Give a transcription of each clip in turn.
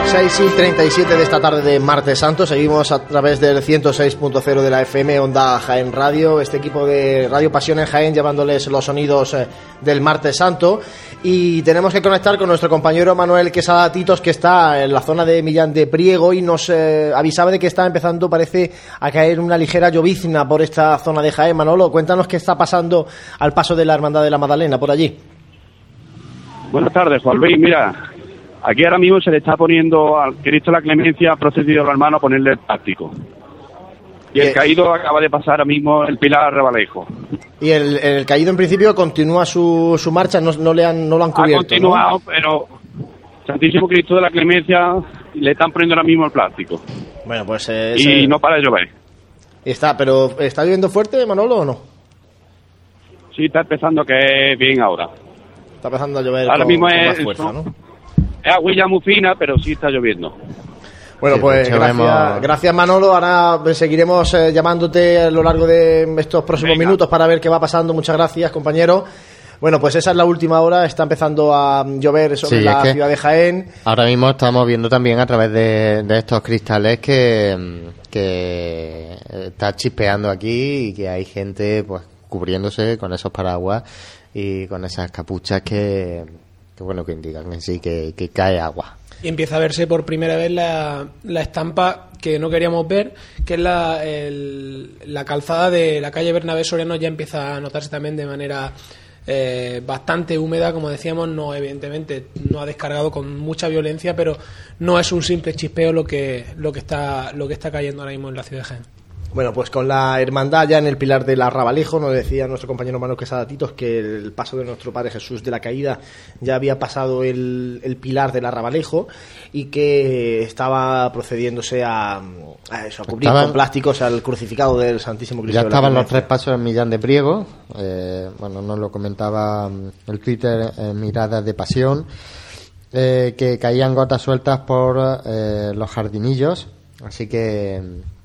6:37 de esta tarde de Martes Santo. Seguimos a través del 106.0 de la FM Onda Jaén Radio, este equipo de Radio Pasión en Jaén, llevándoles los sonidos del Martes Santo. Y tenemos que conectar con nuestro compañero Manuel Quesada Titos, que está en la zona de Millán de Priego, y nos avisaba de que está empezando, parece, a caer una ligera llovizna por esta zona de Jaén. Manolo, cuéntanos qué está pasando al paso de la Hermandad de la Magdalena por allí. Buenas tardes, Juan Luis. Mira, aquí ahora mismo se le está poniendo al Cristo de la Clemencia, ha procedido el hermano a ponerle el plástico. Y el caído acaba de pasar ahora mismo el Pilar Rabalejo. Y el caído en principio continúa su marcha, no lo han cubierto. Ha continuado, ¿no? Pero Santísimo Cristo de la Clemencia le están poniendo ahora mismo el plástico. Bueno, pues y no para de llover. Pero ¿está lloviendo fuerte, Manolo, o no? Sí, está empezando a caer bien ahora. Está empezando a llover ahora mismo con más fuerza, ¿no? Es agüilla muy fina, pero sí está lloviendo. Bueno, pues gracias Manolo. Ahora seguiremos llamándote a lo largo de estos próximos minutos para ver qué va pasando. Muchas gracias, compañero. Bueno, pues esa es la última hora. Está empezando a llover sobre la ciudad de Jaén. Ahora mismo estamos viendo también a través de estos cristales que está chispeando aquí y que hay gente pues cubriéndose con esos paraguas y con esas capuchas que indican en sí que cae agua. Y empieza a verse por primera vez la estampa que no queríamos ver, que es la calzada de la calle Bernabé Soriano. Ya empieza a notarse también de manera bastante húmeda, como decíamos. No, evidentemente no ha descargado con mucha violencia, pero no es un simple chispeo lo que está cayendo ahora mismo en la ciudad de Jaén. Bueno, pues con la hermandad ya en el Pilar del Arrabalejo, nos decía nuestro compañero Manuel Quesada Titos que el paso de nuestro Padre Jesús de la Caída ya había pasado el Pilar del Arrabalejo y que estaba procediéndose a cubrir con plásticos al crucificado del Santísimo Cristo. Ya estaban los tres pasos en Millán de Priego, nos lo comentaba el Twitter, Miradas de Pasión, que caían gotas sueltas por los jardinillos, así que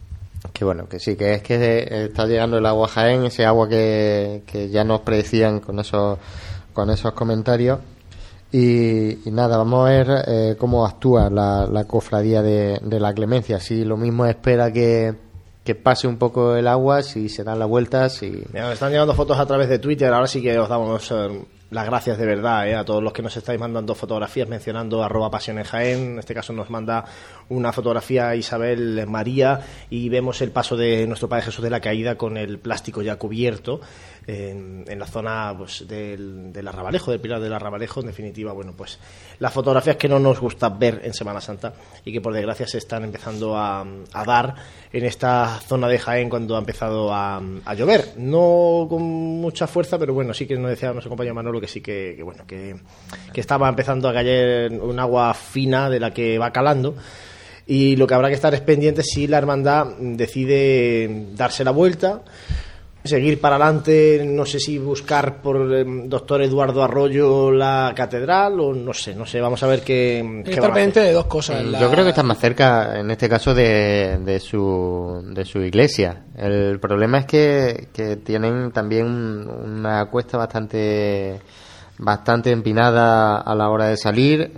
está llegando el agua a Jaén, ese agua que ya nos predecían con esos comentarios. Y nada, vamos a ver cómo actúa la cofradía de la Clemencia. Si lo mismo espera que pase un poco el agua, si se dan la vuelta. Me están llegando fotos a través de Twitter. Ahora sí que os damos las gracias de verdad a todos los que nos estáis mandando fotografías mencionando @Pasión en Jaén. En este caso nos manda una fotografía Isabel María y vemos el paso de nuestro Padre Jesús de la Caída con el plástico ya cubierto en la zona pues, del Arrabalejo, del Pilar del Arrabalejo. En definitiva, bueno, pues las fotografías que no nos gusta ver en Semana Santa y que por desgracia se están empezando a dar en esta zona de Jaén cuando ha empezado a llover, no con mucha fuerza, pero bueno, sí que nos decía nuestro compañero Manolo que sí que estaba empezando a caer un agua fina de la que va calando. Y lo que habrá que estar es pendiente si la hermandad decide darse la vuelta, seguir para adelante, no sé si buscar por el doctor Eduardo Arroyo la catedral o no sé, vamos a ver qué estar pendiente de dos cosas. Yo creo que está más cerca en este caso de su iglesia. El problema es que tienen también una cuesta bastante empinada a la hora de salir,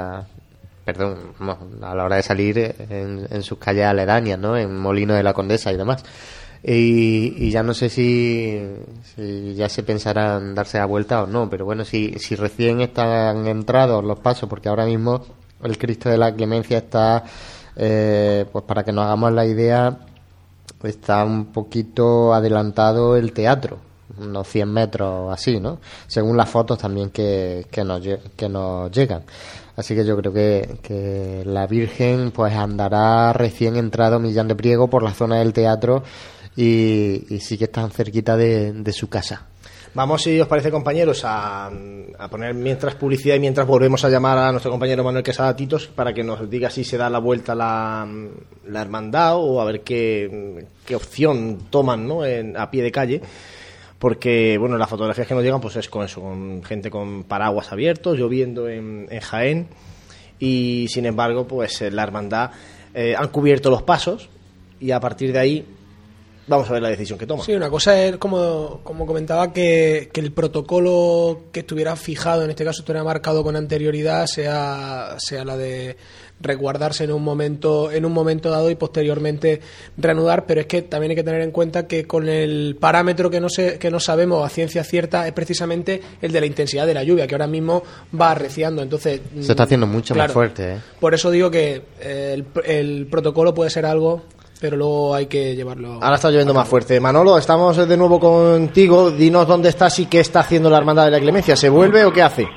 a la hora de salir en sus calles aledañas, ¿no? En Molino de la Condesa y demás. Y ya no sé si ya se pensarán darse la vuelta o no, pero bueno, si recién están entrados los pasos, porque ahora mismo el Cristo de la Clemencia está, pues para que nos hagamos la idea, está un poquito adelantado el teatro, unos 100 metros así, ¿no? Según las fotos también que nos llegan. Así que yo creo que la Virgen pues andará recién entrado Millán de Priego por la zona del teatro y sí que están cerquita de su casa. Vamos, si os parece, compañeros, a poner mientras publicidad y mientras volvemos a llamar a nuestro compañero Manuel Quesada Titos para que nos diga si se da la vuelta la hermandad o a ver qué opción toman, ¿no? A pie de calle. Porque, bueno, las fotografías que nos llegan pues es con eso, con gente con paraguas abiertos, lloviendo en Jaén, y sin embargo, pues la hermandad han cubierto los pasos y a partir de ahí vamos a ver la decisión que toma. Sí, una cosa es, como comentaba, que el protocolo que estuviera fijado, en este caso estuviera marcado con anterioridad, sea la de resguardarse en un momento dado y posteriormente reanudar, pero es que también hay que tener en cuenta que con el parámetro que no sabemos a ciencia cierta es precisamente el de la intensidad de la lluvia, que ahora mismo va arreciando. Entonces se está haciendo mucho más fuerte, ¿eh? Por eso digo que el protocolo puede ser algo, pero luego hay que llevarlo. Ahora está lloviendo más fuerte. Manolo, estamos de nuevo contigo. Dinos dónde estás y qué está haciendo la Hermandad de la Clemencia. ¿Se vuelve o qué hace?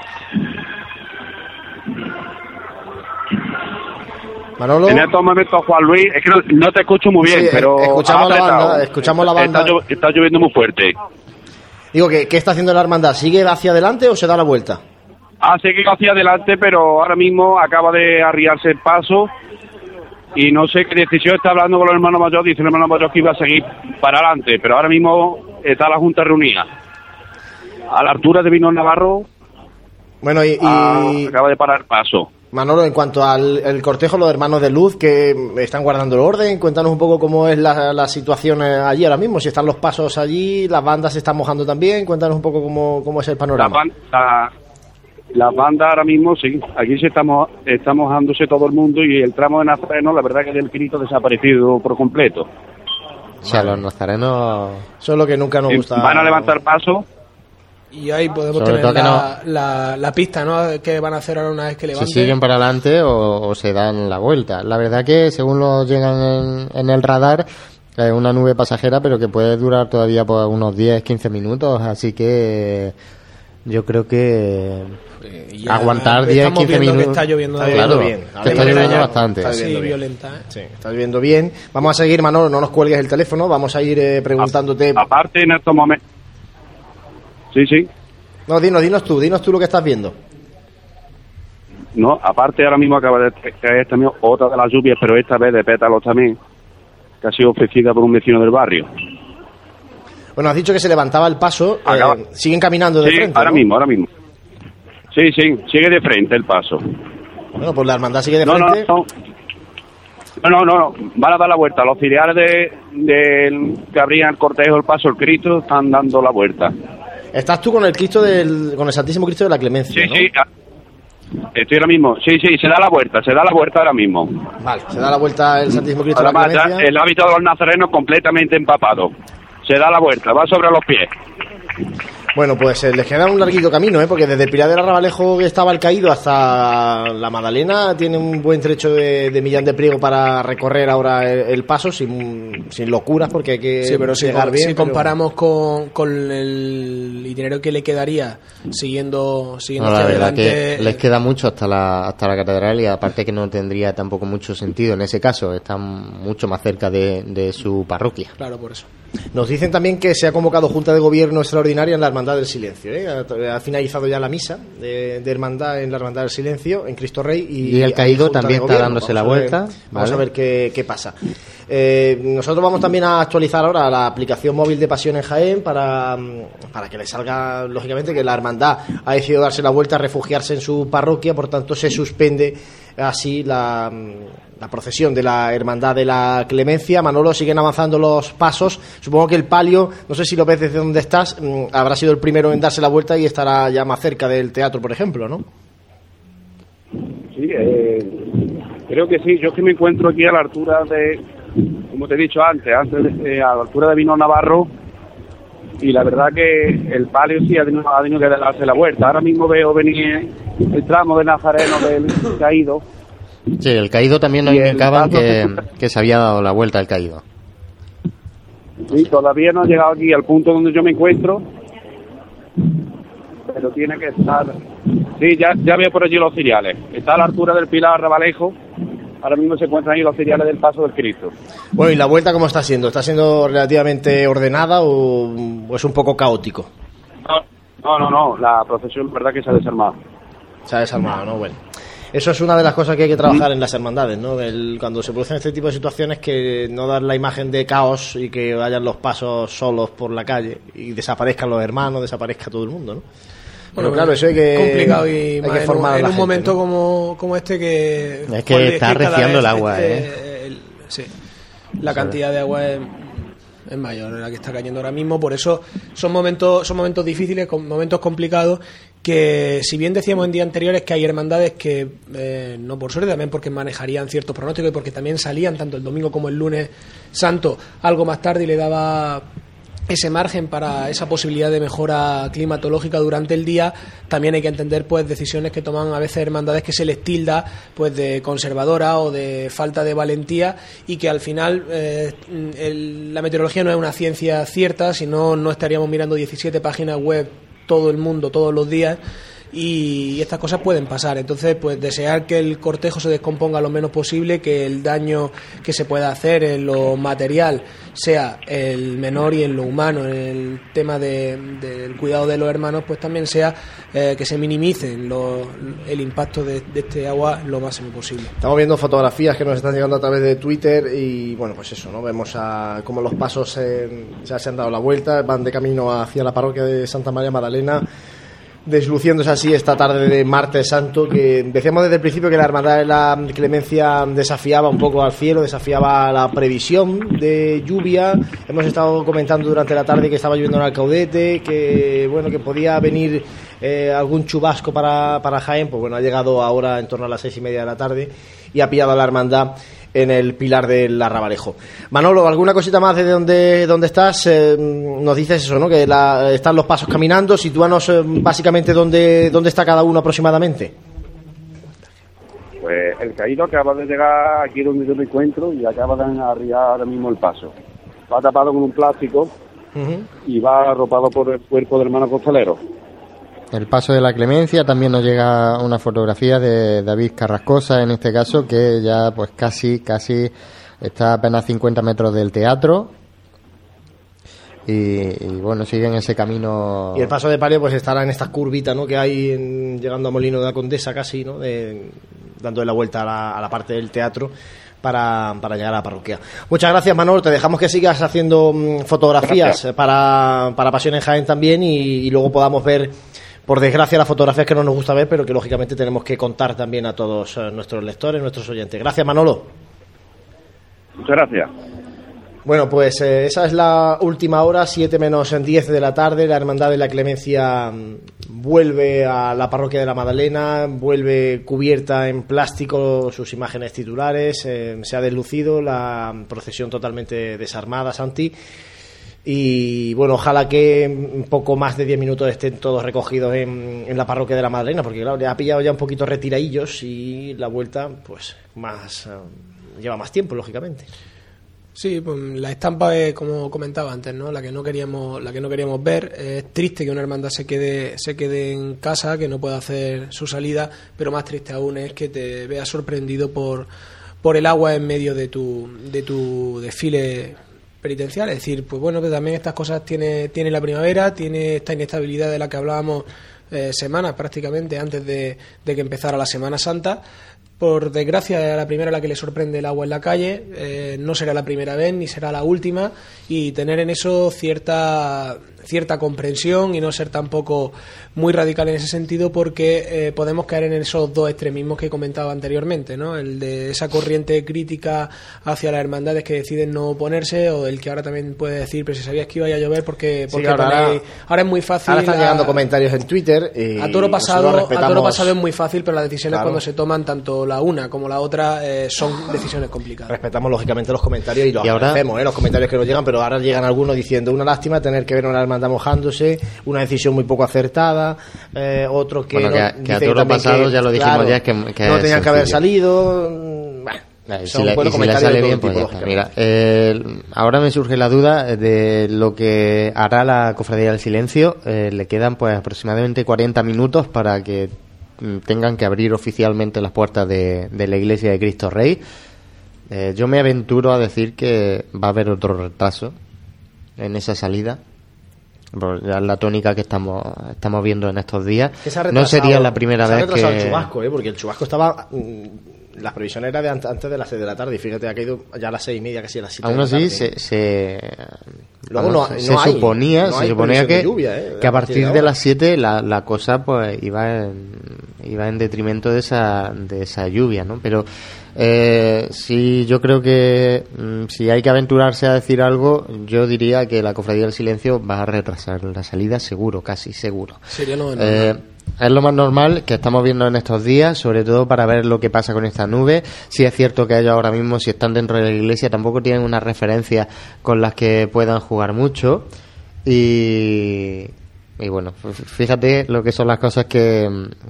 Manolo. En estos momentos, Juan Luis, es que no te escucho muy bien, Sí, pero escuchamos la banda. Está lloviendo muy fuerte. Digo, ¿qué está haciendo la Hermandad? ¿Sigue hacia adelante o se da la vuelta? Sigue hacia adelante, pero ahora mismo acaba de arriarse el paso. Y no sé qué decisión está hablando con los hermanos mayores. Dice el hermano mayor que iba a seguir para adelante, pero ahora mismo está la Junta reunida. A la altura de Vino Navarro, bueno, acaba de parar el paso. Manolo, en cuanto al cortejo, los hermanos de luz que están guardando el orden, cuéntanos un poco cómo es la situación allí ahora mismo, si están los pasos allí, las bandas se están mojando también, cuéntanos un poco cómo es el panorama. Las bandas ahora mismo, sí, aquí se está mojándose todo el mundo y el tramo de Nazareno, la verdad que el Cristo ha desaparecido por completo. O sea, los nazarenos... Eso es lo que nunca nos gusta. Van a levantar paso. Y ahí podemos tener la pista, ¿no? Que van a hacer ahora una vez que levanten. Si siguen para adelante o se dan la vuelta. La verdad que según lo llegan en el radar, es una nube pasajera, pero que puede durar todavía por unos 10-15 minutos, así que yo creo que aguantar 10-15 minutos. Que está lloviendo, bien. Está lloviendo bastante. Está lloviendo violenta, ¿eh? Sí, está lloviendo bien. Vamos a seguir, Manolo, no nos cuelgues el teléfono, vamos a ir preguntándote. Aparte, en estos momentos. Sí. No, dinos tú lo que estás viendo. No, aparte ahora mismo acaba de caer también otra de las lluvias, pero esta vez de pétalos también, que ha sido ofrecida por un vecino del barrio. Bueno, has dicho que se levantaba el paso, siguen caminando de frente, ahora ¿no? mismo. Sí, sigue de frente el paso. Bueno, pues la hermandad sigue de frente. No, van a dar la vuelta. Los auxiliares que abrían el cortejo, el paso, el Cristo, están dando la vuelta. Estás tú con el Cristo con el Santísimo Cristo de la Clemencia, ¿no? Sí, estoy ahora mismo. Sí, se da la vuelta ahora mismo. Vale, se da la vuelta el Santísimo Cristo de la Clemencia. El hábito de los nazarenos completamente empapado. Se da la vuelta, va sobre los pies. Bueno, pues les queda un larguito camino, porque desde el Pilar del Arrabalejo, que estaba el caído, hasta la Magdalena tiene un buen trecho de Millán de Priego para recorrer ahora el paso sin locuras, porque hay que llegar bien. Si comparamos con el itinerario que le quedaría siguiendo hacia la verdad adelante, que les queda mucho hasta la catedral, y aparte que no tendría tampoco mucho sentido en ese caso, están mucho más cerca de su parroquia. Claro, por eso. Nos dicen también que se ha convocado Junta de Gobierno extraordinaria en la Hermandad del Silencio. Ha finalizado ya la misa de hermandad en la Hermandad del Silencio, en Cristo Rey. Y el caído también está dándose la vuelta. Vamos a ver qué pasa. Nosotros vamos también a actualizar ahora la aplicación móvil de Pasión en Jaén para que le salga, lógicamente, que la hermandad ha decidido darse la vuelta, refugiarse en su parroquia, por tanto se suspende así la procesión de la Hermandad de la Clemencia. Manolo, siguen avanzando los pasos. Supongo que el palio, no sé si lo ves desde donde estás, habrá sido el primero en darse la vuelta y estará ya más cerca del teatro, por ejemplo, ¿no? Sí, creo que sí. Yo es que me encuentro aquí a la altura como te he dicho antes a la altura de Vino Navarro, y la verdad que el palio sí ha tenido que darse la vuelta. Ahora mismo veo venir el tramo de Nazareno del caído. Sí, el caído también nos indicaban que se había dado la vuelta el caído. Sí, todavía no ha llegado aquí al punto donde yo me encuentro, pero tiene que estar. Sí, ya veo por allí los ciriales. Está a la altura del Pilar Arrabalejo. Ahora mismo se encuentran ahí los ciriales del Paso del Cristo. Bueno, ¿y la vuelta cómo está siendo? ¿Está siendo relativamente ordenada o es un poco caótico? No. La procesión, la verdad, que se ha desarmado. Se ha desarmado, ¿no? Bueno. Eso es una de las cosas que hay que trabajar en las hermandades, ¿no? Cuando se producen este tipo de situaciones, que no dar la imagen de caos y que vayan los pasos solos por la calle y desaparezcan los hermanos, desaparezca todo el mundo, ¿no? Bueno, claro, eso hay que complicado, y hay más que formar en un gente, momento, ¿no? como este, que es que está arreciando el agua, sí, la cantidad de agua es la que está cayendo ahora mismo. Por eso son momentos difíciles, momentos complicados, que si bien decíamos en días anteriores que hay hermandades que, no por suerte, también porque manejarían ciertos pronósticos y porque también salían tanto el domingo como el lunes santo algo más tarde y le daba ese margen para esa posibilidad de mejora climatológica durante el día, también hay que entender pues decisiones que toman a veces hermandades que se les tilda pues de conservadora o de falta de valentía, y que al final la meteorología no es una ciencia cierta, si no, no estaríamos mirando 17 páginas web todo el mundo todos los días, y estas cosas pueden pasar. Entonces, pues desear que el cortejo se descomponga lo menos posible, que el daño que se pueda hacer en lo material sea el menor, y en lo humano, en el tema del cuidado de los hermanos, pues también sea que se minimice el impacto de este agua lo máximo posible. Estamos viendo fotografías que nos están llegando a través de Twitter y bueno, pues eso, ¿no? Vemos cómo los pasos ya se han dado la vuelta, van de camino hacia la parroquia de Santa María Magdalena, desluciéndose así esta tarde de martes santo, que decíamos desde el principio que la Hermandad de la Clemencia desafiaba un poco al cielo, desafiaba la previsión de lluvia. Hemos estado comentando durante la tarde que estaba lloviendo en Alcaudete, que bueno, que podía venir algún chubasco para Jaén. Pues bueno, ha llegado ahora en torno a las 6:30 de la tarde y ha pillado a la Hermandad en el Pilar del Arrabalejo. Manolo, ¿alguna cosita más de dónde estás? Nos dices eso, ¿no? Que están los pasos caminando. Sitúanos básicamente dónde está cada uno aproximadamente. Pues el caído acaba de llegar aquí donde yo me encuentro y acaba de arriar ahora mismo el paso. Va tapado con un plástico y va arropado por el cuerpo del hermano costalero. El paso de la Clemencia, también nos llega una fotografía de David Carrascosa, en este caso, que ya pues casi está a apenas 50 metros del teatro. Y bueno, sigue en ese camino. Y el paso de palio pues estará en esta curvita, ¿no?, que hay llegando a Molino de la Condesa casi, ¿no?, dándole la vuelta a la parte del teatro para llegar a la parroquia. Muchas gracias, Manolo. Te dejamos que sigas haciendo fotografías para Pasión en Jaén también, y luego podamos ver, por desgracia, las fotografías que no nos gusta ver, pero que lógicamente tenemos que contar también a todos nuestros lectores, nuestros oyentes. Gracias, Manolo. Muchas gracias. Bueno, pues esa es la última hora, 7 menos 10 de la tarde. La Hermandad de la Clemencia vuelve a la parroquia de la Magdalena, vuelve cubierta en plástico sus imágenes titulares, se ha deslucido, la procesión totalmente desarmada, Santi. Y bueno, ojalá que un poco más de 10 minutos estén todos recogidos en la parroquia de la Magdalena, porque claro, le ha pillado ya un poquito retiradillos y la vuelta pues más lleva más tiempo, lógicamente. Sí, pues la estampa es, como comentaba antes, ¿no?, la que no queríamos ver. Es triste que una hermandad se quede en casa, que no pueda hacer su salida, pero más triste aún es que te veas sorprendido por el agua en medio de tu desfile penitencial. Es decir, pues bueno, pues también estas cosas tiene la primavera, tiene esta inestabilidad de la que hablábamos semanas prácticamente antes de que empezara la Semana Santa. Por desgracia, es la primera a la que le sorprende el agua en la calle, no será la primera vez ni será la última, y tener en eso cierta comprensión y no ser tampoco muy radical en ese sentido, porque podemos caer en esos dos extremismos que comentaba anteriormente, ¿no?, el de esa corriente crítica hacia las hermandades que deciden no oponerse, o el que ahora también puede decir, pero si sabías que iba a llover, porque sí, ahora es muy fácil. Ahora están llegando comentarios en Twitter. A toro pasado es muy fácil, pero las decisiones, claro, cuando se toman tanto la una como la otra son decisiones complicadas. Respetamos lógicamente los comentarios y los agradecemos, los comentarios que nos llegan, pero ahora llegan algunos diciendo una lástima tener que ver a una hermandad mojándose, una decisión muy poco acertada, otro que, bueno, que a toro pasado ya lo dijimos, claro, ya que no tenían que haber salido. Si le sale bien, pues ya está. Mira, ahora me surge la duda de lo que hará la Cofradía del Silencio. Le quedan pues aproximadamente 40 minutos para que tengan que abrir oficialmente las puertas de la Iglesia de Cristo Rey. Yo me aventuro a decir que va a haber otro retraso en esa salida. Ya la tónica que estamos viendo en estos días. No sería la primera vez que... Se ha retrasado el chubasco, porque el chubasco estaba las previsiones eran de antes de las 6 de la tarde y fíjate, ha caído ya a las 6:30, casi a las 7 aún de la tarde. así se suponía que, lluvia, que a partir de las 7 la cosa pues iba en detrimento de esa lluvia, ¿no? Pero sí, yo creo que si hay que aventurarse a decir algo, yo diría que la Cofradía del Silencio va a retrasar la salida seguro, casi seguro. Sería lo normal. Es lo más normal que estamos viendo en estos días, sobre todo para ver lo que pasa con esta nube. Sí es cierto que ellos ahora mismo, si están dentro de la iglesia, tampoco tienen unas referencias con las que puedan jugar mucho. Y bueno, fíjate lo que son las cosas que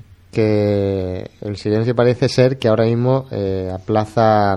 el Silencio parece ser que ahora mismo aplaza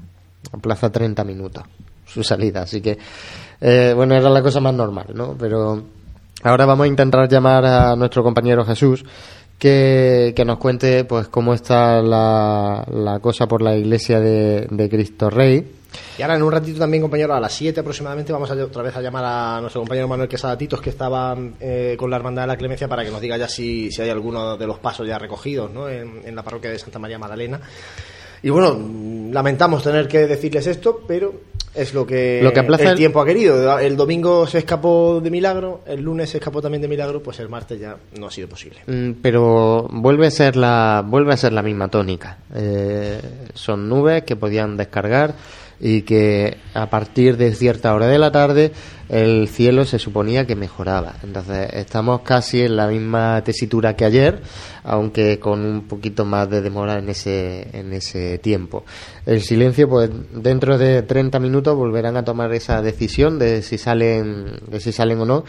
30 minutos su salida. Así que, bueno, era la cosa más normal, ¿no? Pero ahora vamos a intentar llamar a nuestro compañero Jesús que nos cuente pues cómo está la cosa por la iglesia de Cristo Rey. Y ahora en un ratito también, compañero, a las 7 aproximadamente vamos otra vez a llamar a nuestro compañero Manuel Quesada Titos, que estaba con la Hermandad de la Clemencia, para que nos diga ya si hay alguno de los pasos ya recogidos, ¿no? en la parroquia de Santa María Magdalena. Y bueno, lamentamos tener que decirles esto, pero es lo que el tiempo ha querido. El domingo se escapó de milagro, el lunes se escapó también de milagro, pues el martes ya no ha sido posible. Pero vuelve a ser la misma tónica. Son nubes que podían descargar y que a partir de cierta hora de la tarde el cielo se suponía que mejoraba. Entonces estamos casi en la misma tesitura que ayer, aunque con un poquito más de demora en ese tiempo. El Silencio, pues dentro de 30 minutos volverán a tomar esa decisión de si salen o no,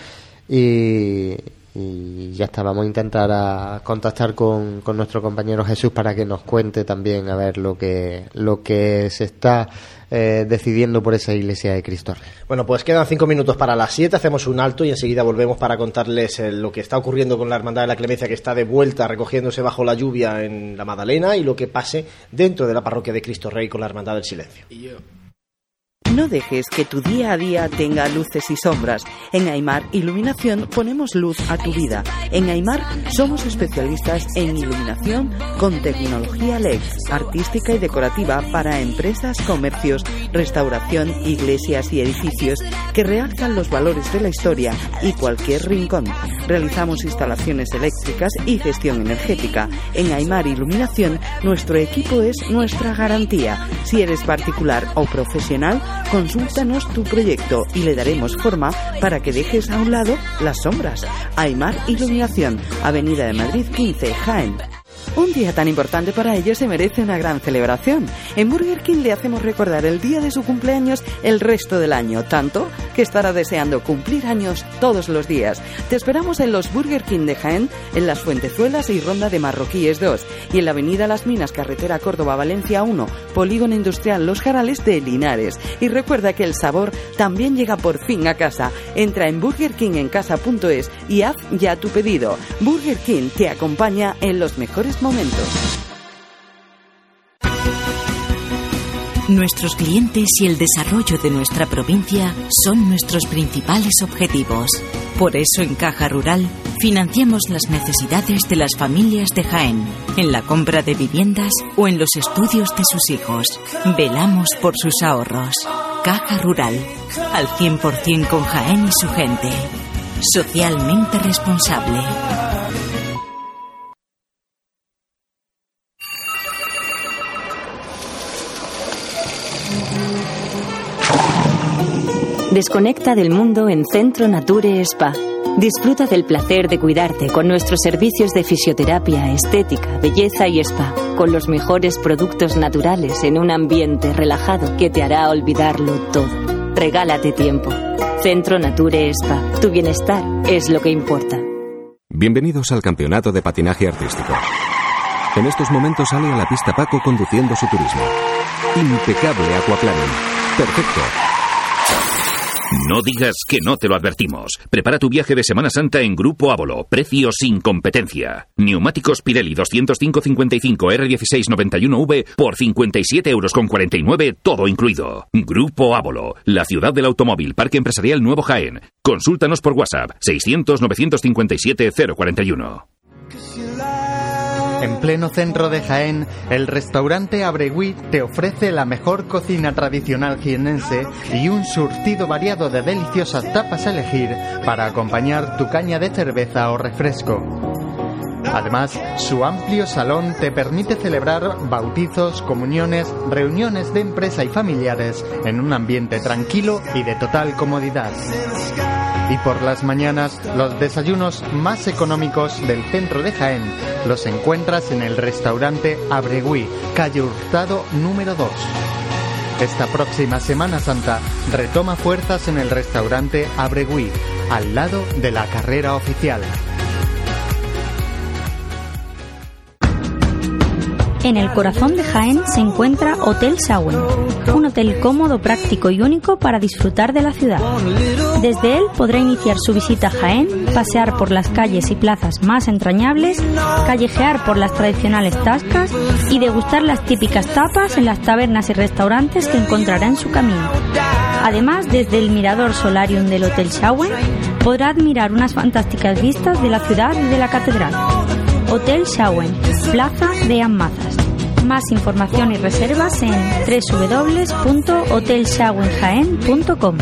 y ya está. Vamos a intentar contactar con nuestro compañero Jesús para que nos cuente también a ver lo que se está decidiendo por esa iglesia de Cristo Rey. Bueno, pues quedan 5 minutos para las 7, hacemos un alto y enseguida volvemos para contarles lo que está ocurriendo con la Hermandad de la Clemencia, que está de vuelta recogiéndose bajo la lluvia en la Magdalena, y lo que pase dentro de la parroquia de Cristo Rey con la Hermandad del Silencio. No dejes que tu día a día tenga luces y sombras. En Aimar Iluminación ponemos luz a tu vida. En Aimar somos especialistas en iluminación con tecnología LED, artística y decorativa para empresas, comercios, restauración, iglesias y edificios que realzan los valores de la historia y cualquier rincón. Realizamos instalaciones eléctricas y gestión energética. En Aimar Iluminación nuestro equipo es nuestra garantía. Si eres particular o profesional, consúltanos tu proyecto y le daremos forma para que dejes a un lado las sombras. Aimar Iluminación, Avenida de Madrid 15, Jaén. Un día tan importante para ellos se merece una gran celebración. En Burger King le hacemos recordar el día de su cumpleaños el resto del año, tanto que estará deseando cumplir años todos los días. Te esperamos en los Burger King de Jaén, en Las Fuentezuelas y Ronda de Marroquíes 2, y en la Avenida Las Minas, carretera Córdoba-Valencia 1, Polígono Industrial Los Jarales de Linares. Y recuerda que el sabor también llega por fin a casa. Entra en burgerkingencasa.es y haz ya tu pedido. Burger King te acompaña en los mejores momentos. Nuestros clientes y el desarrollo de nuestra provincia son nuestros principales objetivos. Por eso en Caja Rural financiamos las necesidades de las familias de Jaén, en la compra de viviendas o en los estudios de sus hijos. Velamos por sus ahorros. Caja Rural, al 100% con Jaén y su gente. Socialmente responsable. Desconecta del mundo en Centro Nature Spa. Disfruta del placer de cuidarte con nuestros servicios de fisioterapia, estética, belleza y spa, con los mejores productos naturales en un ambiente relajado que te hará olvidarlo todo. Regálate tiempo. Centro Nature Spa. Tu bienestar es lo que importa. Bienvenidos al Campeonato de Patinaje Artístico. En estos momentos sale a la pista Paco conduciendo su turismo. Impecable aquaplaning. Perfecto. No digas que no te lo advertimos. Prepara tu viaje de Semana Santa en Grupo Ávolo. Precio sin competencia. Neumáticos Pirelli 205-55 R1691V por 57,49 €, todo incluido. Grupo Ávolo, la ciudad del automóvil, Parque Empresarial Nuevo Jaén. Consúltanos por WhatsApp 600-957-041. En pleno centro de Jaén, el restaurante Abregui te ofrece la mejor cocina tradicional jienense y un surtido variado de deliciosas tapas a elegir para acompañar tu caña de cerveza o refresco. Además, su amplio salón te permite celebrar bautizos, comuniones, reuniones de empresa y familiares en un ambiente tranquilo y de total comodidad. Y por las mañanas, los desayunos más económicos del centro de Jaén los encuentras en el restaurante Abregui, calle Hurtado número 2. Esta próxima Semana Santa retoma fuerzas en el restaurante Abregui, al lado de la carrera oficial. En el corazón de Jaén se encuentra Hotel Shawen, un hotel cómodo, práctico y único para disfrutar de la ciudad. Desde él podrá iniciar su visita a Jaén, pasear por las calles y plazas más entrañables, callejear por las tradicionales tascas y degustar las típicas tapas en las tabernas y restaurantes que encontrará en su camino. Además, desde el mirador solarium del Hotel Shawen podrá admirar unas fantásticas vistas de la ciudad y de la catedral. Hotel Shawen, Plaza de Amazas. Más información y reservas en www.hotelshawenjaen.com.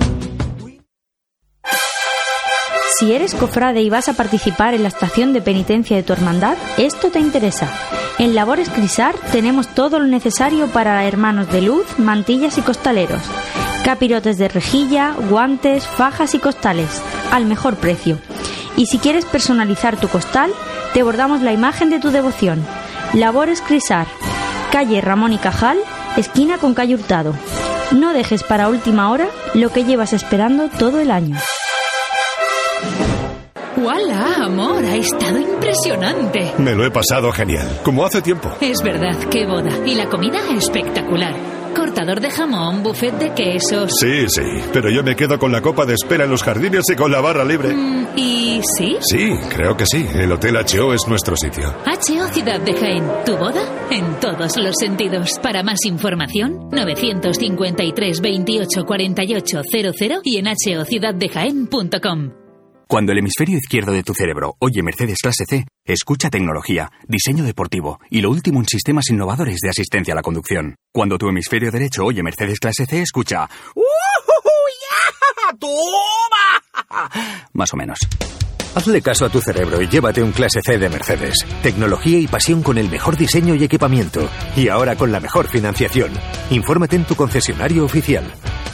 Si eres cofrade y vas a participar en la estación de penitencia de tu hermandad, esto te interesa. En Labores Crisar tenemos todo lo necesario para hermanos de luz, mantillas y costaleros. Capirotes de rejilla, guantes, fajas y costales, al mejor precio. Y si quieres personalizar tu costal, te bordamos la imagen de tu devoción. Labores Crisar, calle Ramón y Cajal, esquina con calle Hurtado. No dejes para última hora lo que llevas esperando todo el año. ¡Hola, amor! Ha estado impresionante. Me lo he pasado genial, como hace tiempo. Es verdad, qué boda. Y la comida espectacular. Cortador de jamón, buffet de quesos. Sí, pero yo me quedo con la copa de espera en los jardines y con la barra libre. ¿Y sí? Sí, creo que sí. El Hotel H.O. es nuestro sitio. H.O. Ciudad de Jaén. Tu boda en todos los sentidos. Para más información, 953 28 48 00 y en hociudaddejaén.com. Cuando el hemisferio izquierdo de tu cerebro oye Mercedes Clase C, escucha tecnología, diseño deportivo y lo último en sistemas innovadores de asistencia a la conducción. Cuando tu hemisferio derecho oye Mercedes Clase C, escucha ¡Toma! Más o menos. Hazle caso a tu cerebro y llévate un Clase C de Mercedes. Tecnología y pasión con el mejor diseño y equipamiento. Y ahora con la mejor financiación. Infórmate en tu concesionario oficial.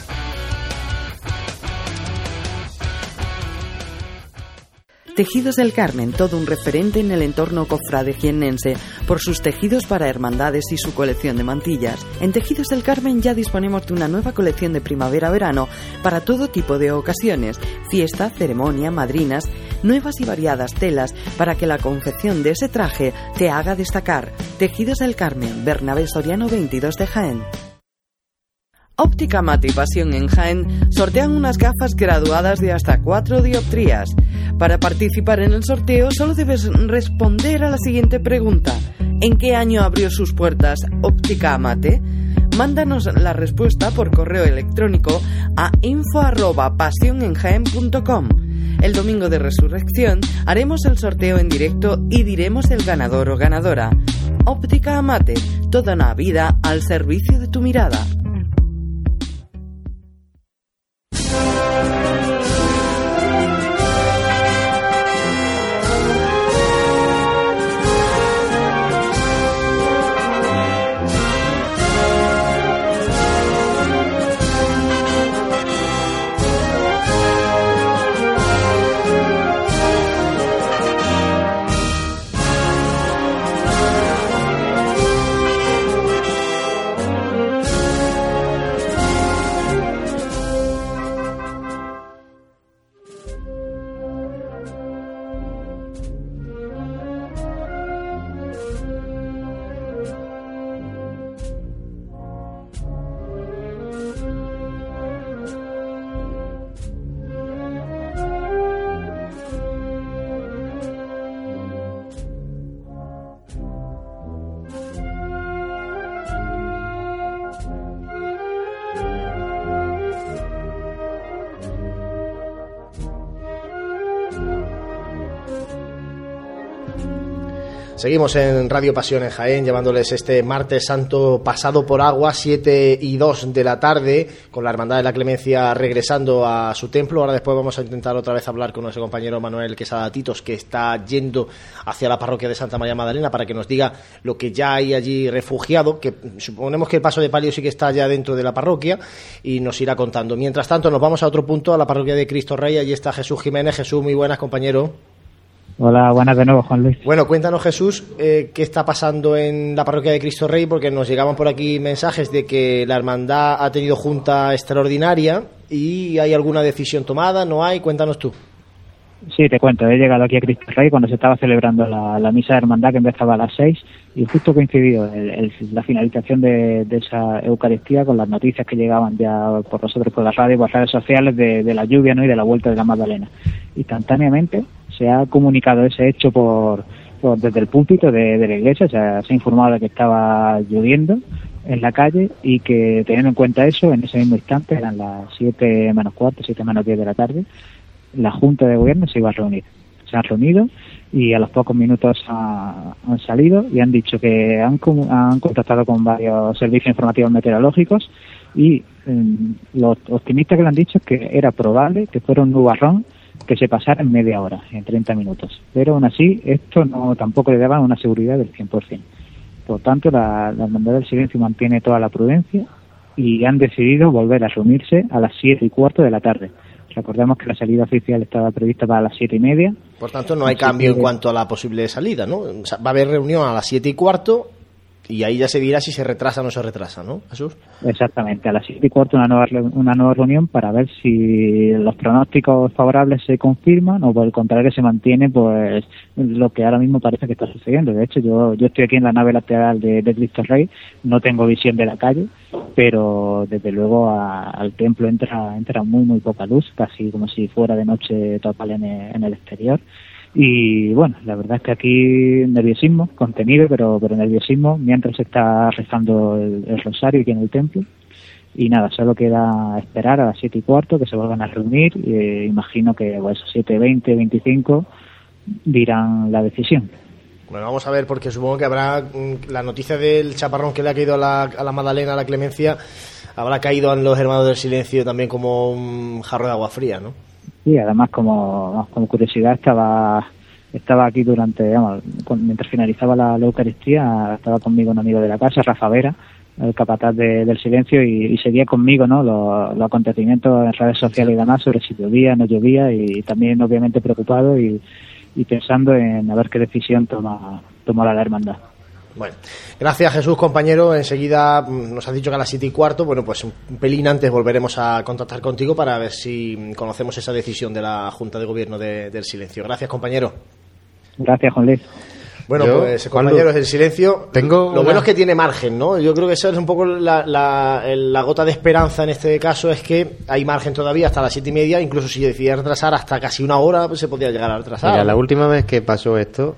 Tejidos del Carmen, todo un referente en el entorno cofrade jiennense por sus tejidos para hermandades y su colección de mantillas. En Tejidos del Carmen ya disponemos de una nueva colección de primavera-verano para todo tipo de ocasiones, fiesta, ceremonia, madrinas, nuevas y variadas telas para que la confección de ese traje te haga destacar. Tejidos del Carmen, Bernabé Soriano 22 de Jaén. Óptica Mate y Pasión en Jaén sortean unas gafas graduadas de hasta 4 dioptrías. Para participar en el sorteo solo debes responder a la siguiente pregunta: ¿en qué año abrió sus puertas Óptica Mate? Mándanos la respuesta por correo electrónico a info@pasionenjaen.com. El domingo de Resurrección haremos el sorteo en directo y diremos el ganador o ganadora. Óptica Amate, toda una vida al servicio de tu mirada. Seguimos en Radio Pasión en Jaén, llevándoles este martes santo pasado por agua, 7:02 de la tarde, con la Hermandad de la Clemencia regresando a su templo. Ahora después vamos a intentar otra vez hablar con nuestro compañero Manuel Quesada Titos, que está yendo hacia la parroquia de Santa María Magdalena, para que nos diga lo que ya hay allí refugiado, que suponemos que el paso de palio sí que está ya dentro de la parroquia, y nos irá contando. Mientras tanto, nos vamos a otro punto, a la parroquia de Cristo Rey. Allí está Jesús Jiménez. Jesús, muy buenas, compañero. Hola, buenas de nuevo, Juan Luis. Bueno, cuéntanos, Jesús, qué está pasando en la parroquia de Cristo Rey, porque nos llegaban por aquí mensajes de que la hermandad ha tenido junta extraordinaria y hay alguna decisión tomada, ¿no hay? Cuéntanos tú. Sí, te cuento, he llegado aquí a Cristo Rey cuando se estaba celebrando la misa de hermandad, que empezaba a las 6, y justo coincidió la finalización de esa Eucaristía con las noticias que llegaban ya por nosotros, por la radio, por las redes sociales, de la lluvia, ¿no?, y de la vuelta de la Magdalena. Instantáneamente se ha comunicado ese hecho desde el púlpito de la iglesia. Se ha informado de que estaba lloviendo en la calle y que, teniendo en cuenta eso, en ese mismo instante, eran las 7 menos cuarto, 7 menos 10 de la tarde, la Junta de Gobierno se iba a reunir. Se han reunido y a los pocos minutos han salido y han dicho que han contactado con varios servicios informativos meteorológicos, y lo optimista que le han dicho es que era probable que fuera un nubarrón que se pasara en media hora, en 30 minutos. Pero aún así, esto tampoco le daba una seguridad del 100%. Por tanto, la Hermandad del Silencio mantiene toda la prudencia y han decidido volver a reunirse a las 7:15 de la tarde. Recordemos que la salida oficial estaba prevista para las 7:30. Por tanto, no hay cambio en cuanto a la posible salida, ¿no? O sea, va a haber reunión a las 7:15 y ahí ya se dirá si se retrasa o no se retrasa, ¿no, Jesús? Exactamente, a las 7:15 una nueva reunión para ver si los pronósticos favorables se confirman o por el contrario se mantiene pues lo que ahora mismo parece que está sucediendo. De hecho, yo estoy aquí en la nave lateral de Cristo Rey, no tengo visión de la calle, pero desde luego al templo entra muy muy poca luz, casi como si fuera de noche total en el exterior. Y bueno, la verdad es que aquí nerviosismo contenido, pero nerviosismo mientras se está rezando el rosario aquí en el templo. Y nada, solo queda esperar a las 7:15 que se vuelvan a reunir. Imagino que 7:20, 25 dirán la decisión. Bueno, vamos a ver, porque supongo que habrá la noticia del chaparrón que le ha caído a la Magdalena, a la Clemencia, habrá caído en los Hermanos del Silencio también como un jarro de agua fría, ¿no? Sí, además como curiosidad estaba aquí mientras finalizaba la Eucaristía, estaba conmigo un amigo de la casa, Rafa Vera, el capataz del Silencio, y seguía conmigo, ¿no?, los acontecimientos en redes sociales y demás sobre si llovía, no llovía, y también obviamente preocupado y pensando en a ver qué decisión tomó la hermandad. Bueno, gracias, Jesús, compañero. Enseguida nos has dicho que a las 7:15, bueno, pues un pelín antes volveremos a contactar contigo para ver si conocemos esa decisión de la Junta de Gobierno del Silencio. Gracias, compañero. Gracias, Juan Luis. Bueno, pues compañeros del Silencio, lo bueno es que tiene margen, ¿no? Yo creo que eso es un poco la gota de esperanza en este caso, es que hay margen todavía hasta las 7:30, incluso si decide retrasar hasta casi una hora, pues se podría llegar a retrasar. Mira, la última vez que pasó esto,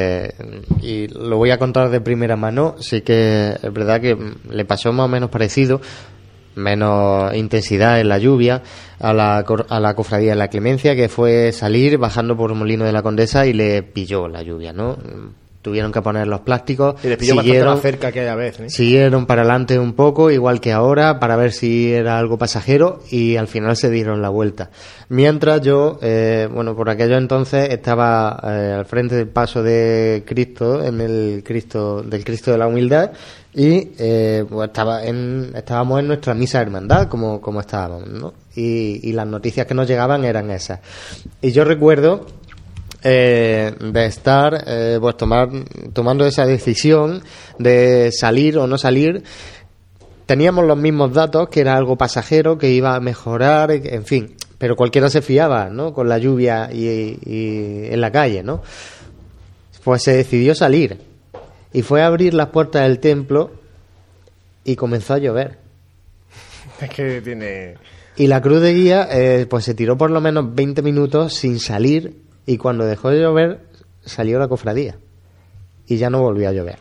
y lo voy a contar de primera mano, sí que es verdad que le pasó más o menos parecido, menos intensidad en la lluvia, a la cofradía de la Clemencia, que fue salir bajando por Molino de la Condesa y le pilló la lluvia, ¿no? Tuvieron que poner los plásticos, y les pilló bastante más cerca que aquella vez, ¿eh? Siguieron para adelante un poco, igual que ahora, para ver si era algo pasajero, y al final se dieron la vuelta. Mientras yo, por aquello entonces estaba al frente del paso de Cristo, del Cristo de la Humildad, y pues estábamos en nuestra misa de hermandad, como estábamos, ¿no? Y las noticias que nos llegaban eran esas. Y yo recuerdo de estar tomando esa decisión de salir o no salir. Teníamos los mismos datos, que era algo pasajero, que iba a mejorar, en fin, pero cualquiera se fiaba, ¿no?, con la lluvia y en la calle, ¿no? Pues se decidió salir y fue a abrir las puertas del templo y comenzó a llover. Es que tiene... Y la cruz de guía pues se tiró por lo menos 20 minutos sin salir, y cuando dejó de llover salió la cofradía y ya no volvió a llover.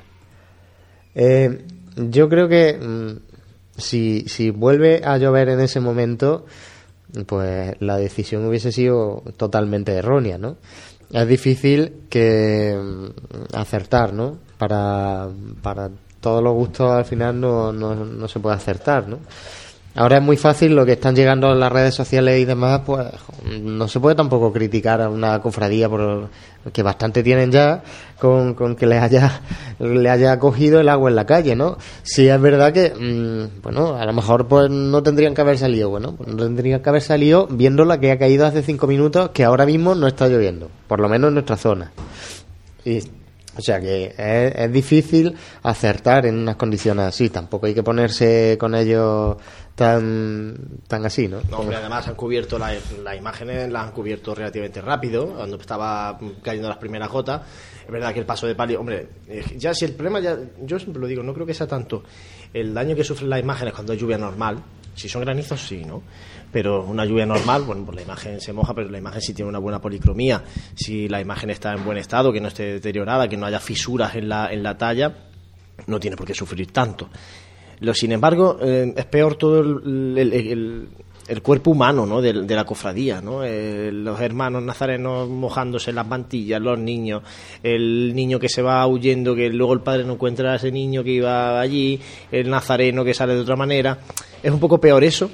Yo creo que si vuelve a llover en ese momento, pues la decisión hubiese sido totalmente errónea, ¿no? es difícil que acertar, ¿no? Para todos los gustos al final no se puede acertar, ¿no? Ahora es muy fácil lo que están llegando en las redes sociales y demás, pues no se puede tampoco criticar a una cofradía por que bastante tienen ya con que le haya cogido el agua en la calle, ¿no? Sí es verdad que, bueno, a lo mejor pues no tendrían que haber salido, no tendrían que haber salido viendo la que ha caído hace 5 minutos, que ahora mismo no está lloviendo, por lo menos en nuestra zona. Y o sea que es difícil acertar en unas condiciones así. Tampoco hay que ponerse con ellos tan así, ¿no? No, hombre, además han cubierto las imágenes, las han cubierto relativamente rápido, cuando estaba cayendo las primeras gotas. Es verdad que el paso de palio, hombre, ya si el problema, ya yo siempre lo digo, no creo que sea tanto el daño que sufren las imágenes cuando hay lluvia normal. Si son granizos, sí, ¿no? Pero una lluvia normal, bueno, pues la imagen se moja, pero la imagen sí tiene una buena policromía. Si la imagen está en buen estado, que no esté deteriorada, que no haya fisuras en la talla, no tiene por qué sufrir tanto. Sin embargo, es peor todo el cuerpo humano, ¿no? de la cofradía, ¿no? Los hermanos nazarenos mojándose las mantillas, los niños, el niño que se va huyendo, que luego el padre no encuentra a ese niño que iba allí, el nazareno que sale de otra manera. Es un poco peor eso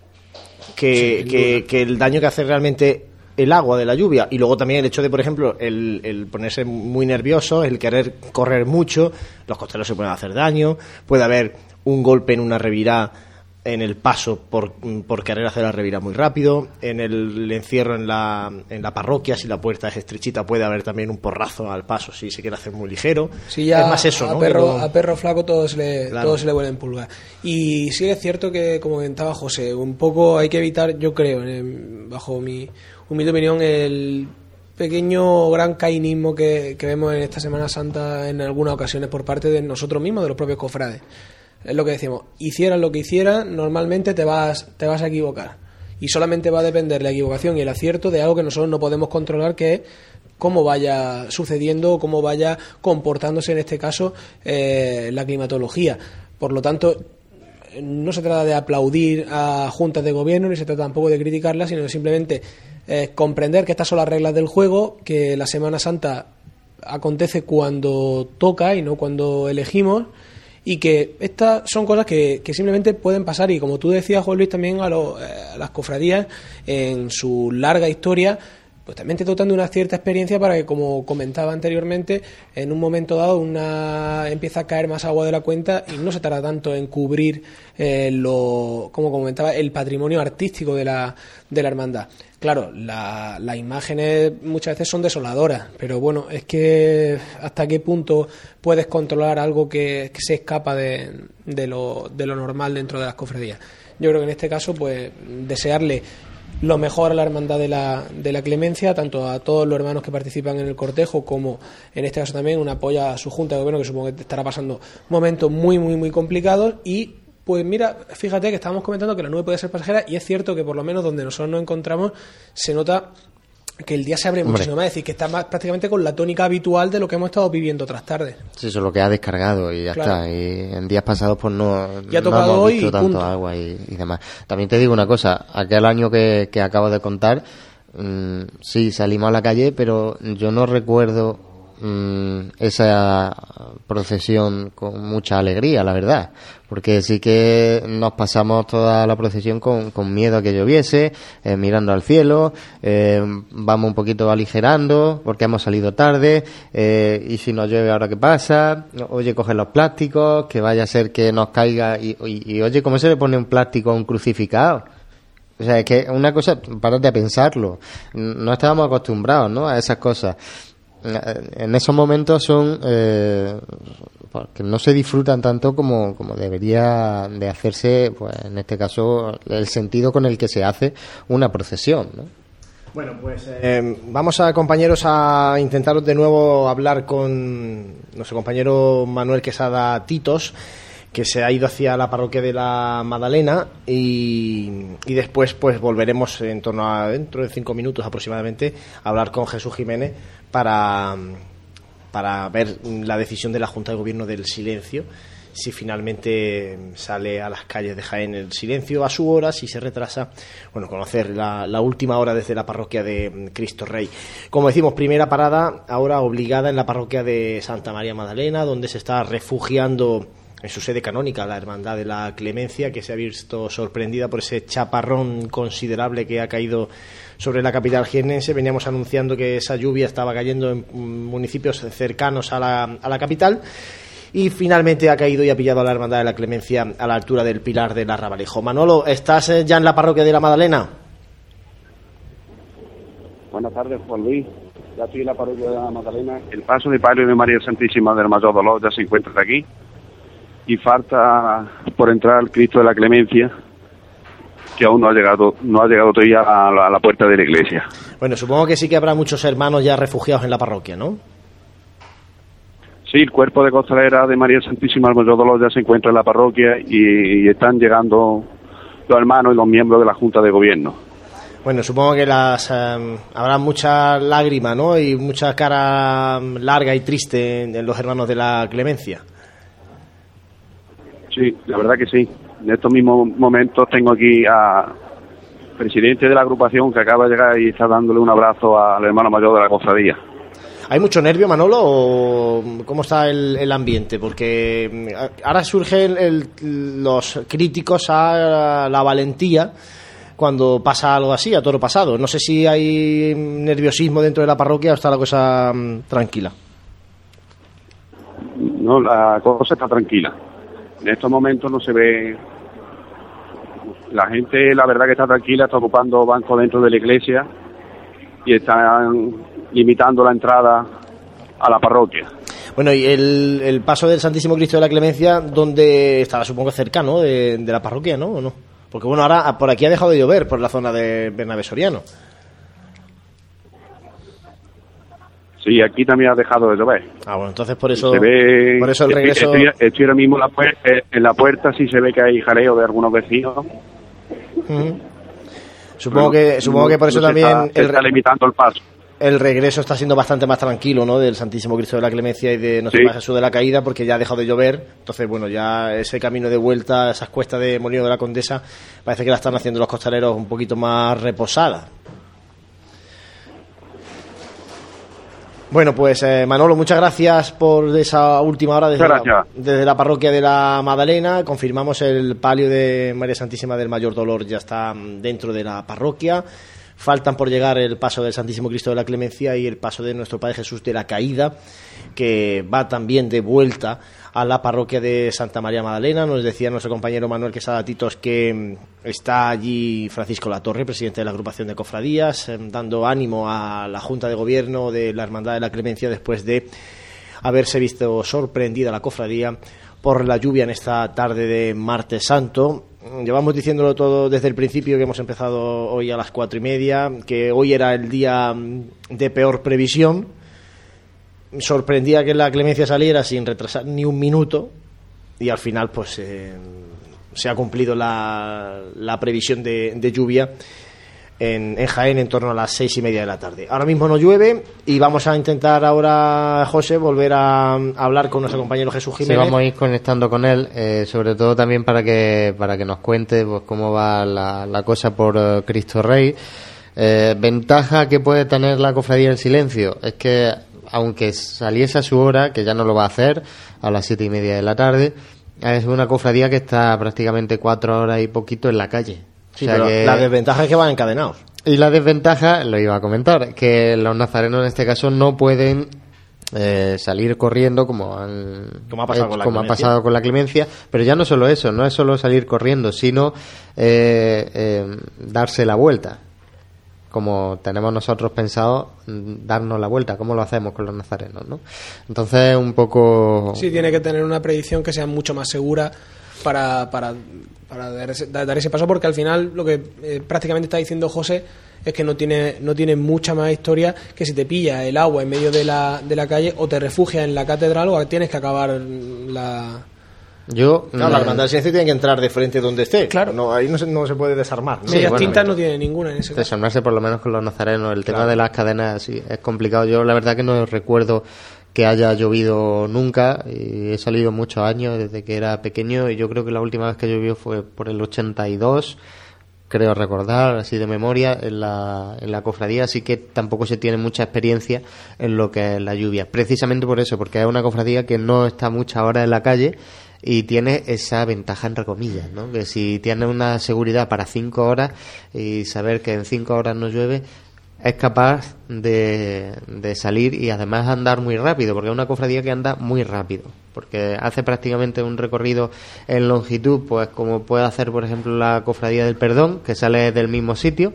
que el daño que hace realmente el agua de la lluvia. Y luego también el hecho de, por ejemplo, el ponerse muy nervioso, el querer correr mucho. Los costeros se pueden hacer daño, puede haber un golpe en una revirá en el paso por querer hacer la revirá muy rápido, en el encierro en la parroquia, si la puerta es estrechita, puede haber también un porrazo al paso si se quiere hacer muy ligero. Sí, ya es más eso, ¿no? A perro flaco todo se le vuelve en pulgar. Y sí es cierto que, como comentaba José, un poco hay que evitar, yo creo, bajo mi humilde opinión, el pequeño gran cainismo que vemos en esta Semana Santa en algunas ocasiones por parte de nosotros mismos, de los propios cofrades. Es lo que decimos, hicieras lo que hicieras, normalmente te vas a equivocar. Y solamente va a depender la equivocación y el acierto de algo que nosotros no podemos controlar, que es cómo vaya sucediendo o cómo vaya comportándose, en este caso, la climatología. Por lo tanto, no se trata de aplaudir a juntas de gobierno, ni se trata tampoco de criticarlas, sino de simplemente comprender que estas son las reglas del juego, que la Semana Santa acontece cuando toca y no cuando elegimos, y que estas son cosas que simplemente pueden pasar. Y como tú decías, Juan Luis, también a las cofradías en su larga historia, pues también te dotan de una cierta experiencia para que, como comentaba anteriormente, en un momento dado empieza a caer más agua de la cuenta y no se tarda tanto en cubrir como comentaba, el patrimonio artístico de la hermandad. Claro, las imágenes muchas veces son desoladoras, pero bueno, es que hasta qué punto puedes controlar algo que se escapa de lo normal dentro de las cofradías. Yo creo que en este caso, pues, desearle lo mejor a la hermandad de la Clemencia, tanto a todos los hermanos que participan en el cortejo, como en este caso también un apoyo a su junta de gobierno, que supongo que estará pasando momentos muy, muy, muy complicados. Y pues mira, fíjate que estábamos comentando que la nube puede ser pasajera, y es cierto que por lo menos donde nosotros nos encontramos se nota que el día se abre muchísimo más, es decir, que está más prácticamente con la tónica habitual de lo que hemos estado viviendo otras tardes. Sí, eso es lo que ha descargado y ya está. Y en días pasados pues no hemos visto tanto agua y demás. También te digo una cosa, aquel año que acabo de contar, sí, salimos a la calle, pero yo no recuerdo esa procesión con mucha alegría, la verdad, porque sí que nos pasamos toda la procesión con miedo a que lloviese, mirando al cielo, vamos un poquito aligerando porque hemos salido tarde, y si nos llueve ahora qué pasa, oye, coger los plásticos, que vaya a ser que nos caiga y oye, ¿cómo se le pone un plástico a un crucificado? O sea, es que una cosa, párate a pensarlo, no estábamos acostumbrados, ¿no?, a esas cosas. En esos momentos son que no se disfrutan tanto como debería de hacerse, pues en este caso el sentido con el que se hace una procesión, ¿no? Bueno, pues vamos compañeros a intentar de nuevo hablar con nuestro compañero Manuel Quesada Titos, que se ha ido hacia la parroquia de la Magdalena, y después pues volveremos en torno a dentro de 5 minutos aproximadamente a hablar con Jesús Jiménez para ver la decisión de la Junta de Gobierno del silencio, si finalmente sale a las calles de Jaén el silencio a su hora, si se retrasa, bueno, conocer la última hora desde la parroquia de Cristo Rey. Como decimos, primera parada ahora obligada en la parroquia de Santa María Magdalena, donde se está refugiando en su sede canónica la Hermandad de la Clemencia, que se ha visto sorprendida por ese chaparrón considerable que ha caído sobre la capital jiennense. Veníamos anunciando que esa lluvia estaba cayendo en municipios cercanos a la capital, y finalmente ha caído y ha pillado a la Hermandad de la Clemencia a la altura del Pilar del Arrabalejo. Manolo, ¿estás ya en la parroquia de la Magdalena? Buenas tardes, Juan Luis. Ya estoy en la parroquia de la Magdalena. El paso de palio de María Santísima del Mayor Dolor ya se encuentra aquí. Y falta por entrar el Cristo de la Clemencia, que aún no ha llegado todavía a la puerta de la iglesia. Bueno, supongo que sí que habrá muchos hermanos ya refugiados en la parroquia, ¿no? Sí, el cuerpo de costalera de María Santísima del Mayor Dolor ya se encuentra en la parroquia y están llegando los hermanos y los miembros de la Junta de Gobierno. Bueno, supongo que habrá mucha lágrima, ¿no? Y mucha cara larga y triste en los hermanos de la Clemencia. Sí, la verdad que sí. En estos mismos momentos tengo aquí al presidente de la agrupación que acaba de llegar y está dándole un abrazo al hermano mayor de la cofradía. ¿Hay mucho nervio, Manolo, o cómo está el ambiente? Porque ahora surgen los críticos a la valentía cuando pasa algo así, a toro pasado. No sé si hay nerviosismo dentro de la parroquia o está la cosa tranquila. No, la cosa está tranquila. En estos momentos no se ve. La gente, la verdad que está tranquila, está ocupando bancos dentro de la iglesia y están limitando la entrada a la parroquia. Bueno, y el paso del Santísimo Cristo de la Clemencia, ¿dónde estará? Supongo cerca, ¿no? De la parroquia, ¿no? ¿O no? Porque bueno, ahora por aquí ha dejado de llover, por la zona de Bernabé Soriano. Sí, aquí también ha dejado de llover. Ah, bueno, entonces por eso el regreso. Estoy ahora mismo en la puerta, sí se ve que hay jaleo de algunos vecinos. Supongo que por eso también se está limitando el paso. El regreso está siendo bastante más tranquilo, ¿no? Del Santísimo Cristo de la Clemencia y de Nuestro Padre Jesús de la Caída, porque ya ha dejado de llover. Entonces, bueno, ya ese camino de vuelta, esas cuestas de Molino de la Condesa, parece que la están haciendo los costaleros un poquito más reposada. Bueno, pues Manolo, muchas gracias por esa última hora desde la parroquia de la Magdalena. Confirmamos el palio de María Santísima del Mayor Dolor ya está dentro de la parroquia. Faltan por llegar el paso del Santísimo Cristo de la Clemencia y el paso de Nuestro Padre Jesús de la Caída, que va también de vuelta a la parroquia de Santa María Magdalena. Nos decía nuestro compañero Manuel Quesada Titos que está allí Francisco Latorre, presidente de la agrupación de cofradías, dando ánimo a la Junta de Gobierno de la Hermandad de la Clemencia después de haberse visto sorprendida la cofradía por la lluvia en esta tarde de Martes Santo. Llevamos diciéndolo todo desde el principio, que hemos empezado hoy a las 4:30, que hoy era el día de peor previsión. Sorprendía que la Clemencia saliera sin retrasar ni un minuto y al final pues se ha cumplido la previsión de lluvia en Jaén en torno a las 6:30 de la tarde. Ahora mismo no llueve y vamos a intentar ahora, José, volver a hablar con nuestro compañero Jesús Jiménez. Sí, vamos a ir conectando con él, sobre todo también para que nos cuente pues cómo va la cosa por Cristo Rey. Ventaja que puede tener la cofradía del silencio es que aunque saliese a su hora, que ya no lo va a hacer, a las 7:30 de la tarde, es una cofradía que está prácticamente 4 horas y poquito en la calle. Sí, o sea, pero la desventaja es que van encadenados. Y la desventaja, lo iba a comentar, que los nazarenos en este caso no pueden salir corriendo como ha pasado con la Clemencia, pero ya no solo eso, no es solo salir corriendo, sino darse la vuelta, como tenemos nosotros pensado darnos la vuelta, como lo hacemos con los nazarenos, ¿no? Entonces un poco... Sí, tiene que tener una predicción que sea mucho más segura para dar ese paso, porque al final lo que prácticamente está diciendo José es que no tiene mucha más historia que si te pilla el agua en medio de la calle o te refugias en la catedral o tienes que acabar la Hermandad del Silencio tiene que entrar de frente donde esté. Claro. No, ahí no se puede desarmar, ¿no? Medias tintas no tiene ninguna en ese caso. Desarmarse por lo menos con los nazarenos. El tema de las cadenas sí, es complicado. Yo la verdad que no recuerdo que haya llovido nunca, y he salido muchos años desde que era pequeño, y yo creo que la última vez que llovió fue por el 82, creo recordar, así de memoria, en la cofradía, así que tampoco se tiene mucha experiencia en lo que es la lluvia, precisamente por eso, porque es una cofradía que no está muchas horas en la calle y tiene esa ventaja entre comillas, ¿no? Que si tiene una seguridad para 5 horas y saber que en 5 horas no llueve, es capaz de salir y además andar muy rápido, porque es una cofradía que anda muy rápido, porque hace prácticamente un recorrido en longitud, pues como puede hacer por ejemplo la cofradía del Perdón, que sale del mismo sitio,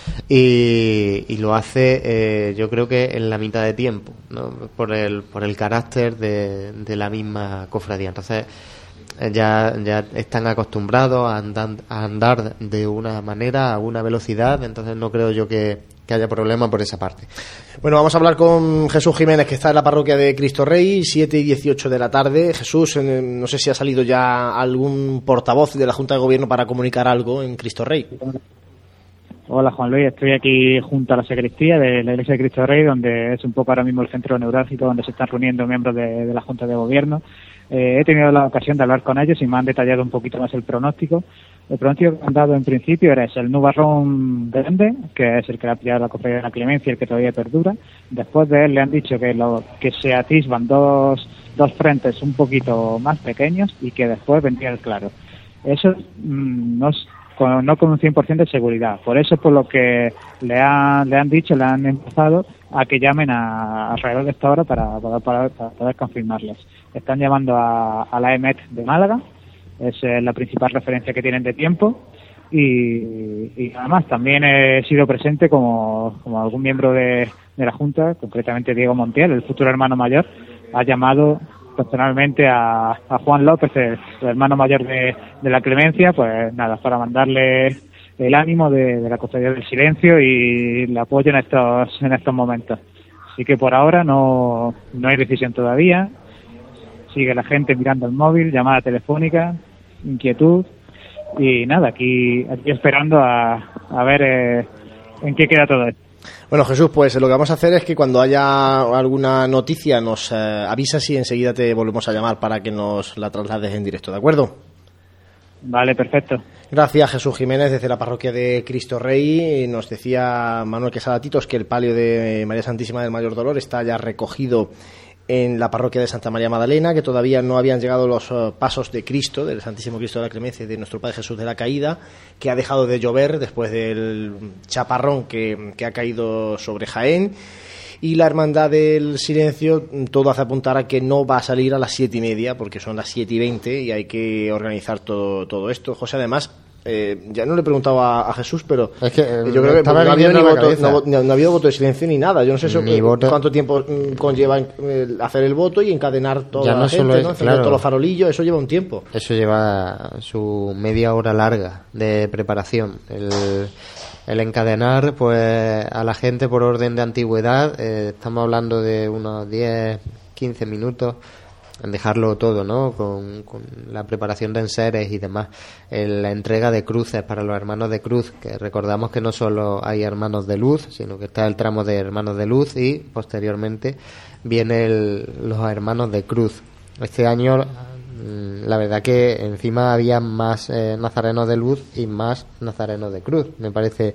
y lo hace yo creo que en la mitad de tiempo, ¿no? por el carácter de la misma cofradía. Entonces ya están acostumbrados a andar de una manera, a una velocidad, entonces no creo yo que haya problema por esa parte. Bueno, vamos a hablar con Jesús Jiménez, que está en la parroquia de Cristo Rey, 7:18 de la tarde. Jesús, no sé si ha salido ya algún portavoz de la Junta de Gobierno para comunicar algo en Cristo Rey. Hola Juan Luis, estoy aquí junto a la sacristía de la iglesia de Cristo Rey, donde es un poco ahora mismo el centro neurálgico donde se están reuniendo miembros de la Junta de Gobierno. He tenido la ocasión de hablar con ellos y me han detallado un poquito más el pronóstico. El pronóstico que han dado en principio era el nubarrón grande, que es el que ha pillado la cofradía de la Clemencia y el que todavía perdura. Después de él le han dicho que se atisban dos frentes un poquito más pequeños y que después vendría el claro. Eso no con un 100% de seguridad. Por eso, por lo que le han empezado a que llamen alrededor de esta hora para poder confirmarles. Están llamando a la EMET de Málaga, es la principal referencia que tienen de tiempo, y además también he sido presente como algún miembro de la Junta, concretamente Diego Montiel, el futuro hermano mayor, ha llamado personalmente a Juan López, el hermano mayor de la Clemencia, pues nada, para mandarle el ánimo de la Cofradía del Silencio y el apoyo en estos momentos. Así que por ahora no hay decisión todavía. Sigue la gente mirando el móvil, llamada telefónica, inquietud, y nada, aquí esperando a ver en qué queda todo esto. Bueno, Jesús, pues lo que vamos a hacer es que cuando haya alguna noticia nos avisas y enseguida te volvemos a llamar para que nos la traslades en directo, ¿de acuerdo? Vale, perfecto. Gracias, Jesús Jiménez, desde la parroquia de Cristo Rey. Nos decía Manuel Quesada Titos que el palio de María Santísima del Mayor Dolor está ya recogido en la parroquia de Santa María Magdalena, que todavía no habían llegado los pasos de Cristo, del Santísimo Cristo de la Clemencia y de nuestro Padre Jesús de la Caída, que ha dejado de llover después del chaparrón que ha caído sobre Jaén. Y la Hermandad del Silencio, todo hace apuntar a que no va a salir a las 7:30, porque son las 7:20 y hay que organizar todo esto. José, además, ya no le he preguntado a Jesús, pero es que, yo creo que no ha habido voto de silencio ni nada. Yo no sé cuánto tiempo conlleva hacer el voto y encadenar toda la gente, ¿no? Encender todos los farolillos, eso lleva un tiempo. Eso lleva su media hora larga de preparación. El encadenar pues a la gente por orden de antigüedad, estamos hablando de unos 10-15 minutos, en dejarlo todo, ¿no? Con la preparación de enseres y demás, la entrega de cruces para los hermanos de cruz, que recordamos que no solo hay hermanos de luz, sino que está el tramo de hermanos de luz y posteriormente vienen los hermanos de cruz. Este año la verdad que encima había más nazarenos de luz y más nazarenos de cruz, me parece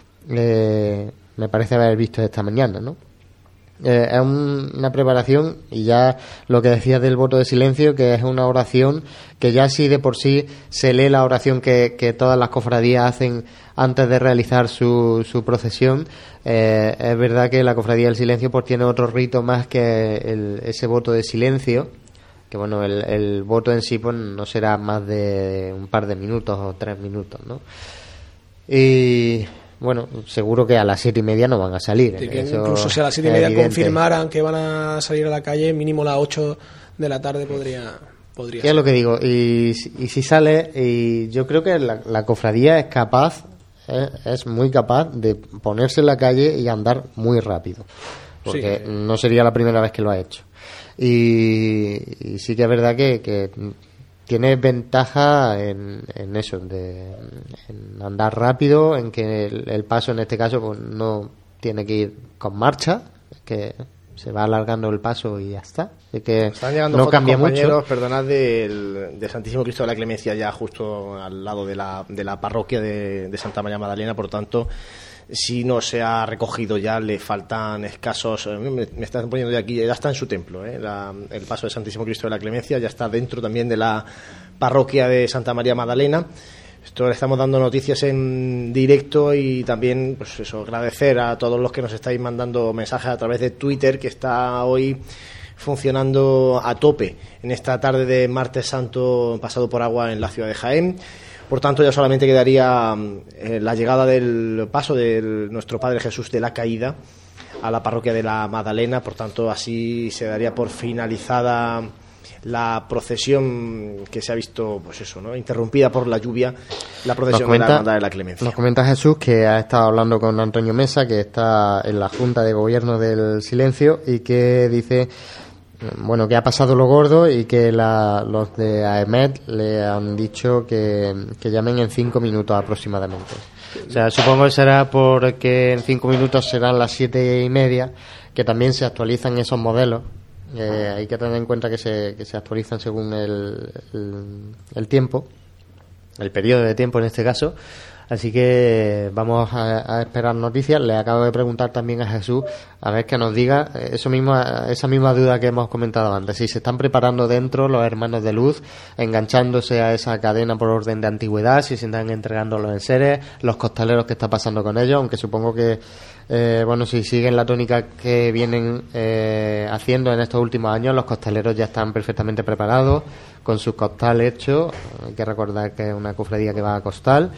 haber visto esta mañana, ¿no? Es una preparación, y ya lo que decías del voto de silencio, que es una oración que ya sí de por sí se lee la oración que todas las cofradías hacen antes de realizar su procesión. Es verdad que la Cofradía del Silencio pues tiene otro rito más que ese voto de silencio, que bueno, el voto en sí pues no será más de un par de minutos o 3 minutos, ¿no? Y bueno, seguro que a las 7:30 no van a salir. Sí, que incluso si a las 7:30 confirmaran que van a salir a la calle, mínimo a las 8 de la tarde podría ser. Es lo que digo, y si sale, y yo creo que la cofradía es capaz, es muy capaz de ponerse en la calle y andar muy rápido, porque no sería la primera vez que lo ha hecho. Y sí que es verdad que tiene ventaja en eso, en andar rápido, en que el paso en este caso pues no tiene que ir con marcha, que se va alargando el paso y ya está. Así que están llegando no fotos, cambia compañeros, mucho. Perdonad, de Santísimo Cristo de la Clemencia, ya justo al lado de la parroquia de Santa María Magdalena. Por tanto, si no se ha recogido ya, le faltan escasos. Me están poniendo de aquí, ya está en su templo, el paso de Santísimo Cristo de la Clemencia, ya está dentro también de la parroquia de Santa María Magdalena. Esto le estamos dando noticias en directo y también, pues eso, agradecer a todos los que nos estáis mandando mensajes a través de Twitter, que está hoy funcionando a tope en esta tarde de Martes Santo pasado por agua en la ciudad de Jaén. Por tanto, ya solamente quedaría la llegada del paso de nuestro Padre Jesús de la Caída a la parroquia de la Magdalena. Por tanto, así se daría por finalizada la procesión que se ha visto, pues eso, ¿no?, interrumpida por la lluvia, la procesión de la Hermandad de la Clemencia. Nos comenta Jesús que ha estado hablando con Antonio Mesa, que está en la Junta de Gobierno del Silencio, y que dice, bueno, que ha pasado lo gordo y que los de AEMET le han dicho que llamen en 5 minutos aproximadamente. O sea, supongo que será porque en 5 minutos serán las 7:30, que también se actualizan esos modelos. Hay que tener en cuenta que se actualizan según el tiempo, el periodo de tiempo en este caso. Así que vamos a esperar noticias. Le acabo de preguntar también a Jesús a ver que nos diga esa misma duda que hemos comentado antes, si se están preparando dentro los hermanos de luz, enganchándose a esa cadena por orden de antigüedad, si se están entregando los enseres, los costaleros, qué está pasando con ellos, aunque supongo que bueno, si siguen la tónica que vienen haciendo en estos últimos años, los costaleros ya están perfectamente preparados con su costal hecho. Hay que recordar que es una cofradía que va a costal,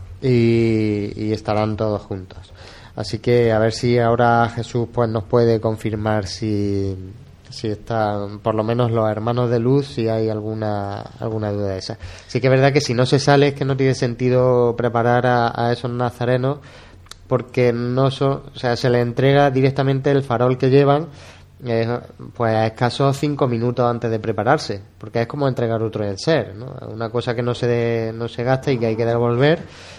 y estarán todos juntos. Así que a ver si ahora Jesús pues nos puede confirmar si están por lo menos los hermanos de luz, si hay alguna duda de esa. Sí que es verdad que si no se sale, es que no tiene sentido preparar a esos nazarenos, porque no son, o sea, se les entrega directamente el farol que llevan pues a escasos 5 minutos antes de prepararse, porque es como entregar otro enser, ¿no? Una cosa que no se gasta y que hay que devolver,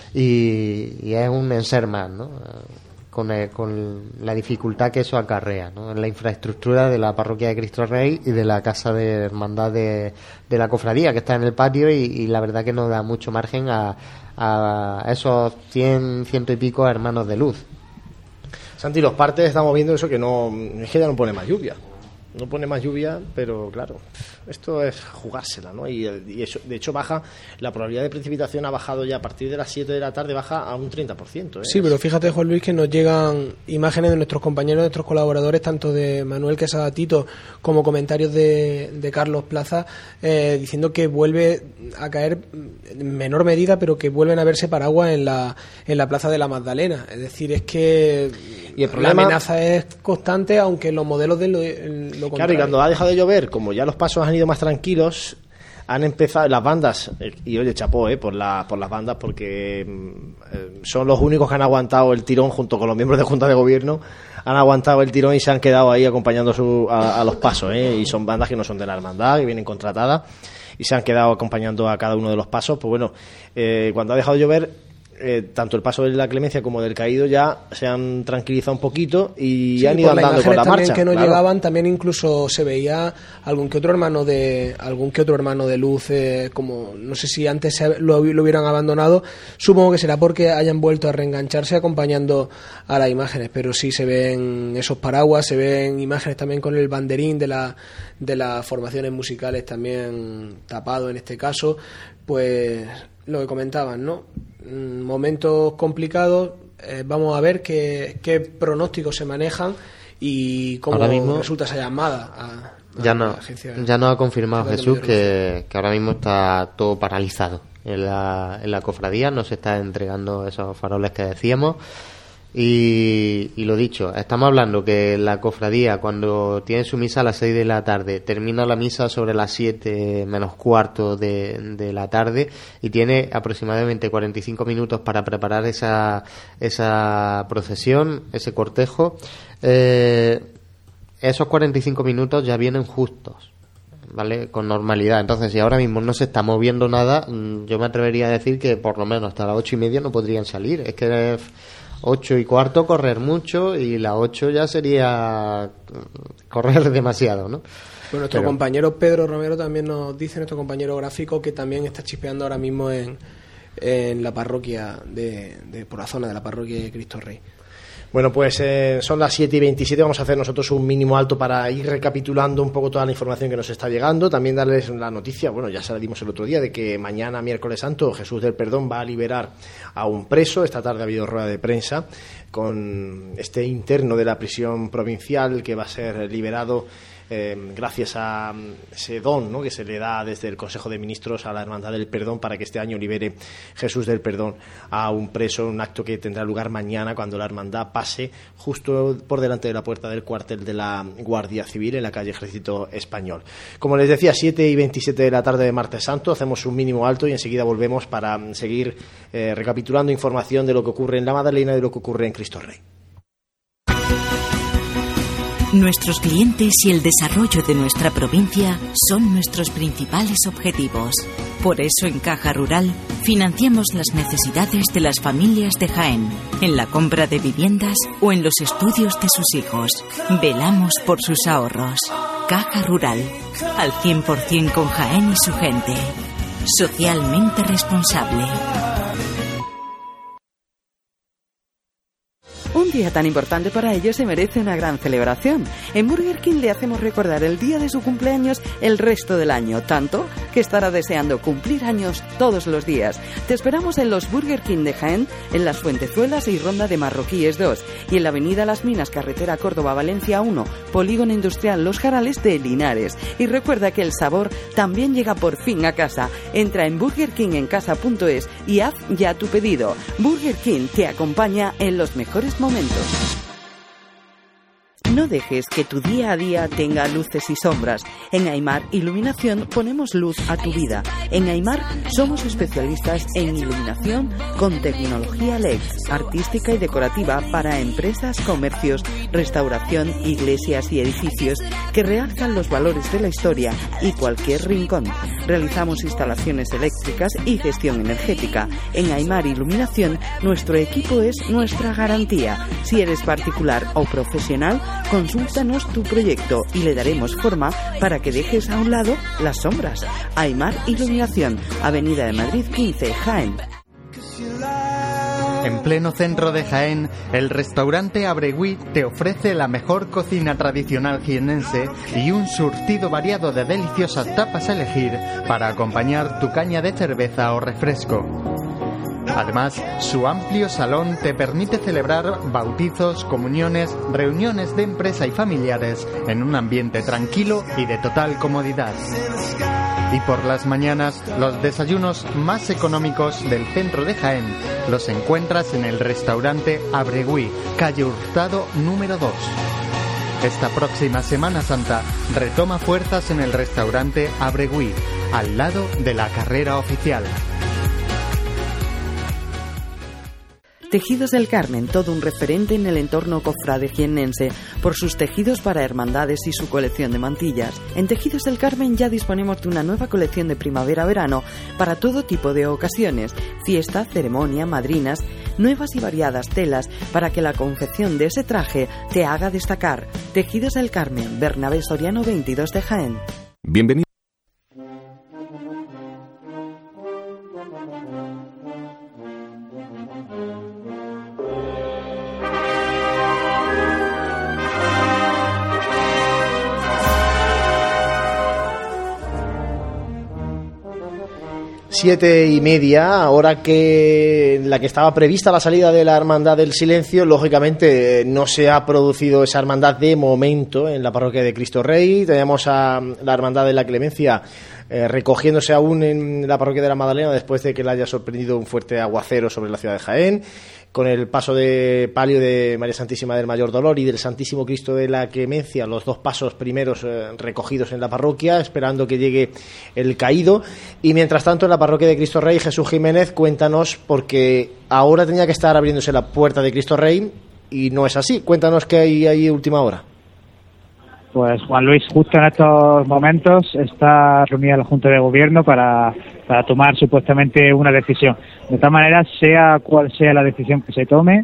y es un enser más, ¿no? Con la dificultad que eso acarrea, ¿no?, en la infraestructura de la parroquia de Cristo Rey y de la casa de hermandad de la cofradía, que está en el patio, y la verdad que no da mucho margen a esos 100 y pico hermanos de luz. Santi, los partes estamos viendo eso, que es que ya no pone más lluvia. No pone más lluvia, pero claro, esto es jugársela, ¿no? Y eso, de hecho, baja la probabilidad de precipitación, ha bajado ya a partir de las 7 de la tarde, baja a un 30%. Sí, pero fíjate, Juan Luis, que nos llegan imágenes de nuestros compañeros, de nuestros colaboradores, tanto de Manuel Quesada Tito como comentarios de Carlos Plaza, diciendo que vuelve a caer en menor medida, pero que vuelven a verse paraguas en la Plaza de la Magdalena. Es decir, es que y el problema, la amenaza es constante, aunque los modelos de lo contrario. Claro, y cuando ha dejado de llover, como ya los pasos han ido más tranquilos, han empezado las bandas, y oye, chapó por las bandas, porque son los únicos que han aguantado el tirón, junto con los miembros de Junta de Gobierno, han aguantado el tirón y se han quedado ahí acompañando a los pasos, y son bandas que no son de la hermandad, que vienen contratadas, y se han quedado acompañando a cada uno de los pasos. Pues bueno, cuando ha dejado de llover, tanto el paso de la Clemencia como del Caído ya se han tranquilizado un poquito y sí, han ido andando con la marcha. Que no llegaban, también incluso se veía algún que otro hermano de luz, como no sé si antes lo hubieran abandonado. Supongo que será porque hayan vuelto a reengancharse acompañando a las imágenes, pero sí se ven esos paraguas, se ven imágenes también con el banderín de las formaciones musicales también tapado en este caso. Pues lo que comentaban, ¿no? Momentos complicados, vamos a ver qué pronósticos se manejan y cómo mismo, resulta esa llamada ya nos ha confirmado Jesús que ahora mismo está todo paralizado en la cofradía, no se está entregando esos faroles que decíamos. Y lo dicho, estamos hablando que la cofradía, cuando tiene su misa a las 6 de la tarde, termina la misa sobre las 7 menos cuarto de la tarde, y tiene aproximadamente 45 minutos para preparar esa procesión, ese cortejo. Esos 45 minutos ya vienen justos, ¿vale?, con normalidad. Entonces, si ahora mismo no se está moviendo nada, yo me atrevería a decir que por lo menos hasta las 8:30 no podrían salir. Es que 8:15 correr mucho, y la 8 ya sería correr demasiado, ¿no? Bueno, nuestro compañero Pedro Romero también nos dice, nuestro compañero gráfico, que también está chispeando ahora mismo en la parroquia por la zona de la parroquia de Cristo Rey. Bueno, pues son las 7:27, vamos a hacer nosotros un mínimo alto para ir recapitulando un poco toda la información que nos está llegando. También darles la noticia, bueno, ya se la dimos el otro día, de que mañana, miércoles santo, Jesús del Perdón va a liberar a un preso. Esta tarde ha habido rueda de prensa con este interno de la prisión provincial que va a ser liberado gracias a ese don, ¿no?, que se le da desde el Consejo de Ministros a la Hermandad del Perdón para que este año libere Jesús del Perdón a un preso, un acto que tendrá lugar mañana cuando la hermandad pase justo por delante de la puerta del cuartel de la Guardia Civil en la calle Ejército Español. Como les decía, 7:27 de la tarde de martes santo, hacemos un mínimo alto y enseguida volvemos para seguir recapitulando información de lo que ocurre en la Madalena y de lo que ocurre en Cristo Rey. Nuestros clientes y el desarrollo de nuestra provincia son nuestros principales objetivos. Por eso en Caja Rural financiamos las necesidades de las familias de Jaén, en la compra de viviendas o en los estudios de sus hijos. Velamos por sus ahorros. Caja Rural, al 100% con Jaén y su gente. Socialmente responsable. Un día tan importante para ellos se merece una gran celebración. En Burger King le hacemos recordar el día de su cumpleaños el resto del año, tanto que estará deseando cumplir años todos los días. Te esperamos en los Burger King de Jaén, en Las Fuentezuelas y Ronda de Marroquíes 2, y en la avenida Las Minas, carretera Córdoba-Valencia 1, Polígono Industrial Los Jarales de Linares. Y recuerda que el sabor también llega por fin a casa. Entra en burgerkingencasa.es y haz ya tu pedido. Burger King te acompaña en los mejores momentos. No dejes que tu día a día tenga luces y sombras. En Aimar Iluminación ponemos luz a tu vida. En Aimar somos especialistas en iluminación con tecnología LED, artística y decorativa para empresas, comercios, restauración, iglesias y edificios que realzan los valores de la historia y cualquier rincón. Realizamos instalaciones eléctricas y gestión energética. En Aimar Iluminación nuestro equipo es nuestra garantía. Si eres particular o profesional, consúltanos tu proyecto y le daremos forma para que dejes a un lado las sombras. Aimar Iluminación, Avenida de Madrid 15, Jaén. En pleno centro de Jaén, el restaurante Abregui te ofrece la mejor cocina tradicional jienense y un surtido variado de deliciosas tapas a elegir para acompañar tu caña de cerveza o refresco. Además, su amplio salón te permite celebrar bautizos, comuniones, reuniones de empresa y familiares en un ambiente tranquilo y de total comodidad. Y por las mañanas, los desayunos más económicos del centro de Jaén los encuentras en el restaurante Abregui, calle Hurtado número 2. Esta próxima Semana Santa retoma fuerzas en el restaurante Abregui, al lado de la carrera oficial. Tejidos del Carmen, todo un referente en el entorno cofrade jiennense, por sus tejidos para hermandades y su colección de mantillas. En Tejidos del Carmen ya disponemos de una nueva colección de primavera-verano para todo tipo de ocasiones, fiesta, ceremonia, madrinas, nuevas y variadas telas para que la confección de ese traje te haga destacar. Tejidos del Carmen, Bernabé Soriano 22 de Jaén. Bienvenido. Siete y media, hora que en la que estaba prevista la salida de la Hermandad del Silencio. Lógicamente no se ha producido esa hermandad de momento en la parroquia de Cristo Rey. Tenemos a la Hermandad de la Clemencia recogiéndose aún en la parroquia de la Madalena después de que le haya sorprendido un fuerte aguacero sobre la ciudad de Jaén, con el paso de palio de María Santísima del Mayor Dolor y del Santísimo Cristo de la Clemencia, los dos pasos primeros recogidos en la parroquia, esperando que llegue el caído. Y mientras tanto en la parroquia de Cristo Rey, Jesús Jiménez, cuéntanos, porque ahora tenía que estar abriéndose la puerta de Cristo Rey y no es así. Cuéntanos qué hay ahí última hora. Pues Juan Luis, justo en estos momentos está reunida la Junta de Gobierno para tomar supuestamente una decisión. De tal manera, sea cual sea la decisión que se tome,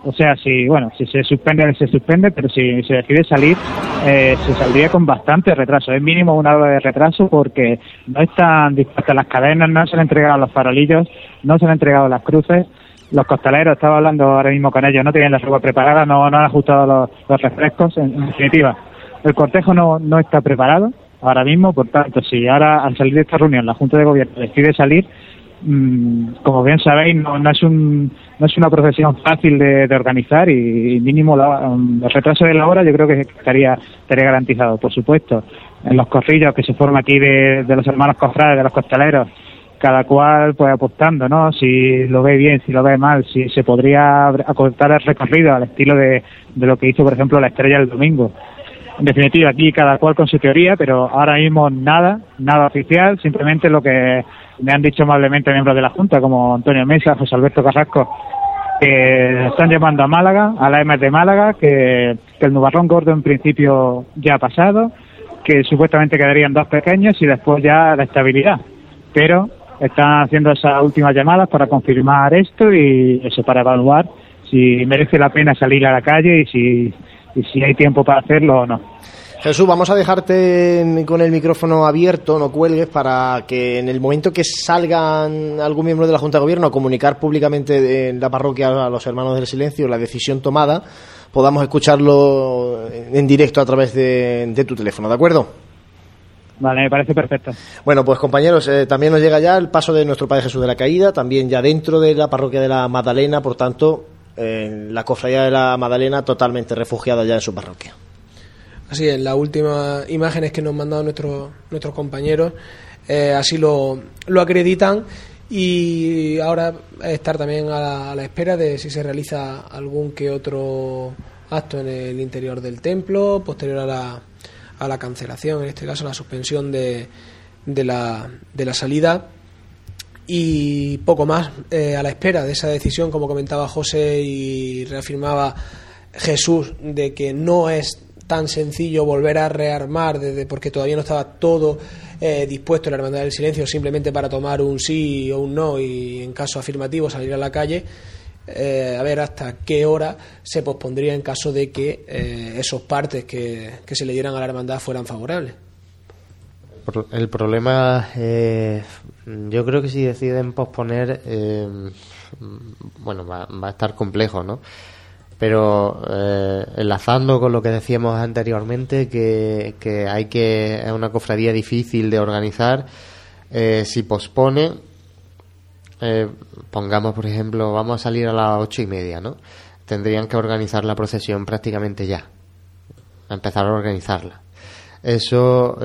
O sea, si se suspende, pero si se decide salir, se saldría con bastante retraso. Es mínimo una hora de retraso porque no están dispuestas las cadenas, no se han entregado los farolillos, no se han entregado las cruces. Los costaleros, estaba hablando ahora mismo con ellos, no tienen la rueda preparada, no han ajustado los refrescos. En definitiva, el cortejo no está preparado ahora mismo. Por tanto, si ahora al salir de esta reunión la Junta de Gobierno decide salir, como bien sabéis, no es una procesión fácil de organizar y mínimo el retraso de la hora yo creo que estaría garantizado. Por supuesto, en los corrillos que se forman aquí de los hermanos cofrades, de los costaleros, cada cual pues apostando, ¿no? Si lo ve bien, si lo ve mal, si se podría acortar el recorrido al estilo de lo que hizo, por ejemplo, la Estrella el domingo. En definitiva, aquí cada cual con su teoría, pero ahora mismo nada oficial, simplemente lo que me han dicho amablemente miembros de la Junta, como Antonio Mesa, José Alberto Carrasco, que están llamando a Málaga, a la EMES de Málaga, que el nubarrón gordo en principio ya ha pasado, que supuestamente quedarían 2 pequeños y después ya la estabilidad. Pero están haciendo esas últimas llamadas para confirmar esto y eso, para evaluar si merece la pena salir a la calle y si hay tiempo para hacerlo o no. Jesús, vamos a dejarte con el micrófono abierto, no cuelgues, para que en el momento que salgan algún miembro de la Junta de Gobierno a comunicar públicamente en la parroquia a los Hermanos del Silencio la decisión tomada, podamos escucharlo en directo a través de tu teléfono, ¿de acuerdo? Vale, me parece perfecto. Bueno, pues compañeros, también nos llega ya el paso de nuestro Padre Jesús de la Caída, también ya dentro de la parroquia de la Magdalena, por tanto, la cofradía de la Magdalena totalmente refugiada ya en su parroquia. Así es, las últimas imágenes que nos han mandado nuestros compañeros así lo acreditan, y ahora estar también a la espera de si se realiza algún que otro acto en el interior del templo posterior a la cancelación, en este caso la suspensión de la salida, y poco más, a la espera de esa decisión, como comentaba José y reafirmaba Jesús, de que no es tan sencillo volver a rearmar porque todavía no estaba todo dispuesto en la Hermandad del Silencio, simplemente para tomar un sí o un no y en caso afirmativo salir a la calle. A ver hasta qué hora se pospondría en caso de que esos partes que se le dieran a la hermandad fueran favorables. El problema, yo creo que si deciden posponer, va a estar complejo, ¿no? Pero enlazando con lo que decíamos anteriormente, que es una cofradía difícil de organizar, si pospone, pongamos por ejemplo, vamos a salir a las 8:30, ¿no? Tendrían que organizar la procesión prácticamente ya, a empezar a organizarla. Eso,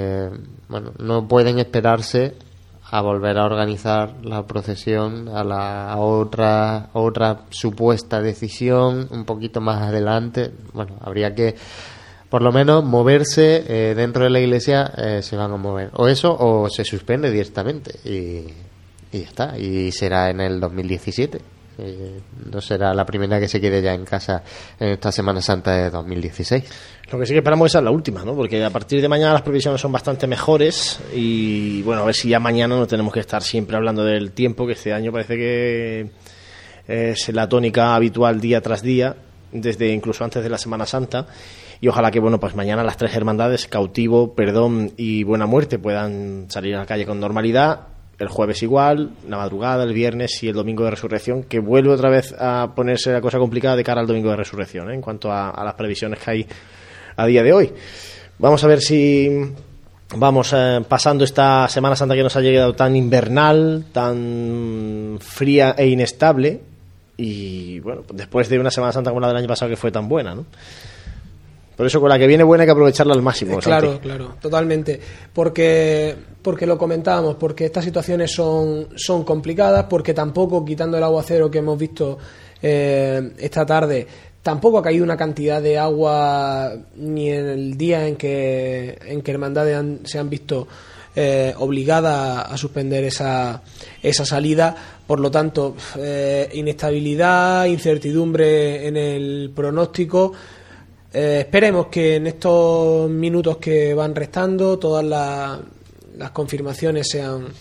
no pueden esperarse a volver a organizar la procesión a otra supuesta decisión un poquito más adelante. Bueno, habría que por lo menos moverse dentro de la iglesia, se van a mover o eso o se suspende directamente y ya está, y será en el 2017. No será la primera que se quede ya en casa en esta Semana Santa de 2016. Lo que sí que esperamos es la última, ¿no? Porque a partir de mañana las previsiones son bastante mejores y bueno, a ver si ya mañana no tenemos que estar siempre hablando del tiempo, que este año parece que es la tónica habitual día tras día, desde incluso antes de la Semana Santa, y ojalá que pues mañana las 3 hermandades, Cautivo, Perdón y Buena Muerte, puedan salir a la calle con normalidad. El jueves igual, la madrugada, el viernes y el domingo de Resurrección, que vuelve otra vez a ponerse la cosa complicada de cara al domingo de Resurrección, en cuanto a las previsiones que hay a día de hoy. Vamos a ver si vamos pasando esta Semana Santa que nos ha llegado tan invernal, tan fría e inestable, y bueno, después de una Semana Santa como la del año pasado que fue tan buena, ¿no? Por eso con la que viene buena hay que aprovecharla al máximo. Claro, totalmente. Porque lo comentábamos, porque estas situaciones son complicadas, porque tampoco, quitando el aguacero que hemos visto esta tarde, tampoco ha caído una cantidad de agua ni en el día en que hermandades se han visto obligadas a suspender esa salida. Por lo tanto, inestabilidad, incertidumbre en el pronóstico. Esperemos que en estos minutos que van restando todas las confirmaciones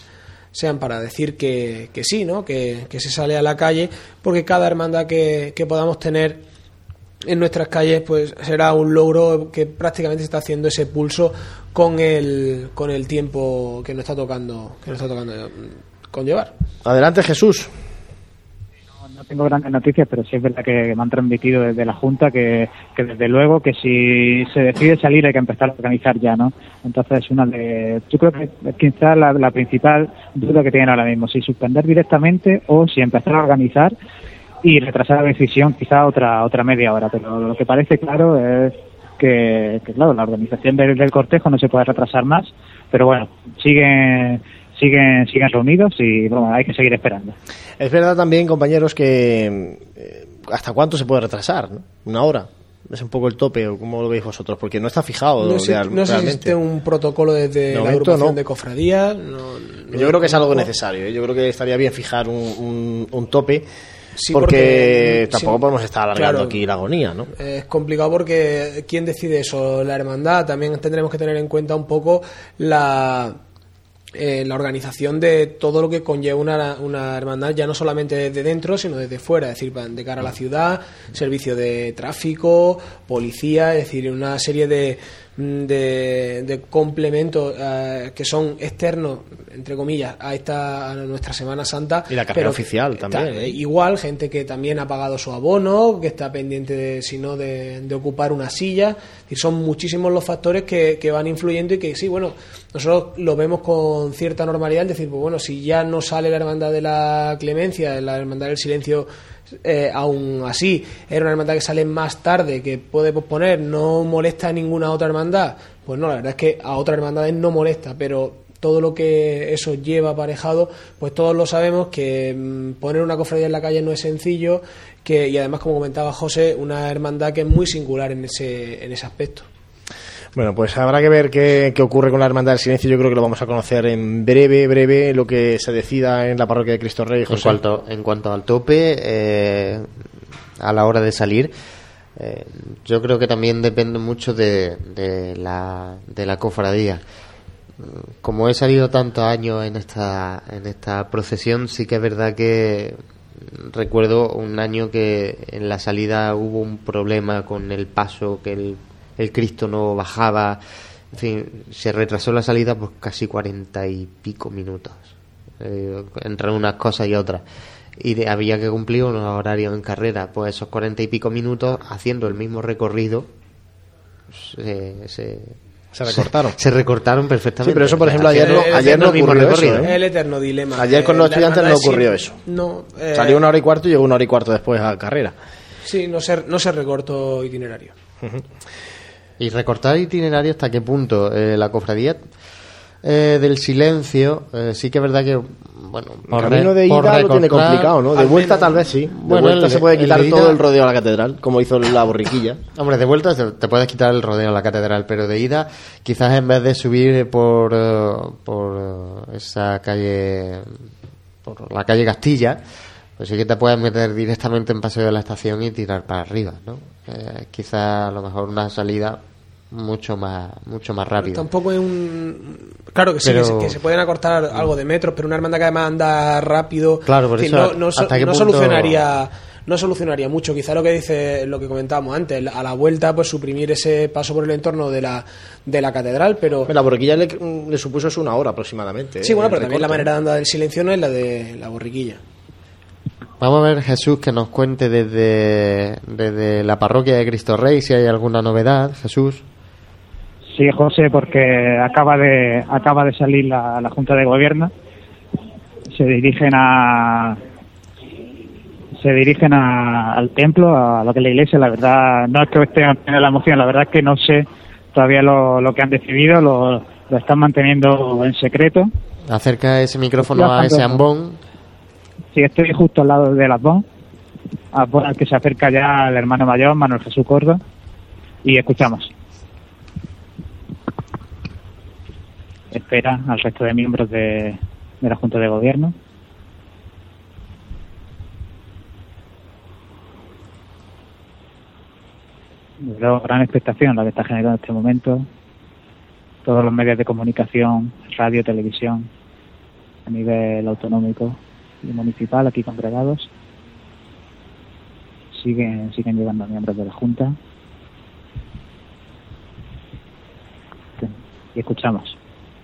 sean para decir que sí, ¿no? Que se sale a la calle, porque cada hermandad que podamos tener en nuestras calles pues será un logro que prácticamente está haciendo ese pulso con el tiempo que nos está tocando conllevar. Adelante, Jesús. No tengo grandes noticias, pero sí es verdad que me han transmitido desde la Junta que desde luego que si se decide salir hay que empezar a organizar ya, ¿no? Entonces yo creo que quizás la principal duda que tienen ahora mismo, si suspender directamente o si empezar a organizar y retrasar la decisión quizá otra media hora, pero lo que parece claro es que claro, la organización del cortejo no se puede retrasar más, pero bueno, siguen reunidos y bueno, hay que seguir esperando. Es verdad también, compañeros, que ¿hasta cuánto se puede retrasar? ¿No? ¿Una hora? Es un poco el tope, o ¿cómo lo veis vosotros? Porque no está fijado. No sé si existe un protocolo desde la agrupación de cofradías. Yo creo que es algo necesario. Yo creo que estaría bien fijar un tope. Sí, porque tampoco podemos estar alargando aquí la agonía, ¿no? Es complicado porque ¿quién decide eso? La hermandad. También tendremos que tener en cuenta un poco la organización de todo lo que conlleva una hermandad, ya no solamente desde dentro, sino desde fuera, es decir, de cara a la ciudad, servicio de tráfico, policía, es decir, una serie de complementos que son externos, entre comillas, a nuestra Semana Santa. Y la carrera oficial también. Igual, gente que también ha pagado su abono, que está pendiente de ocupar una silla. Es decir, son muchísimos los factores que van influyendo y que sí, bueno, nosotros lo vemos con cierta normalidad, es decir, pues bueno, si ya no sale la hermandad de la clemencia, la hermandad del silencio, aún así era una hermandad que sale más tarde, que puede posponer, no molesta a ninguna otra hermandad, pues no, la verdad es que a otras hermandades no molesta, pero todo lo que eso lleva aparejado, pues todos lo sabemos, que poner una cofradía en la calle no es sencillo, y además, como comentaba José, una hermandad que es muy singular en ese aspecto. Bueno, pues habrá que ver qué ocurre con la Hermandad del Silencio. Yo creo que lo vamos a conocer en breve, lo que se decida en la parroquia de Cristo Rey. José. En cuanto al tope, a la hora de salir, yo creo que también depende mucho de la cofradía. Como he salido tantos años en esta procesión, sí que es verdad que recuerdo un año que en la salida hubo un problema con el paso, que el Cristo no bajaba, en fin, se retrasó la salida por casi 40 y pico minutos, entre unas cosas y otras, y había que cumplir unos horarios en carrera. Pues esos 40 y pico minutos, haciendo el mismo recorrido, se recortaron perfectamente. Sí, pero eso, por ejemplo, ayer no ocurrió eso, ¿eh? El eterno dilema. Ayer con los estudiantes no ocurrió eso. Salió 1 hora y cuarto y llegó 1 hora y cuarto después a carrera. Sí, no se recortó itinerario. ¿Y recortar itinerario hasta qué punto? La cofradía del silencio, sí que es verdad que, bueno, el camino de ida lo tiene complicado, ¿no? De vuelta tal vez sí. De vuelta se puede quitar todo el rodeo a la catedral, como hizo la borriquilla. Hombre, de vuelta te puedes quitar el rodeo a la catedral, pero de ida, quizás en vez de subir por esa calle, por la calle Castilla, pues sí que te puedes meter directamente en Paseo de la Estación y tirar para arriba, ¿no? Quizás a lo mejor una salida mucho más rápido. Tampoco es claro que sí, que se pueden acortar algo de metros, pero una hermandad que además anda rápido, claro, por eso, no solucionaría mucho. Quizá lo que comentábamos antes, a la vuelta, pues suprimir ese paso por el entorno de la catedral, pero la borriquilla le supuso eso 1 hora aproximadamente. Sí, bueno, pero también la manera de andar del silencio no es la de la borriquilla. Vamos a ver, Jesús, que nos cuente desde la parroquia de Cristo Rey si hay alguna novedad. Jesús. Sí, José, porque acaba de salir la Junta de Gobierno. Se dirigen al templo, a lo que es la iglesia. La verdad, no es que esté en la emoción, la verdad es que no sé todavía lo que han decidido, lo están manteniendo en secreto. Acerca ese micrófono a ese ambón. Sí, estoy justo al lado del ambón al que se acerca ya el hermano mayor, Manuel Jesús Cordo, y escuchamos. Espera al resto de miembros de la Junta de Gobierno. Veo gran expectación la que está generando en este momento todos los medios de comunicación, radio, televisión, nivel autonómico y municipal aquí congregados. Siguen llegando miembros de la Junta. Y escuchamos.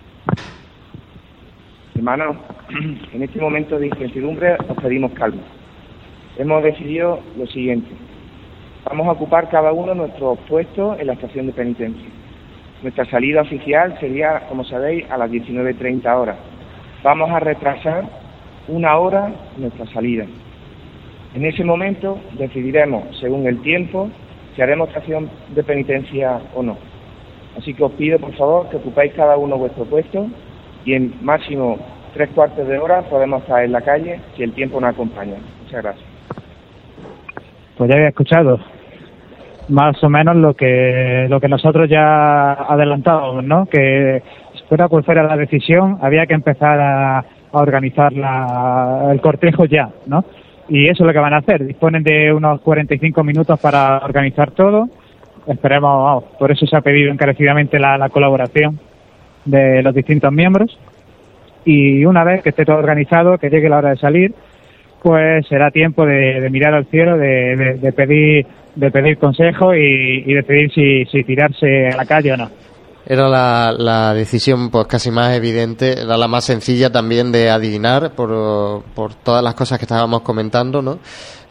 Hermanos, en este momento de incertidumbre os pedimos calma. Hemos decidido lo siguiente. Vamos a ocupar cada uno nuestros puestos en la estación de penitencia. Nuestra salida oficial sería, como sabéis, a las 19:30 horas. Vamos a retrasar 1 hora nuestra salida. En ese momento decidiremos, según el tiempo, si haremos estación de penitencia o no. Así que os pido, por favor, que ocupéis cada uno vuestro puesto y en máximo 3/4 de hora podemos estar en la calle si el tiempo nos acompaña. Muchas gracias. Pues ya había escuchado más o menos lo que nosotros ya adelantábamos, ¿no? Que fuera cual fuera la decisión, había que empezar a organizar el cortejo ya, ¿no? Y eso es lo que van a hacer. Disponen de unos 45 minutos para organizar todo. Esperemos, por eso se ha pedido encarecidamente la colaboración de los distintos miembros. Y una vez que esté todo organizado, que llegue la hora de salir, pues será tiempo de mirar al cielo, de pedir consejo y decidir si tirarse a la calle o no. Era la decisión pues casi más evidente, era la más sencilla también de adivinar por todas las cosas que estábamos comentando, ¿no?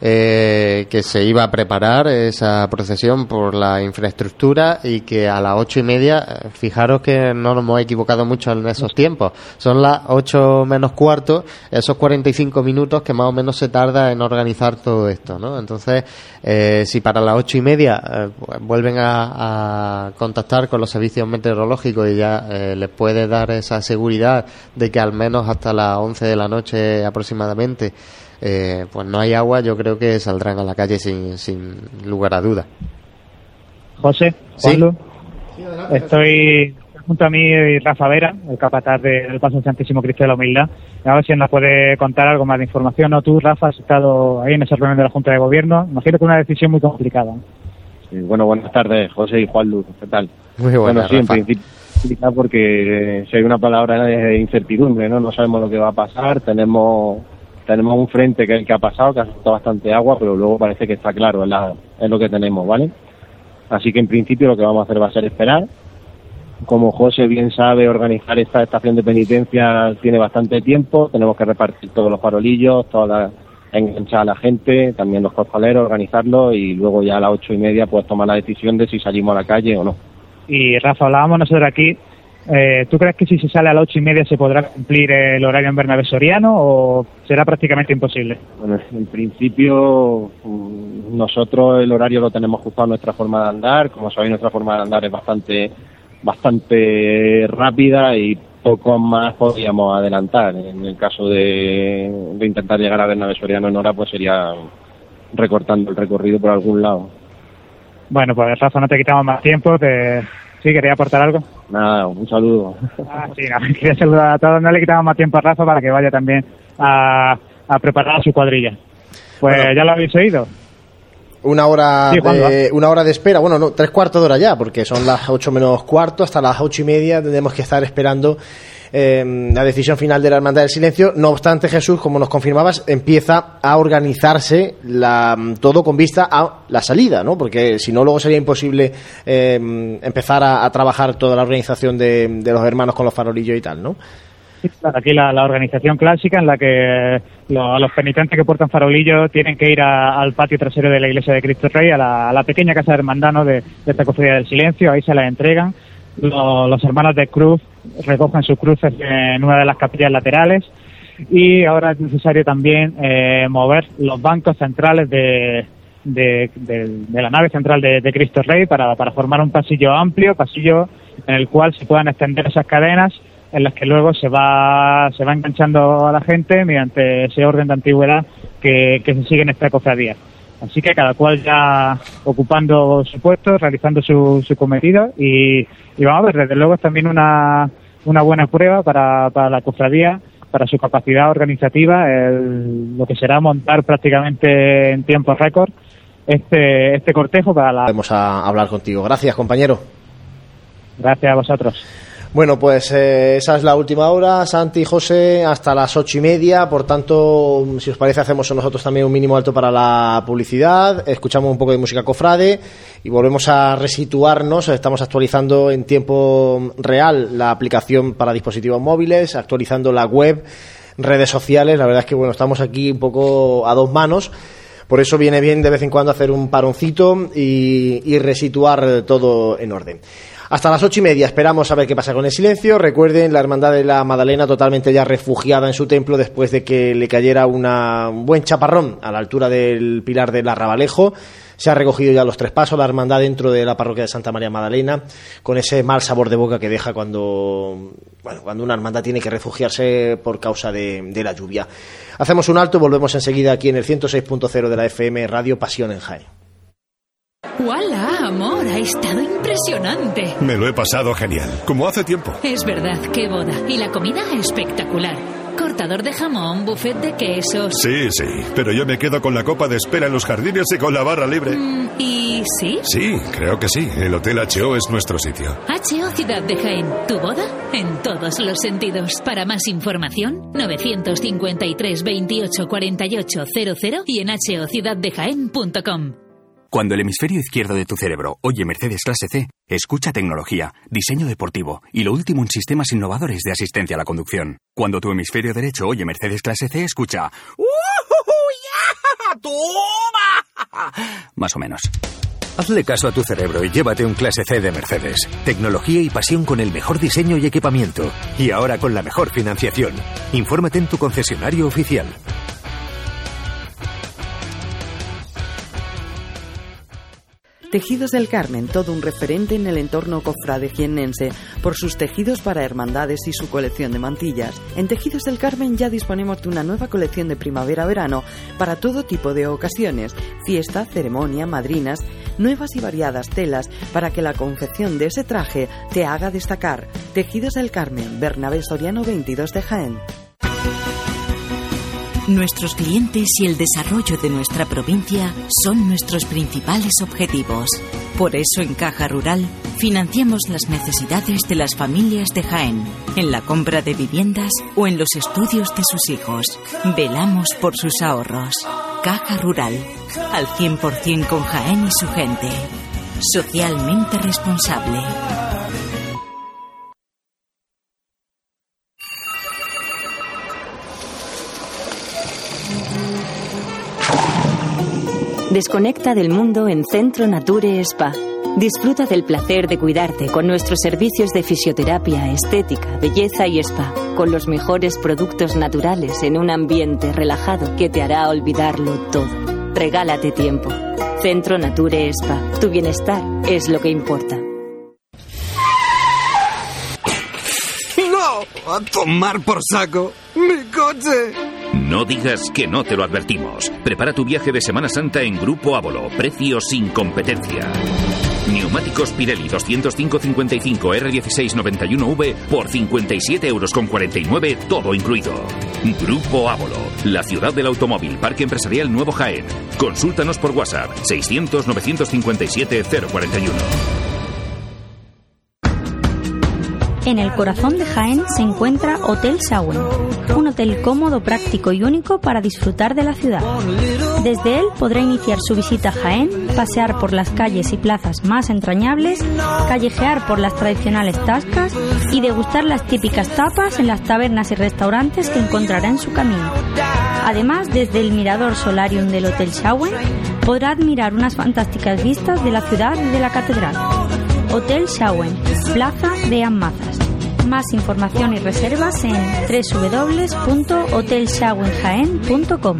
Que se iba a preparar esa procesión por la infraestructura y que a las 8:30, fijaros que no nos hemos equivocado mucho en esos tiempos, son las 8 menos cuarto, esos 45 minutos que más o menos se tarda en organizar todo esto, ¿no? Entonces, si para las 8:30 pues vuelven a contactar con los servicios meteorológicos y ya les puede dar esa seguridad de que al menos hasta las 11 de la noche aproximadamente pues no hay agua, yo creo que saldrán a la calle sin lugar a dudas. José, Juanlu, ¿sí? Estoy junto a mí Rafa Vera, el capataz del Paso Santísimo Cristo de la Humildad. A ver si nos puede contar algo más de información. ¿No? Tú, Rafa, has estado ahí en esa reunión de la Junta de Gobierno. Imagino que es una decisión muy complicada. Sí, bueno, buenas tardes, José y Juanlu. ¿Qué tal? Muy buenas, bueno, sí, Rafa. En principio porque si hay una palabra de incertidumbre, ¿no? No sabemos lo que va a pasar. Tenemos un frente que es el que ha pasado, que ha soltado bastante agua, pero luego parece que está claro, es lo que tenemos, ¿vale? Así que en principio lo que vamos a hacer va a ser esperar. Como José bien sabe, organizar esta estación de penitencia tiene bastante tiempo, tenemos que repartir todos los farolillos, enganchar a la gente, también los costaleros, organizarlo y luego ya a las 8:30 pues tomar la decisión de si salimos a la calle o no. Y Rafa, hablábamos nosotros aquí. ¿Tú crees que si se sale a las 8:30 se podrá cumplir el horario en Bernabé Soriano o será prácticamente imposible? Bueno, en principio nosotros el horario lo tenemos ajustado a nuestra forma de andar. Como sabéis, nuestra forma de andar es bastante rápida y poco más podríamos adelantar. En el caso de intentar llegar a Bernabé Soriano en hora, pues sería recortando el recorrido por algún lado. Bueno, pues Rafa, no te quitamos más tiempo. ¿Sí? ¿Quería aportar algo? Nada, un saludo. Sí, quería saludar a todos. No le quitamos más tiempo a Rafa para que vaya también a preparar su cuadrilla. Pues bueno, ya lo habéis oído. Una hora de espera, bueno, no, 3/4 de hora ya, porque son las 8 menos cuarto, hasta las 8:30 tendremos que estar esperando la decisión final de la Hermandad del Silencio. No obstante, Jesús, como nos confirmabas, empieza a organizarse todo con vista a la salida, ¿no? Porque si no, luego sería imposible empezar a trabajar toda la organización de los hermanos con los farolillos y tal, ¿no? Sí, claro, aquí la organización clásica en la que los penitentes que portan farolillos tienen que ir al patio trasero de la Iglesia de Cristo Rey, a la pequeña casa de hermandad, ¿no? de esta cofradía del Silencio. Ahí se las entregan. Los hermanos de cruz recogen sus cruces en una de las capillas laterales y ahora es necesario también mover los bancos centrales de la nave central de Cristo Rey para formar un pasillo amplio, pasillo en el cual se puedan extender esas cadenas en las que luego se va enganchando a la gente mediante ese orden de antigüedad que se sigue en esta cofradía. Así que cada cual ya ocupando su puesto, realizando su cometido y vamos a ver, desde luego es también una buena prueba para la cofradía, para su capacidad organizativa, lo que será montar prácticamente en tiempo récord este cortejo para la... Vamos a hablar contigo. Gracias, compañero. Gracias a vosotros. Bueno, pues esa es la última hora, Santi, José, hasta las 8:30. Por tanto, si os parece, hacemos nosotros también un mínimo alto para la publicidad, escuchamos un poco de música cofrade y volvemos a resituarnos. Estamos actualizando en tiempo real la aplicación para dispositivos móviles, actualizando la web, redes sociales. La verdad es que bueno, estamos aquí un poco a dos manos. Por eso viene bien de vez en cuando hacer un paroncito y resituar todo en orden. Hasta las 8:30 esperamos a ver qué pasa con el silencio. Recuerden, la Hermandad de la Magdalena totalmente ya refugiada en su templo después de que le cayera un buen chaparrón a la altura del Pilar del Arrabalejo. Se ha recogido ya los 3 pasos, la hermandad dentro de la parroquia de Santa María Magdalena, con ese mal sabor de boca que deja cuando una hermandad tiene que refugiarse por causa de la lluvia. Hacemos un alto y volvemos enseguida aquí en el 106.0 de la FM Radio Pasión en Jaén. ¡Hola, amor! Ha estado impresionante. Me lo he pasado genial, como hace tiempo. Es verdad, qué boda. Y la comida espectacular. Cortador de jamón, buffet de quesos. Sí, pero yo me quedo con la copa de espera en los jardines y con la barra libre. ¿Y sí? Sí, creo que sí. El Hotel H.O. es nuestro sitio. H.O. Ciudad de Jaén. ¿Tu boda? En todos los sentidos. Para más información, 953 28 48 00 y en hociudaddejaén.com. Cuando el hemisferio izquierdo de tu cerebro oye Mercedes Clase C, escucha tecnología, diseño deportivo y lo último en sistemas innovadores de asistencia a la conducción. Cuando tu hemisferio derecho oye Mercedes Clase C, escucha ¡Toma! Más o menos. Hazle caso a tu cerebro y llévate un Clase C de Mercedes. Tecnología y pasión con el mejor diseño y equipamiento. Y ahora con la mejor financiación. Infórmate en tu concesionario oficial. Tejidos del Carmen, todo un referente en el entorno cofrade jiennense, por sus tejidos para hermandades y su colección de mantillas. En Tejidos del Carmen ya disponemos de una nueva colección de primavera-verano para todo tipo de ocasiones, fiesta, ceremonia, madrinas, nuevas y variadas telas para que la confección de ese traje te haga destacar. Tejidos del Carmen, Bernabé Soriano 22 de Jaén. Nuestros clientes y el desarrollo de nuestra provincia son nuestros principales objetivos. Por eso en Caja Rural financiamos las necesidades de las familias de Jaén, en la compra de viviendas o en los estudios de sus hijos. Velamos por sus ahorros. Caja Rural, al 100% con Jaén y su gente. Socialmente responsable. Desconecta del mundo en Centro Nature Spa. Disfruta del placer de cuidarte con nuestros servicios de fisioterapia, estética, belleza y spa, con los mejores productos naturales en un ambiente relajado que te hará olvidarlo todo. Regálate tiempo. Centro Nature Spa. Tu bienestar es lo que importa. ¡No! ¡A tomar por saco! ¡Mi coche! No digas que no te lo advertimos. Prepara tu viaje de Semana Santa en Grupo Ávolo. Precios sin competencia. Neumáticos Pirelli 205-55 R16 91V por 57,49 €, todo incluido. Grupo Ávolo, la ciudad del automóvil, Parque Empresarial Nuevo Jaén. Consúltanos por WhatsApp 600 957 041. En el corazón de Jaén se encuentra Hotel Shawen, un hotel cómodo, práctico y único para disfrutar de la ciudad. Desde él podrá iniciar su visita a Jaén, pasear por las calles y plazas más entrañables, callejear por las tradicionales tascas y degustar las típicas tapas en las tabernas y restaurantes que encontrará en su camino. Además, desde el mirador Solarium del Hotel Shawen podrá admirar unas fantásticas vistas de la ciudad y de la catedral. Hotel Shawen, Plaza de Amazas. Más información y reservas en www.hotelshawenjaen.com.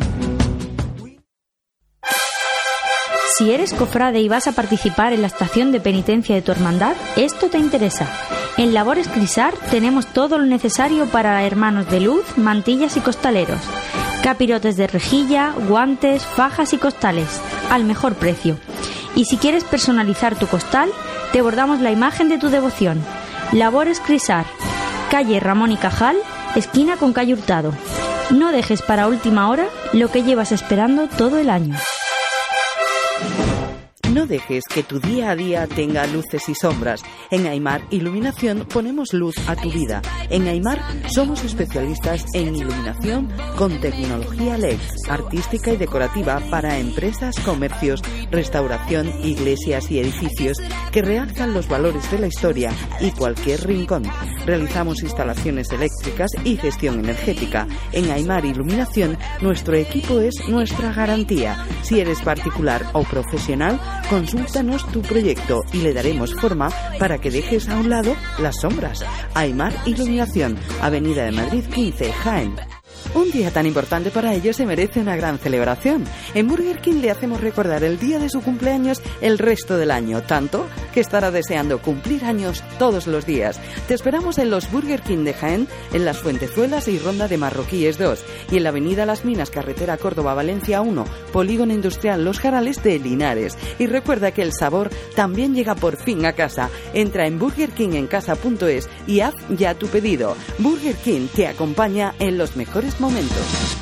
Si eres cofrade y vas a participar en la estación de penitencia de tu hermandad, esto te interesa. En Labores Crisar tenemos todo lo necesario para hermanos de luz, mantillas y costaleros. Capirotes de rejilla, guantes, fajas y costales, al mejor precio. Y si quieres personalizar tu costal, te bordamos la imagen de tu devoción. Labores Crisar, calle Ramón y Cajal, esquina con calle Hurtado. No dejes para última hora lo que llevas esperando todo el año. No dejes que tu día a día tenga luces y sombras. En Aimar Iluminación ponemos luz a tu vida. En Aimar somos especialistas en iluminación con tecnología LED, artística y decorativa para empresas, comercios, restauración, iglesias y edificios que realzan los valores de la historia y cualquier rincón. Realizamos instalaciones eléctricas y gestión energética. En Aimar Iluminación nuestro equipo es nuestra garantía. Si eres particular o profesional, consúltanos tu proyecto y le daremos forma para que dejes a un lado las sombras. Aimar Iluminación, Avenida de Madrid 15, Jaén. Un día tan importante para ellos se merece una gran celebración. En Burger King le hacemos recordar el día de su cumpleaños el resto del año, tanto que estará deseando cumplir años todos los días. Te esperamos en los Burger King de Jaén, en Las Fuentezuelas y Ronda de Marroquíes 2, y en la Avenida Las Minas, carretera Córdoba-Valencia 1, Polígono Industrial Los Jarales de Linares. Y recuerda que el sabor también llega por fin a casa. Entra en burgerkingencasa.es y haz ya tu pedido. Burger King te acompaña en los mejores momentos.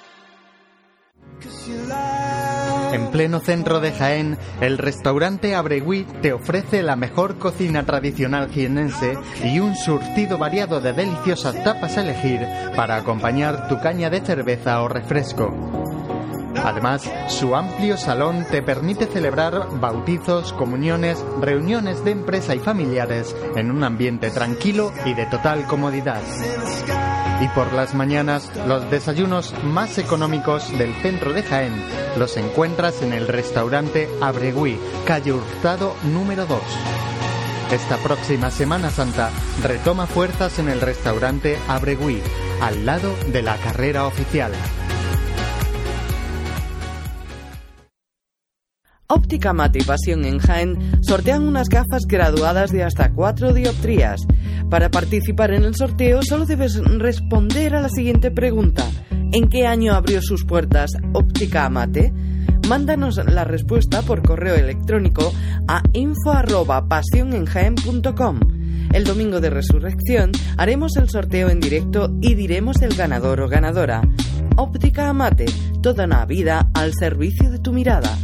En pleno centro de Jaén, el restaurante Abregui te ofrece la mejor cocina tradicional jienense y un surtido variado de deliciosas tapas a elegir para acompañar tu caña de cerveza o refresco. Además, su amplio salón te permite celebrar bautizos, comuniones, reuniones de empresa y familiares en un ambiente tranquilo y de total comodidad. Y por las mañanas, los desayunos más económicos del centro de Jaén los encuentras en el restaurante Abregui, calle Hurtado número 2. Esta próxima Semana Santa retoma fuerzas en el restaurante Abregui, al lado de la carrera oficial. Óptica Mate y Pasión en Jaén sortean unas gafas graduadas de hasta 4 dioptrías. Para participar en el sorteo solo debes responder a la siguiente pregunta: ¿en qué año abrió sus puertas Óptica Mate? Mándanos la respuesta por correo electrónico a info@pasionenjaen.com. El domingo de Resurrección haremos el sorteo en directo y diremos el ganador o ganadora. Óptica Mate, toda una vida al servicio de tu mirada.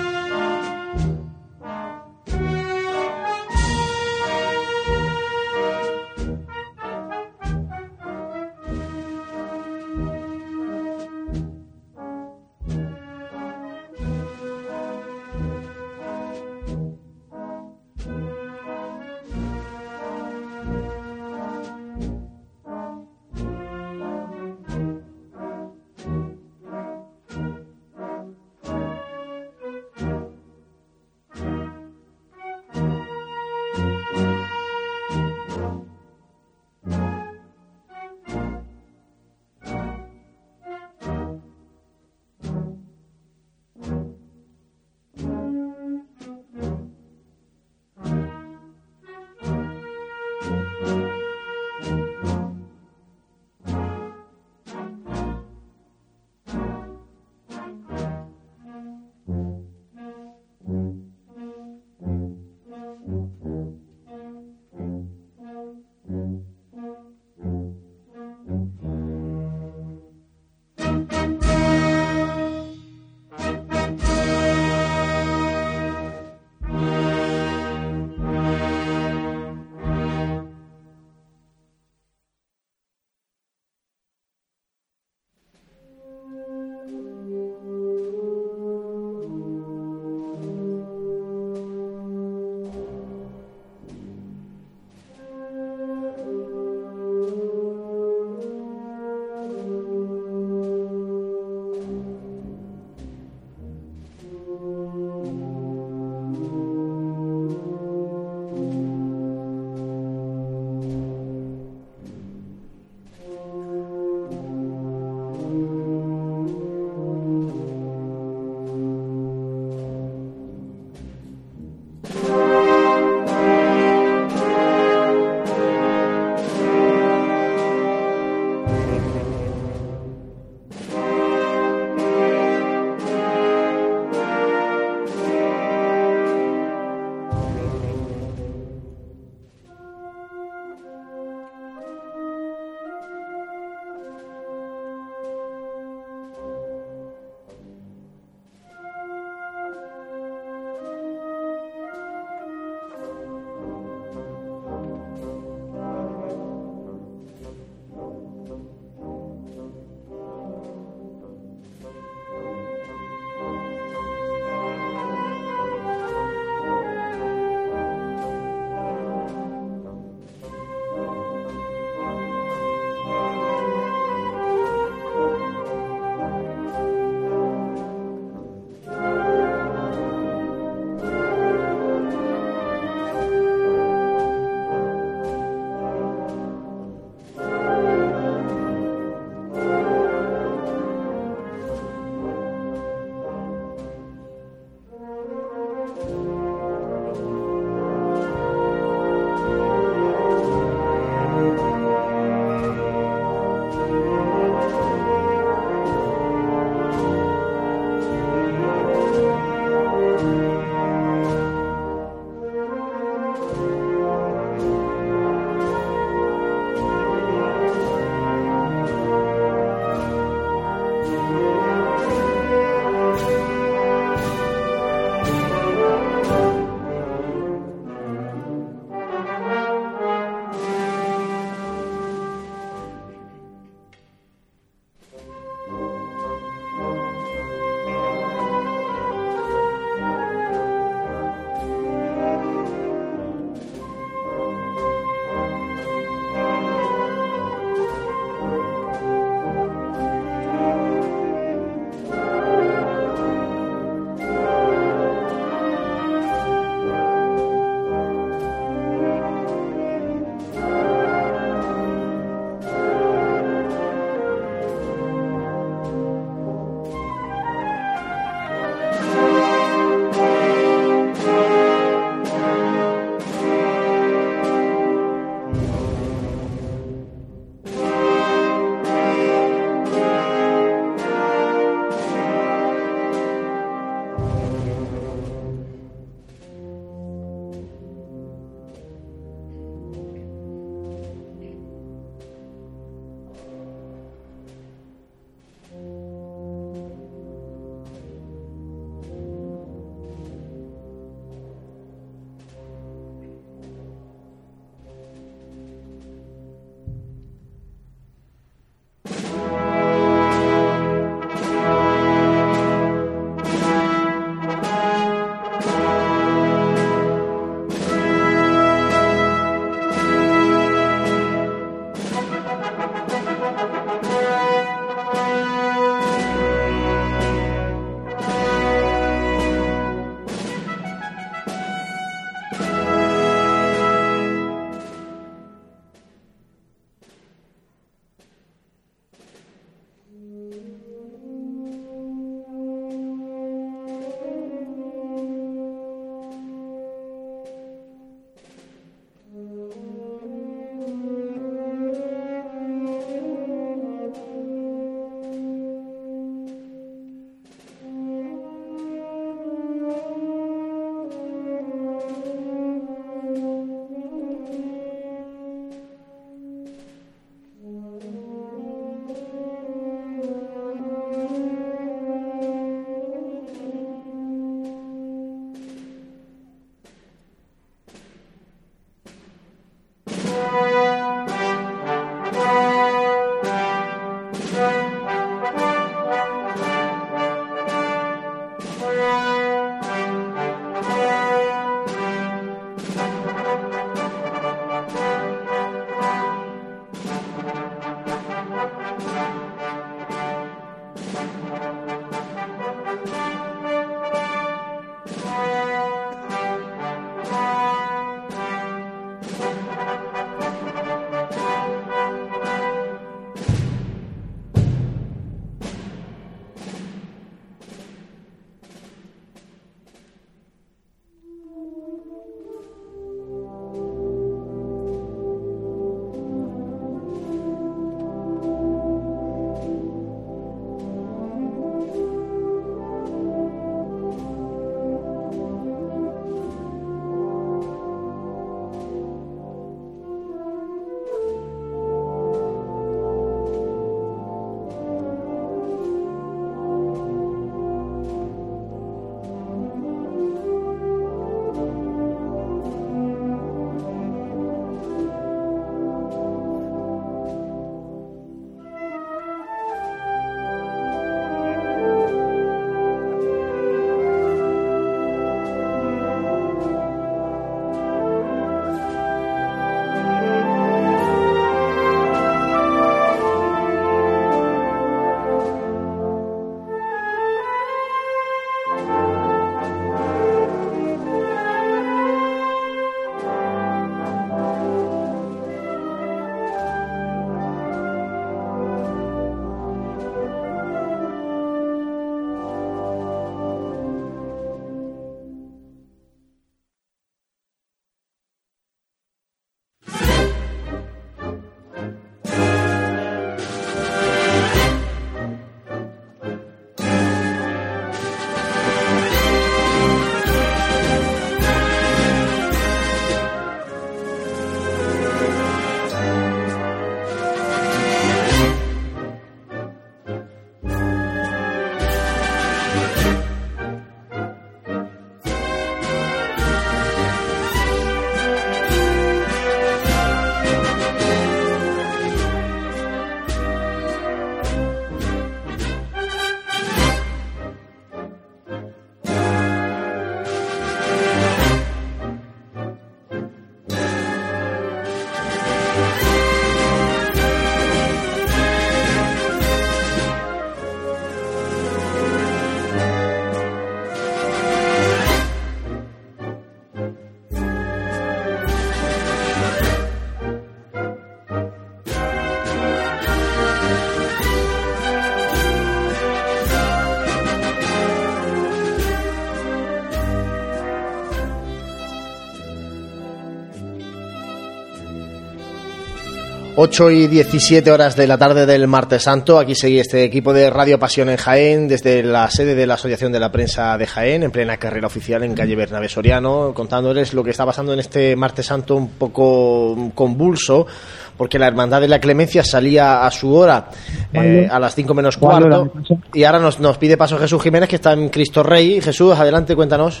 8:17 de la tarde del martes santo. Aquí sigue este equipo de Radio Pasión en Jaén, desde la sede de la Asociación de la Prensa de Jaén, en plena carrera oficial en calle Bernabé Soriano, contándoles lo que está pasando en este martes santo un poco convulso, porque la Hermandad de la Clemencia salía a su hora, a las 5 menos cuarto, y ahora nos pide paso Jesús Jiménez, que está en Cristo Rey. Jesús, adelante, cuéntanos.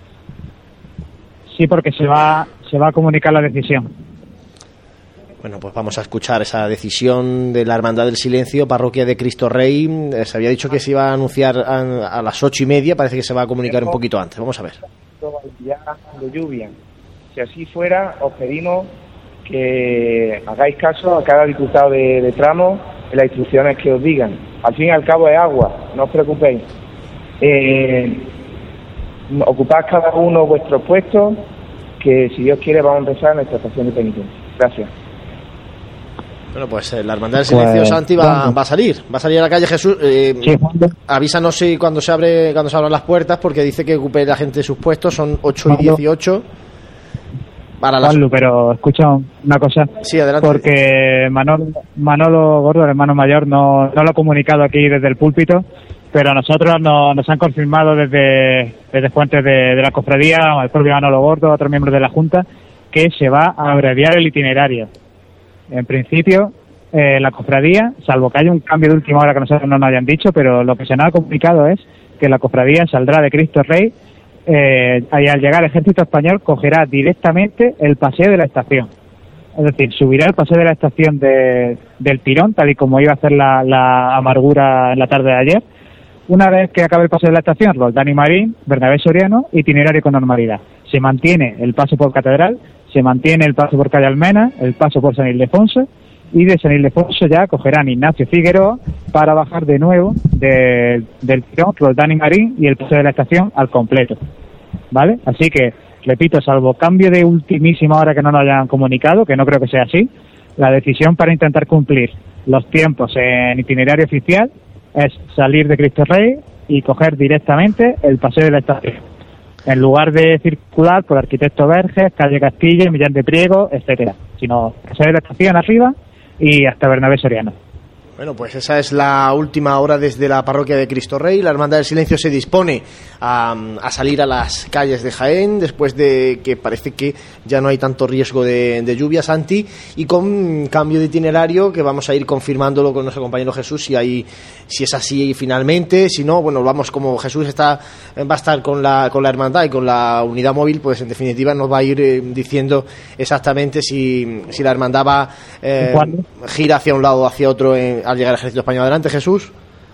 Sí, porque se va a comunicar la decisión. Bueno, pues vamos a escuchar esa decisión de la Hermandad del Silencio, Parroquia de Cristo Rey. Se había dicho que se iba a anunciar a las 8:30, parece que se va a comunicar un poquito antes. Vamos a ver. De lluvia. Si así fuera, os pedimos que hagáis caso a cada diputado de tramo en las instrucciones que os digan. Al fin y al cabo es agua, no os preocupéis. Ocupad cada uno vuestros puestos, que si Dios quiere vamos a empezar en nuestra estación de penitencia. Gracias. Bueno, pues la Hermandad del Silencio, pues, Santi, va a salir a la calle. Jesús, sí, avísanos si cuando se abran las puertas, porque dice que ocupe la gente sus puestos. Son 8:18 para las... Pablo, pero escucha una cosa. Sí, adelante. Porque Manolo Gordo, el hermano mayor, no lo ha comunicado aquí desde el púlpito, pero a nosotros nos han confirmado desde fuentes de la cofradía, el propio Manolo Gordo, otros miembros de la Junta, que se va a abreviar el itinerario. En principio, la cofradía, salvo que haya un cambio de última hora que nosotros no nos hayan dicho, pero lo que se nos ha complicado es que la cofradía saldrá de Cristo Rey y al llegar el Ejército Español cogerá directamente el paseo de la estación. Es decir, subirá el paseo de la estación del tirón, tal y como iba a hacer la Amargura en la tarde de ayer. Una vez que acabe el paseo de la estación, Roldán y Marín, Bernabé Soriano, itinerario con normalidad. Se mantiene el paso por Catedral, se mantiene el paso por calle Almena, el paso por San Ildefonso, y de San Ildefonso ya cogerán Ignacio Figueroa para bajar de nuevo del tirón, Roldán y Marín, y el paseo de la estación al completo. ¿Vale? Así que, repito, salvo cambio de ultimísima hora que no nos hayan comunicado, que no creo que sea así, la decisión para intentar cumplir los tiempos en itinerario oficial es salir de Cristo Rey y coger directamente el paseo de la estación, en lugar de circular por Arquitecto Verges, calle Castilla, Millán de Priego, etcétera, sino paseo de la estación arriba y hasta Bernabé Soriano. Bueno, pues esa es la última hora desde la Parroquia de Cristo Rey. La Hermandad del Silencio se dispone a salir a las calles de Jaén después de que parece que ya no hay tanto riesgo de lluvia, Santi, y con cambio de itinerario que vamos a ir confirmándolo con nuestro compañero Jesús si es así finalmente. Si no, bueno, vamos, como Jesús va a estar con la Hermandad y con la unidad móvil, pues en definitiva nos va a ir diciendo exactamente si la Hermandad va gira hacia un lado o hacia otro al llegar al Ejército Español. Adelante, Jesús.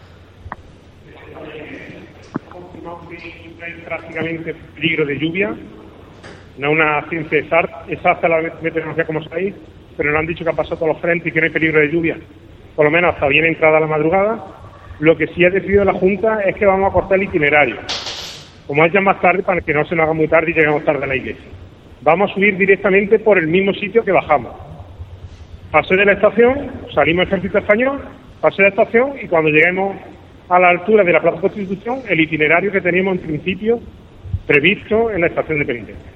Hay prácticamente peligro de lluvia, no es una ciencia exacta la meteorología, como sabéis, pero nos han dicho que han pasado todos los frentes y que no hay peligro de lluvia, por lo menos hasta bien entrada la madrugada. Lo que sí ha decidido la Junta es que vamos a cortar el itinerario, como es ya más tarde, para que no se nos haga muy tarde y lleguemos tarde a la iglesia. Vamos a subir directamente por el mismo sitio que bajamos. Paseo de la estación, salimos Ejército Español, paseo de la estación, y cuando lleguemos a la altura de la Plaza Constitución, el itinerario que teníamos en principio previsto en la estación de penitencia.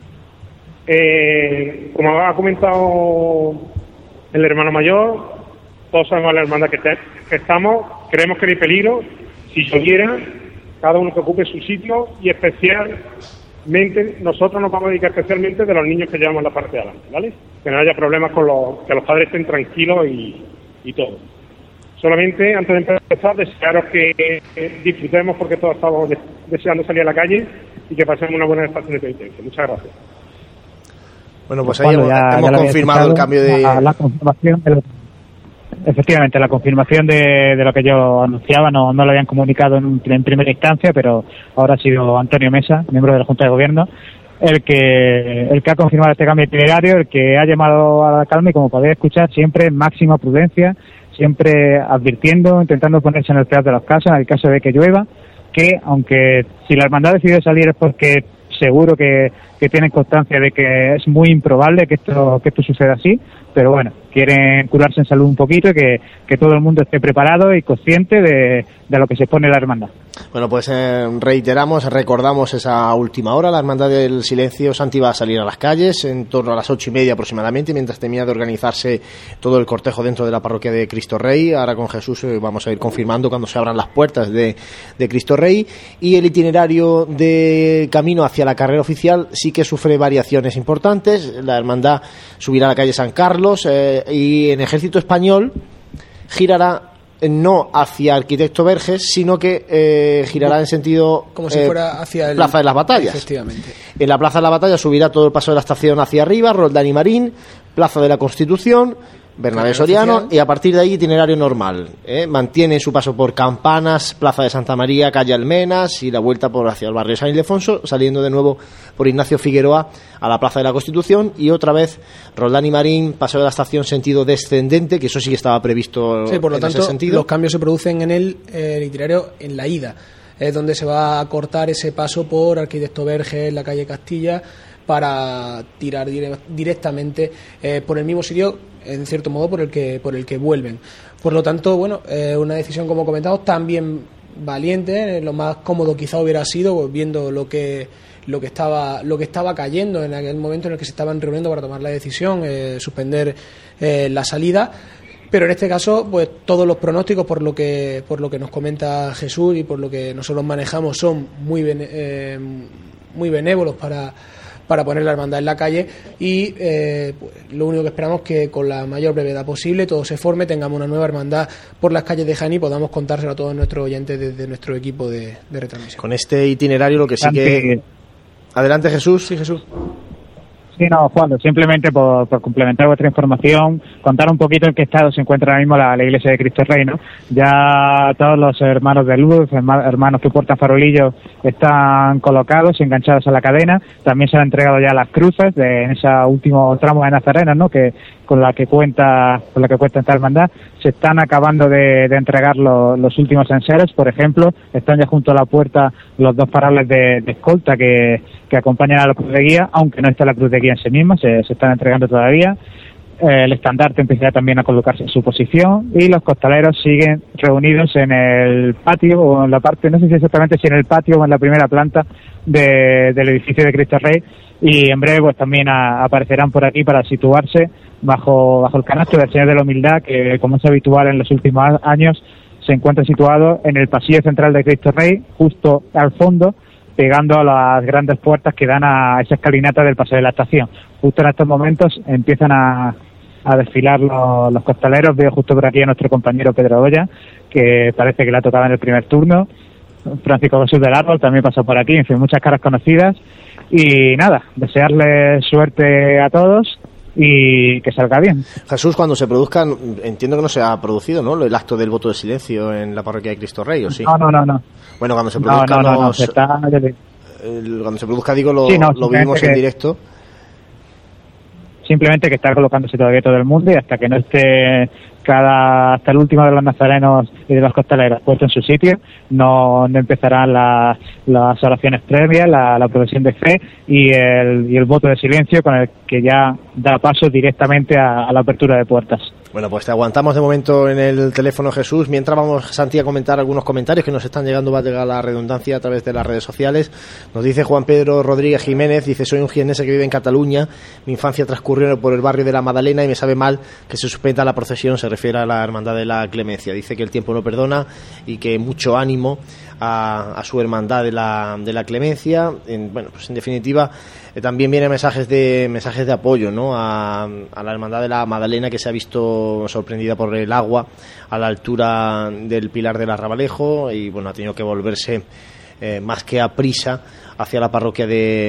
Como ha comentado el hermano mayor, todos sabemos la hermandad que estamos, creemos que no hay peligro. Si lloviera, cada uno que ocupe su sitio, y especialmente nosotros nos vamos a dedicar especialmente de los niños que llevamos en la parte de adelante, ¿vale? Que no haya problemas con que los padres estén tranquilos y todo. Solamente, antes de empezar, desearos que disfrutemos, porque todos estamos deseando salir a la calle y que pasemos una buena estación de penitencia. Muchas gracias. Bueno, pues ahí hemos confirmado el cambio de... La confirmación efectivamente, la confirmación de lo que yo anunciaba, no lo habían comunicado en primera instancia, pero ahora ha sido Antonio Mesa, miembro de la Junta de Gobierno, el que ha confirmado este cambio de itinerario, el que ha llamado a la calma, y como podéis escuchar, siempre máxima prudencia, siempre advirtiendo, intentando ponerse en el peor de los casos, en el caso de que llueva, que aunque si la hermandad decide salir es porque seguro que que tienen constancia de que es muy improbable que esto suceda así, pero bueno, quieren curarse en salud un poquito y que todo el mundo esté preparado y consciente de lo que se pone la hermandad. Bueno, pues recordamos esa última hora. La Hermandad del Silencio, Santi, va a salir a las calles en torno a las 8:30 aproximadamente, mientras termina de organizarse todo el cortejo dentro de la parroquia de Cristo Rey. Ahora con Jesús vamos a ir confirmando cuando se abran las puertas de Cristo Rey, y el itinerario de camino hacia la carrera oficial sí que sufre variaciones importantes. La hermandad subirá a la calle San Carlos y en Ejército Español girará no hacia Arquitecto Verges, sino que girará en sentido como si fuera hacia el Plaza de las Batallas. Efectivamente. En la Plaza de las Batallas subirá todo el paso de la estación hacia arriba, Roldán y Marín, Plaza de la Constitución, Bernabé Soriano, y a partir de ahí itinerario normal. Mantiene su paso por Campanas, Plaza de Santa María, calle Almenas y la vuelta por hacia el barrio San Ildefonso, saliendo de nuevo por Ignacio Figueroa a la Plaza de la Constitución, y otra vez Roldán y Marín, paseo de la estación sentido descendente, que eso sí que estaba previsto. Sí, por lo en tanto, ese sentido. Los cambios se producen en el itinerario en la ida, es donde se va a cortar ese paso por Arquitecto Verges, la calle Castilla, para tirar directamente por el mismo sitio, en cierto modo por el que vuelven. Por lo tanto, bueno, una decisión, como comentamos, también valiente. Lo más cómodo quizá hubiera sido, viendo lo que estaba cayendo en aquel momento en el que se estaban reuniendo para tomar la decisión, suspender la salida. Pero en este caso, pues todos los pronósticos, por lo que nos comenta Jesús y por lo que nosotros manejamos, son muy benévolos para poner la hermandad en la calle, y pues, lo único que esperamos es que con la mayor brevedad posible todo se forme, tengamos una nueva hermandad por las calles de Jaén y podamos contárselo a todos nuestros oyentes desde nuestro equipo de retransmisión. Con este itinerario lo que sí que... Adelante, Jesús. Sí, Jesús. Sí, no, Juan, simplemente por complementar vuestra información, contar un poquito en qué estado se encuentra ahora mismo la Iglesia de Cristo Rey, ¿no? Ya todos los hermanos de luz, hermanos que portan farolillos, están colocados y enganchados a la cadena. También se han entregado ya las cruces en ese último tramo de Nazareno, ¿no? Que con la que cuenta esta hermandad. Se están acabando de entregar los últimos enseres. Por ejemplo, están ya junto a la puerta los dos faroles de escolta que acompañan a la cruz de guía, aunque no está la cruz de guía en sí misma, se están entregando todavía. El estandarte empieza también a colocarse en su posición, y los costaleros siguen reunidos en el patio, o en la parte, no sé si exactamente si en el patio o en la primera planta del edificio de Cristo Rey, y en breve pues también aparecerán por aquí para situarse bajo el canasto del Señor de la Humildad, que, como es habitual en los últimos años, se encuentra situado en el pasillo central de Cristo Rey, justo al fondo, pegando a las grandes puertas que dan a esa escalinata del paseo de la estación. Justo en estos momentos empiezan a desfilar los costaleros. Veo justo por aquí a nuestro compañero Pedro Goya, que parece que le ha tocado en el primer turno. Francisco Jesús del Árbol también pasó por aquí. En fin, muchas caras conocidas. Y nada, desearles suerte a todos y que salga bien. Jesús, cuando se produzcan, entiendo que no se ha producido, ¿no?, el acto del voto de silencio en la parroquia de Cristo Rey, ¿o sí? No. Bueno, cuando se produzca, cuando se produzca, digo, lo vivimos en directo. Simplemente que está colocándose todavía todo el mundo, y hasta que no esté hasta el último de los nazarenos y de los costaleros puesto en su sitio, no empezarán las oraciones previas, la profesión de fe y el voto de silencio, con el que ya da paso directamente a la apertura de puertas. Bueno, pues te aguantamos de momento en el teléfono, Jesús. Mientras vamos, Santi, a comentar algunos comentarios que nos están llegando, va a llegar la redundancia a través de las redes sociales. Nos dice Juan Pedro Rodríguez Jiménez, dice: soy un jiennense que vive en Cataluña, mi infancia transcurrió por el barrio de la Madalena y me sabe mal que se suspenda la procesión. Se refiere a la Hermandad de la Clemencia. Dice que el tiempo no perdona y que mucho ánimo a su Hermandad de la Clemencia. Bueno, pues en definitiva, también vienen mensajes de apoyo, ¿no?, a la Hermandad de la Madalena, que se ha visto sorprendida por el agua a la altura del Pilar del Arrabalejo, y bueno, ha tenido que volverse más que a prisa hacia la parroquia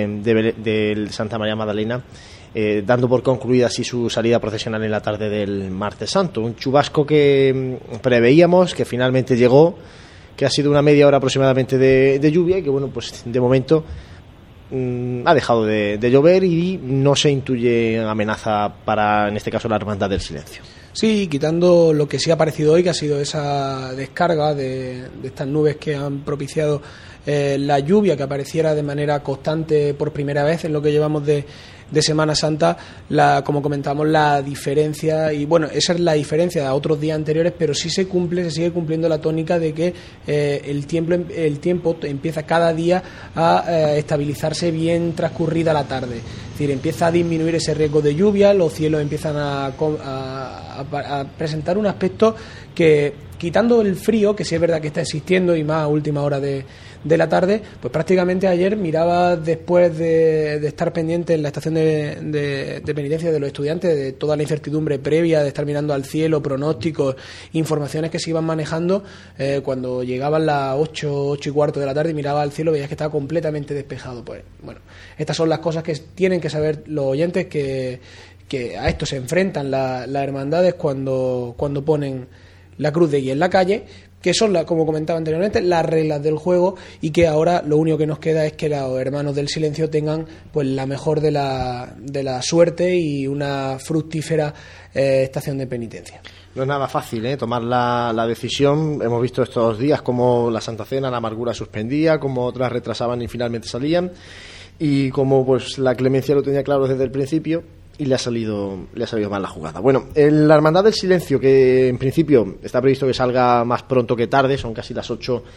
de Santa María Magdalena, dando por concluida así su salida procesional en la tarde del Martes Santo. Un chubasco que preveíamos, que finalmente llegó, que ha sido una media hora aproximadamente de lluvia, y que bueno, pues de momento ha dejado de llover y no se intuye amenaza para, en este caso, la Hermandad del Silencio. Sí, quitando lo que sí ha aparecido hoy, que ha sido esa descarga de estas nubes que han propiciado la lluvia, que apareciera de manera constante por primera vez en lo que llevamos de Semana Santa, como comentamos, la diferencia, y bueno, esa es la diferencia a otros días anteriores, pero sí se sigue cumpliendo la tónica de que el tiempo empieza cada día a estabilizarse bien transcurrida la tarde. Es decir, empieza a disminuir ese riesgo de lluvia, los cielos empiezan a presentar un aspecto que, quitando el frío, que sí es verdad que está existiendo y más a última hora de la tarde, pues prácticamente ayer miraba, después de estar pendiente en la estación de penitencia de los estudiantes, de toda la incertidumbre previa, de estar mirando al cielo, pronósticos, informaciones que se iban manejando, cuando llegaban las 8:15 de la tarde y miraba al cielo, veías que estaba completamente despejado. Pues bueno, estas son las cosas que tienen que saber los oyentes, que a esto se enfrentan las hermandades cuando ponen la cruz de guía en la calle, que son, como comentaba anteriormente, las reglas del juego, y que ahora lo único que nos queda es que los hermanos del silencio tengan pues la mejor de la suerte y una fructífera estación de penitencia. No es nada fácil tomar la decisión. Hemos visto estos días como la Santa Cena, la amargura suspendía, como otras retrasaban y finalmente salían, y como pues la clemencia lo tenía claro desde el principio y le ha salido mal la jugada. Bueno, la Hermandad del Silencio, que en principio está previsto que salga más pronto que tarde, son casi las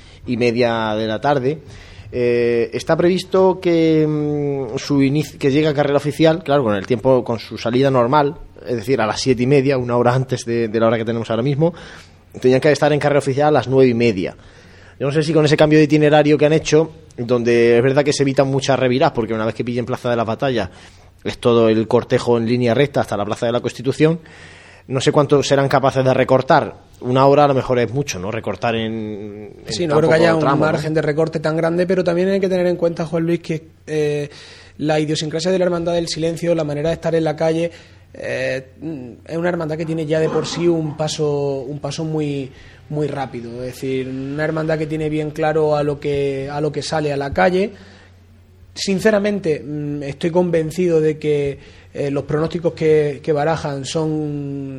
8:30 de la tarde, está previsto que que llegue a carrera oficial, claro, con el tiempo, con su salida normal, es decir, a las 7:30, una hora antes de la hora que tenemos ahora mismo. Tenían que estar en carrera oficial a las 9:30. Yo no sé si con ese cambio de itinerario que han hecho, donde es verdad que se evitan muchas reviradas, porque una vez que pillen Plaza de la Batalla es todo el cortejo en línea recta hasta la Plaza de la Constitución. No sé cuánto serán capaces de recortar. Una hora a lo mejor es mucho, ¿no? Recortar en sí, no creo que haya un margen de recorte tan grande, pero también hay que tener en cuenta, Juan Luis, que la idiosincrasia de la Hermandad del Silencio, la manera de estar en la calle, es una hermandad que tiene ya de por sí un paso muy muy rápido. Es decir, una hermandad que tiene bien claro a lo que sale a la calle. Sinceramente, estoy convencido de que los pronósticos que barajan son,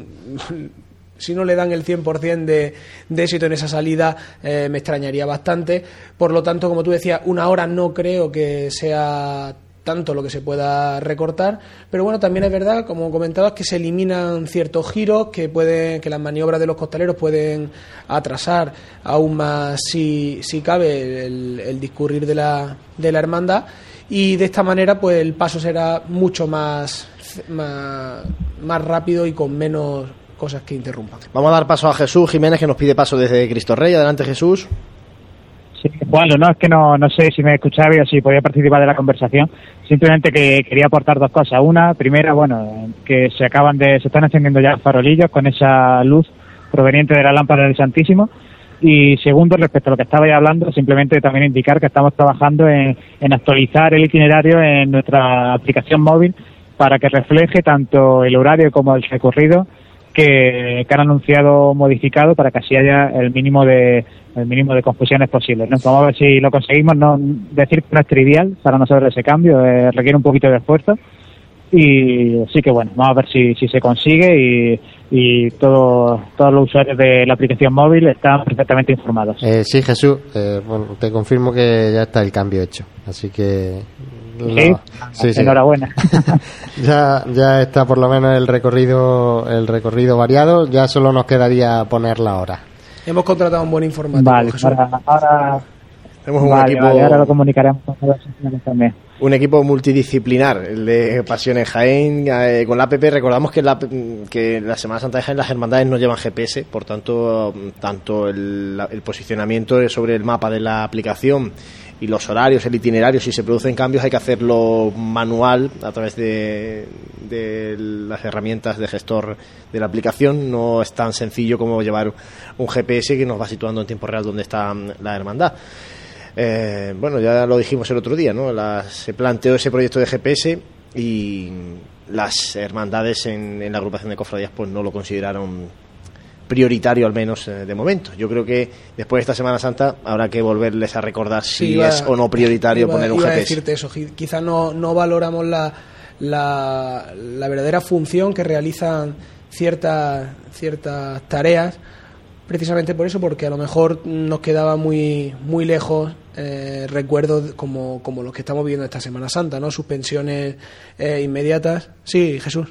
si no le dan el 100% de éxito en esa salida, me extrañaría bastante. Por lo tanto, como tú decías, una hora no creo que sea tanto lo que se pueda recortar, pero bueno, también es verdad, como comentabas, que se eliminan ciertos giros que las maniobras de los costaleros pueden atrasar aún más, si cabe, el discurrir de la hermandad, y de esta manera pues el paso será mucho más rápido y con menos cosas que interrumpan. Vamos a dar paso a Jesús Jiménez, que nos pide paso desde Cristo Rey. Adelante, Jesús. Sí, bueno, no, es que no sé si me escuchaba y si podía participar de la conversación. Simplemente que quería aportar dos cosas. Una, primera, bueno, que se están encendiendo ya farolillos con esa luz proveniente de la lámpara del Santísimo. Y segundo, respecto a lo que estabais hablando, simplemente también indicar que estamos trabajando en actualizar el itinerario en nuestra aplicación móvil para que refleje tanto el horario como el recorrido que han anunciado modificado, para que así haya el mínimo de confusiones posibles, ¿no? Vamos a ver si lo conseguimos. No decir que no es trivial para nosotros ese cambio, requiere un poquito de esfuerzo, y sí que bueno, vamos a ver si se consigue, y todos los usuarios de la aplicación móvil están perfectamente informados. Sí, Jesús, bueno, te confirmo que ya está el cambio hecho, así que sí, enhorabuena. ya está por lo menos el recorrido variado. Ya solo nos quedaría poner la hora. Hemos contratado un buen informático. Vale, ahora tenemos un equipo. Vale, ahora lo comunicaremos también. Un equipo multidisciplinar, el de Pasión en Jaén. Con la app recordamos que la Semana Santa de Jaén las hermandades no llevan GPS, por tanto el posicionamiento sobre el mapa de la aplicación y los horarios, el itinerario, si se producen cambios hay que hacerlo manual a través de las herramientas de gestor de la aplicación. No es tan sencillo como llevar un GPS que nos va situando en tiempo real dónde está la hermandad. Bueno, ya lo dijimos el otro día, ¿no? Se planteó ese proyecto de GPS y las hermandades en la agrupación de cofradías pues no lo consideraron prioritario, al menos de momento. Yo creo que después de esta Semana Santa habrá que volverles a recordar si es o no prioritario poner un GPS. A decirte eso, quizás no valoramos la verdadera función que realizan ciertas tareas, precisamente por eso, porque a lo mejor nos quedaba muy lejos recuerdos como los que estamos viviendo esta Semana Santa, ¿no? Suspensiones inmediatas. Sí, Jesús.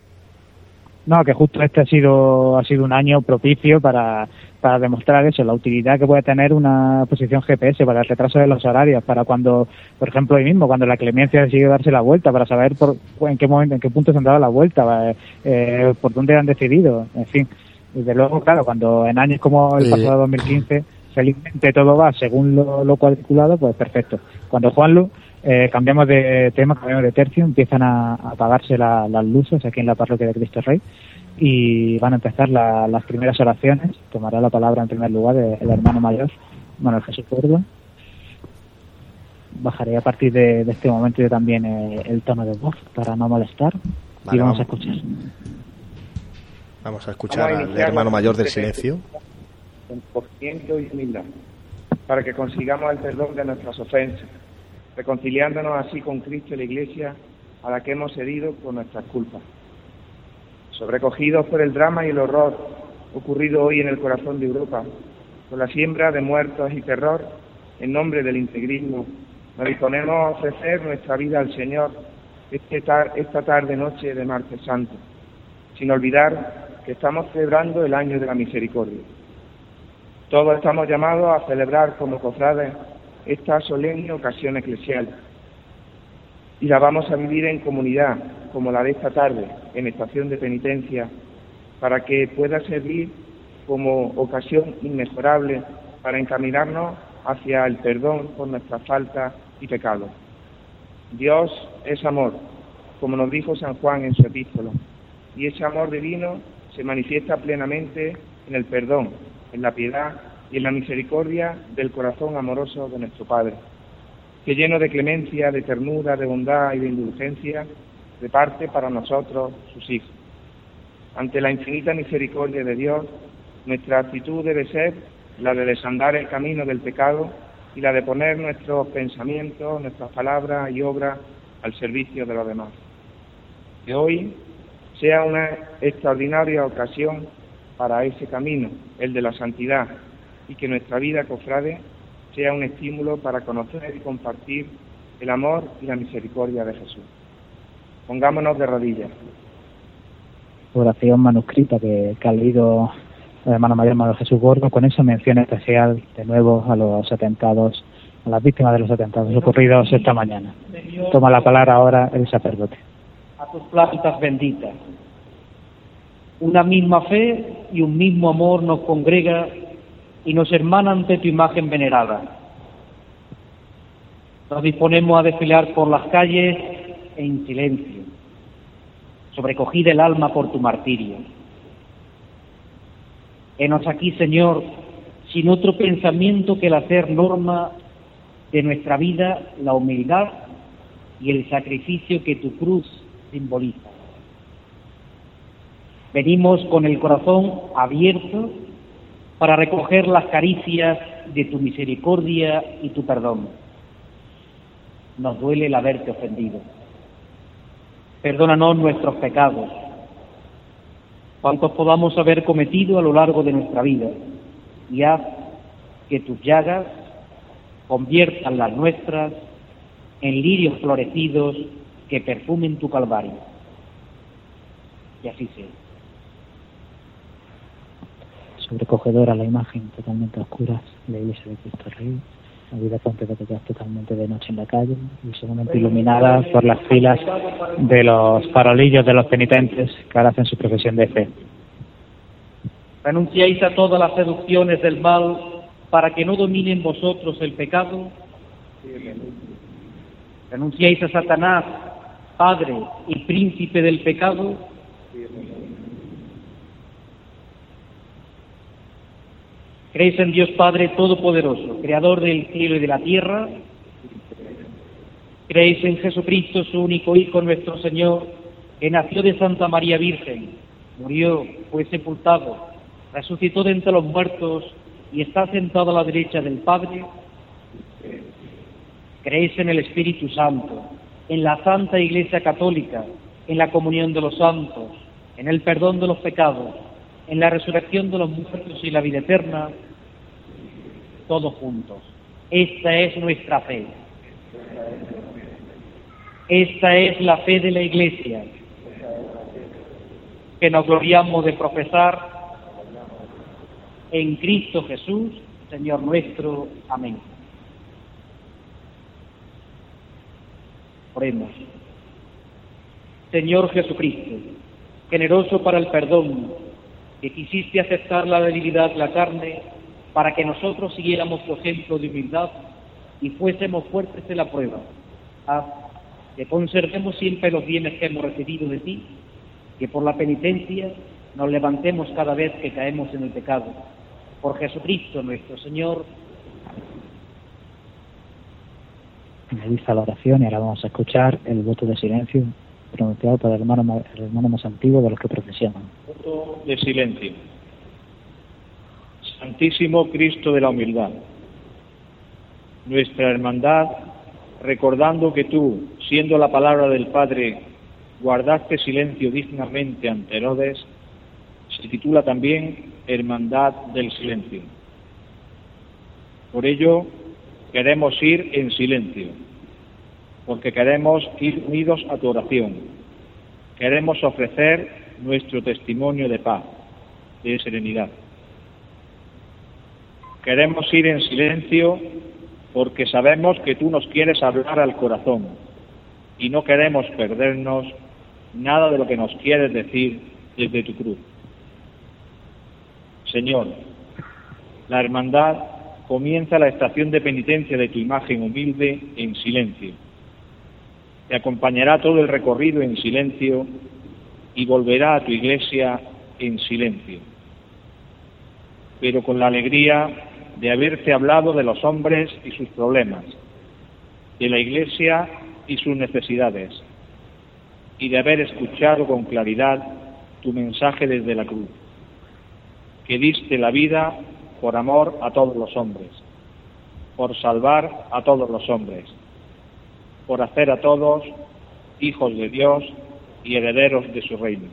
No, que justo este ha sido un año propicio para demostrar eso, la utilidad que puede tener una posición GPS para el retraso de los horarios, para cuando, por ejemplo, hoy mismo, cuando la Clemencia decidió darse la vuelta, para saber en qué momento, en qué punto se han dado la vuelta, por dónde han decidido, en fin. Desde luego, claro, cuando en años como el pasado 2015 felizmente todo va según lo cuadriculado, pues perfecto. Cuando Juanlu, cambiamos de tema, cambiamos de tercio, empiezan a apagarse las luces aquí en la parroquia de Cristo Rey y van a empezar las primeras oraciones. Tomará la palabra en primer lugar el hermano mayor, Manuel Jesús Gordo. Bajaré a partir de este momento yo también el tono de voz para no molestar. Vale, y vamos a escuchar. Vamos a escuchar al hermano mayor del silencio. Por ciento y humildad, para que consigamos el perdón de nuestras ofensas, reconciliándonos así con Cristo y la Iglesia a la que hemos herido por nuestras culpas. Sobrecogidos por el drama y el horror ocurrido hoy en el corazón de Europa, por la siembra de muertos y terror, en nombre del integrismo, nos disponemos a ofrecer nuestra vida al Señor esta tarde-noche de Martes Santo, sin olvidar que estamos celebrando el año de la misericordia. Todos estamos llamados a celebrar como cofrades esta solemne ocasión eclesial y la vamos a vivir en comunidad, como la de esta tarde, en estación de penitencia, para que pueda servir como ocasión inmejorable para encaminarnos hacia el perdón por nuestras faltas y pecados. Dios es amor, como nos dijo San Juan en su epístola, y ese amor divino se manifiesta plenamente en el perdón, en la piedad y en la misericordia del corazón amoroso de nuestro Padre, que lleno de clemencia, de ternura, de bondad y de indulgencia, reparte para nosotros, sus hijos. Ante la infinita misericordia de Dios, nuestra actitud debe ser la de desandar el camino del pecado y la de poner nuestros pensamientos, nuestras palabras y obras al servicio de los demás. Que hoy sea una extraordinaria ocasión para ese camino, el de la santidad, y que nuestra vida cofrade sea un estímulo para conocer y compartir el amor y la misericordia de Jesús. Pongámonos de rodillas. Oración manuscrita que ha leído el hermano mayor Manuel Jesús Gordo, con esa mención especial de nuevo a los atentados, a las víctimas de los atentados ocurridos esta mañana. Toma la palabra ahora el sacerdote. A tus plantas benditas. Una misma fe y un mismo amor nos congrega y nos hermana ante tu imagen venerada. Nos disponemos a desfilar por las calles en silencio, sobrecogida el alma por tu martirio. Henos aquí, Señor, sin otro pensamiento que el hacer norma de nuestra vida, la humildad y el sacrificio que tu cruz simboliza. Venimos con el corazón abierto para recoger las caricias de tu misericordia y tu perdón. Nos duele el haberte ofendido. Perdónanos nuestros pecados, cuantos podamos haber cometido a lo largo de nuestra vida, y haz que tus llagas conviertan las nuestras en lirios florecidos que perfumen tu calvario. Y así sea. Sobrecogedora la imagen, totalmente oscura, la iglesia de Cristo Rey, la vida completa que ya es totalmente de noche en la calle y solamente iluminada por las filas de los farolillos de los penitentes que ahora hacen su profesión de fe. Renunciáis a todas las seducciones del mal para que no domine en vosotros el pecado. Renunciáis a Satanás, padre y príncipe del pecado. ¿Creéis en Dios Padre Todopoderoso, Creador del cielo y de la tierra? ¿Creéis en Jesucristo, su único Hijo, nuestro Señor, que nació de Santa María Virgen, murió, fue sepultado, resucitó de entre los muertos y está sentado a la derecha del Padre? ¿Creéis en el Espíritu Santo, en la Santa Iglesia Católica, en la comunión de los santos, en el perdón de los pecados, en la resurrección de los muertos y la vida eterna, todos juntos. Esta es nuestra fe. Esta es la fe de la Iglesia, que nos gloriamos de profesar en Cristo Jesús, Señor nuestro. Amén. Oremos. Señor Jesucristo, generoso para el perdón, que quisiste aceptar la debilidad de la carne para que nosotros siguiéramos tu ejemplo de humildad y fuésemos fuertes en la prueba. Haz que conservemos siempre los bienes que hemos recibido de ti, que por la penitencia nos levantemos cada vez que caemos en el pecado. Por Jesucristo nuestro Señor. Finaliza la oración y ahora vamos a escuchar el voto de silencio pronunciado por el hermano más antiguo de los que procesionan. Voto de silencio. Santísimo Cristo de la humildad, nuestra hermandad, recordando que tú, siendo la palabra del Padre, guardaste silencio dignamente ante Herodes, se titula también Hermandad del Silencio. Por ello, queremos ir en silencio, porque queremos ir unidos a tu oración. Queremos ofrecer nuestro testimonio de paz, de serenidad. Queremos ir en silencio porque sabemos que tú nos quieres hablar al corazón y no queremos perdernos nada de lo que nos quieres decir desde tu cruz. Señor, la hermandad comienza la estación de penitencia de tu imagen humilde en silencio. Te acompañará todo el recorrido en silencio y volverá a tu iglesia en silencio, pero con la alegría de haberte hablado de los hombres y sus problemas, de la iglesia y sus necesidades, y de haber escuchado con claridad tu mensaje desde la cruz, que diste la vida por amor a todos los hombres, por salvar a todos los hombres, por hacer a todos hijos de Dios y herederos de su reino.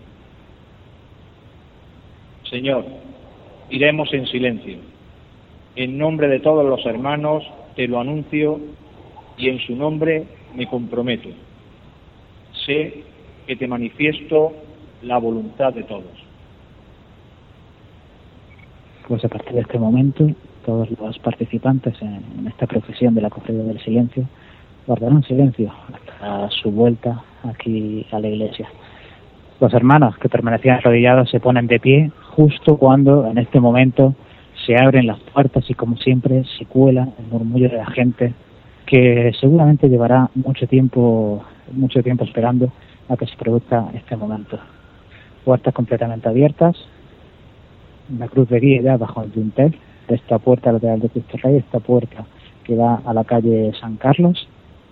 Señor, iremos en silencio. En nombre de todos los hermanos te lo anuncio y en su nombre me comprometo. Sé que te manifiesto la voluntad de todos. Pues a partir de este momento, todos los participantes en esta procesión de la Cofradía del Silencio guardarán silencio hasta su vuelta aquí a la iglesia. Los hermanos que permanecían arrodillados se ponen de pie justo cuando en este momento se abren las puertas y, como siempre, se cuela el murmullo de la gente que seguramente llevará mucho tiempo esperando a que se produzca este momento. Puertas completamente abiertas, una cruz de guía ya bajo el dintel de esta puerta lateral de Cristo Rey, esta puerta que da a la calle San Carlos,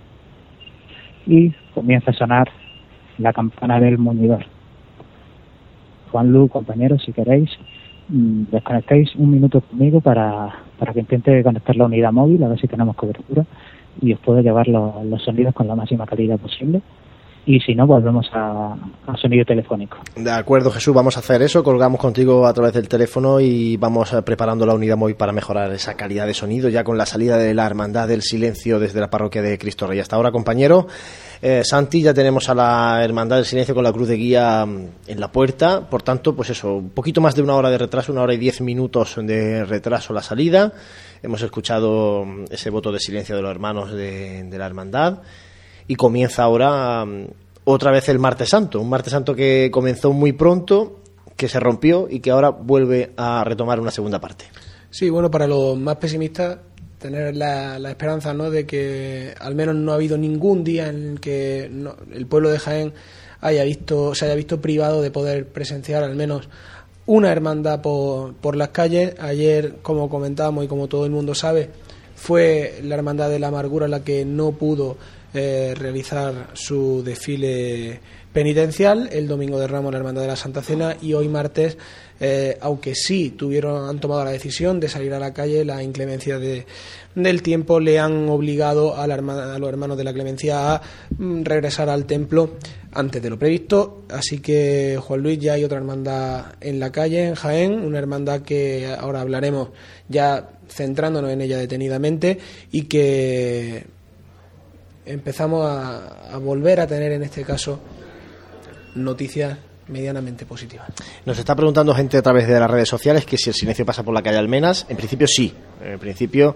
y comienza a sonar la campana del muñidor. Juan Lu, compañeros, si queréis, desconectéis un minuto conmigo para que intente conectar la unidad móvil, a ver si tenemos cobertura y os puedo llevar los sonidos con la máxima calidad posible. Y si no, volvemos a sonido telefónico. De acuerdo, Jesús, vamos a hacer eso. Colgamos contigo a través del teléfono y vamos preparando la unidad móvil para mejorar esa calidad de sonido, ya con la salida de la Hermandad del Silencio desde la parroquia de Cristo Rey. Hasta ahora, compañero. Santi, ya tenemos a la Hermandad del Silencio con la cruz de guía en la puerta. Por tanto, pues eso, un poquito más de una hora de retraso, 1 hora y 10 minutos de retraso la salida. Hemos escuchado ese voto de silencio de los hermanos de la Hermandad. Y comienza ahora otra vez el Martes Santo, un Martes Santo que comenzó muy pronto, que se rompió y que ahora vuelve a retomar una segunda parte. Sí, bueno, para los más pesimistas, tener la esperanza, ¿no?, de que al menos no ha habido ningún día en el que el pueblo de Jaén se haya visto privado de poder presenciar al menos una hermandad por las calles. Ayer, como comentábamos y como todo el mundo sabe, fue la Hermandad de la Amargura la que no pudo realizar su desfile penitencial. El domingo de Ramos la Hermandad de la Santa Cena, y hoy martes, aunque sí han tomado la decisión de salir a la calle, la inclemencia del tiempo le han obligado a los hermanos de la Clemencia a regresar al templo antes de lo previsto. Así que, Juan Luis, ya hay otra hermandad en la calle, en Jaén, una hermandad que ahora hablaremos, ya centrándonos en ella detenidamente, y que empezamos a volver a tener, en este caso, noticias medianamente positivas. Nos está preguntando gente a través de las redes sociales que si el silencio pasa por la calle Almenas. En principio sí. En principio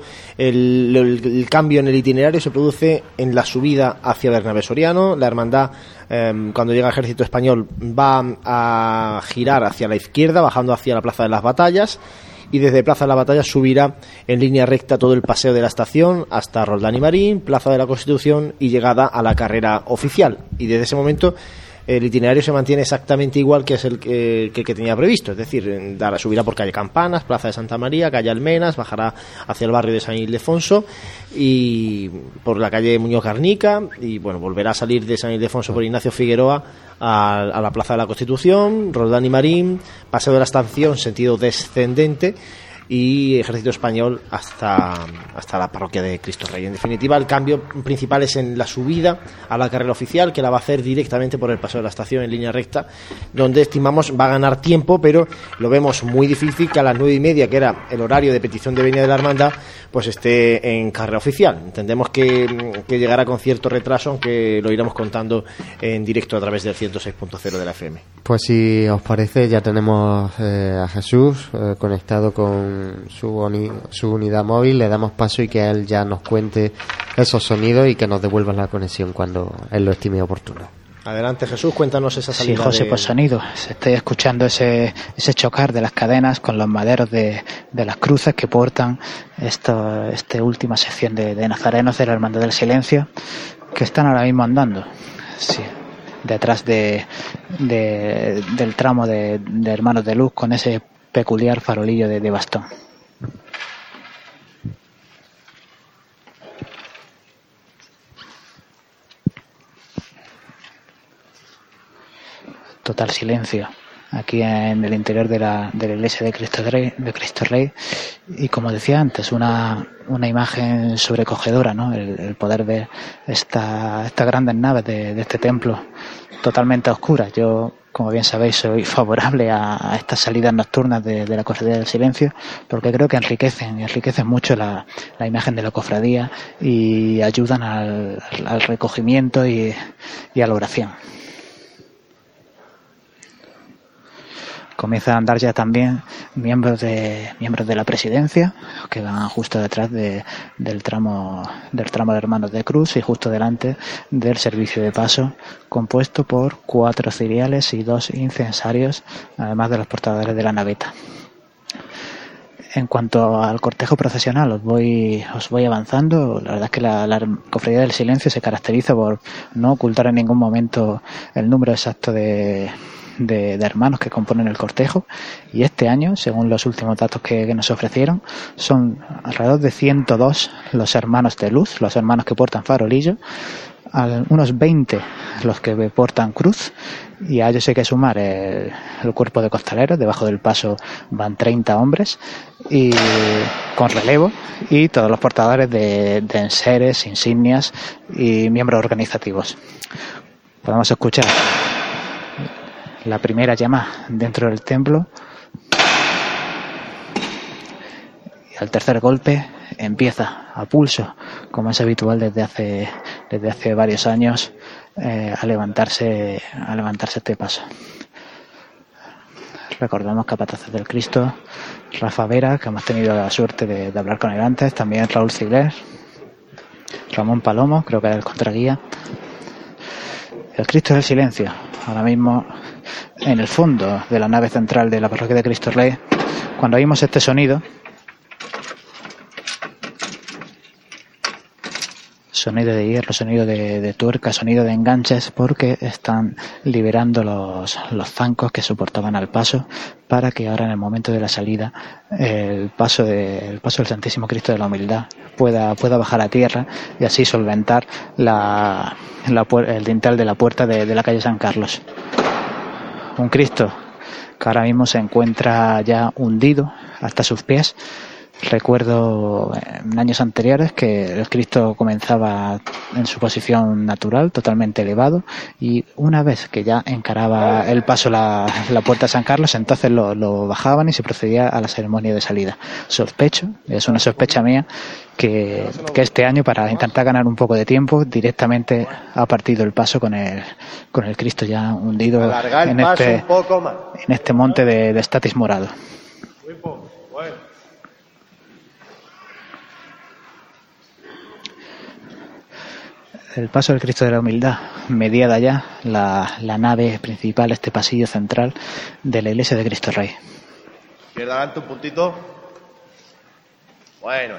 el cambio en el itinerario se produce en la subida hacia Bernabé Soriano. La hermandad, cuando llega el Ejército Español, va a girar hacia la izquierda, bajando hacia la Plaza de las Batallas, y desde Plaza de las Batallas subirá en línea recta todo el paseo de la estación hasta Roldán y Marín, Plaza de la Constitución y llegada a la carrera oficial. Y desde ese momento el itinerario se mantiene exactamente igual que es el que tenía previsto, es decir, subirá por calle Campanas, Plaza de Santa María, calle Almenas, bajará hacia el barrio de San Ildefonso y por la calle Muñoz Garnica, y bueno, volverá a salir de San Ildefonso por Ignacio Figueroa a la Plaza de la Constitución, Roldán y Marín, Paseo de la Estación sentido descendente, y Ejército Español hasta la parroquia de Cristo Rey. En definitiva, el cambio principal es en la subida a la carrera oficial, que la va a hacer directamente por el Paseo de la Estación en línea recta, donde estimamos va a ganar tiempo, pero lo vemos muy difícil que a las 9:30, que era el horario de petición de venia de la hermandad, pues esté en carrera oficial. Entendemos que llegará con cierto retraso, aunque lo iremos contando en directo a través del 106.0 de la FM. Pues si os parece, ya tenemos a Jesús conectado con su unidad móvil. Le damos paso y que él ya nos cuente esos sonidos y que nos devuelva la conexión cuando él lo estime oportuno. Adelante, Jesús, cuéntanos esa salida. Sí, José, pues sonido. Estoy escuchando ese chocar de las cadenas con los maderos de las cruces que portan esta última sección de nazarenos de la Hermandad del Silencio, que están ahora mismo andando. Sí, detrás del tramo de Hermanos de Luz, con ese peculiar farolillo de bastón. Total silencio aquí en el interior de la iglesia de Cristo Rey, y como decía antes, una imagen sobrecogedora, ¿no? El poder ver estas grandes naves de este templo totalmente oscuras. Yo, como bien sabéis, soy favorable a estas salidas nocturnas de la Cofradía del Silencio, porque creo que enriquecen mucho la imagen de la cofradía y ayudan al recogimiento y a la oración. Comienzan a andar ya también miembros de la presidencia, que van justo detrás del tramo de Hermanos de Cruz y justo delante del servicio de paso, compuesto por 4 ciriales y 2 incensarios, además de los portadores de la naveta. En cuanto al cortejo procesional, os voy avanzando. La verdad es que la Cofradía del Silencio se caracteriza por no ocultar en ningún momento el número exacto de hermanos que componen el cortejo, y este año, según los últimos datos que nos ofrecieron, son alrededor de 102 los hermanos de luz, los hermanos que portan farolillo, unos 20 los que portan cruz, y a ellos hay que sumar el cuerpo de costaleros. Debajo del paso van 30 hombres y con relevo, y todos los portadores de enseres, insignias y miembros organizativos. Podemos escuchar la primera llamada dentro del templo, y al tercer golpe empieza a pulso, como es habitual desde hace varios años, a levantarse este paso. Recordamos capataces del Cristo, Rafa Vera, que hemos tenido la suerte de hablar con él antes, también Raúl Cigler, Ramón Palomo, creo que era el contraguía. El Cristo del Silencio, ahora mismo en el fondo de la nave central de la parroquia de Cristo Rey. Cuando oímos este sonido, Sonido de hierro, sonido de tuerca, sonido de enganches, porque están liberando los zancos que soportaban al paso, para que ahora en el momento de la salida el paso del Santísimo Cristo de la Humildad pueda bajar a tierra y así solventar el dintel de la puerta de la calle San Carlos. Un Cristo que ahora mismo se encuentra ya hundido hasta sus pies. Recuerdo en años anteriores que el Cristo comenzaba en su posición natural, totalmente elevado, y una vez que ya encaraba el paso la puerta de San Carlos, entonces lo bajaban y se procedía a la ceremonia de salida. Sospecho, es una sospecha mía, que este año, para intentar ganar un poco de tiempo, directamente ha partido el paso con el Cristo ya hundido en este monte de estatis morado. El paso del Cristo de la Humildad, mediada ya la nave principal, este pasillo central de la iglesia de Cristo Rey. Izquierda adelante un puntito. Bueno.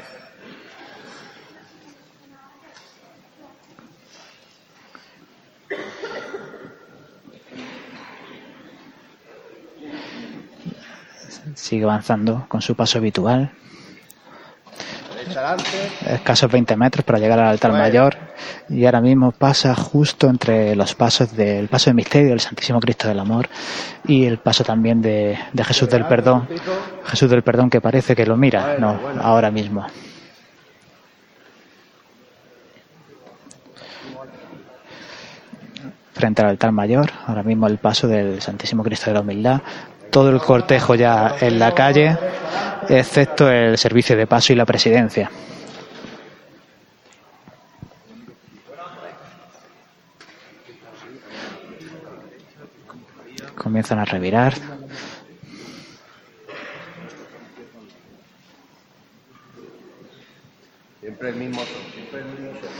Sigue avanzando con su paso habitual. Escasos 20 metros para llegar al altar mayor, y ahora mismo pasa justo entre los pasos del paso de misterio del Santísimo Cristo del Amor y el paso también de Jesús del Perdón, que parece que lo mira, no, ahora mismo. Frente al altar mayor, ahora mismo el paso del Santísimo Cristo de la Humildad. Todo el cortejo ya en la calle, excepto el servicio de paso y la presidencia. Comienzan a revirar. Siempre el mismo son, siempre el mismo son.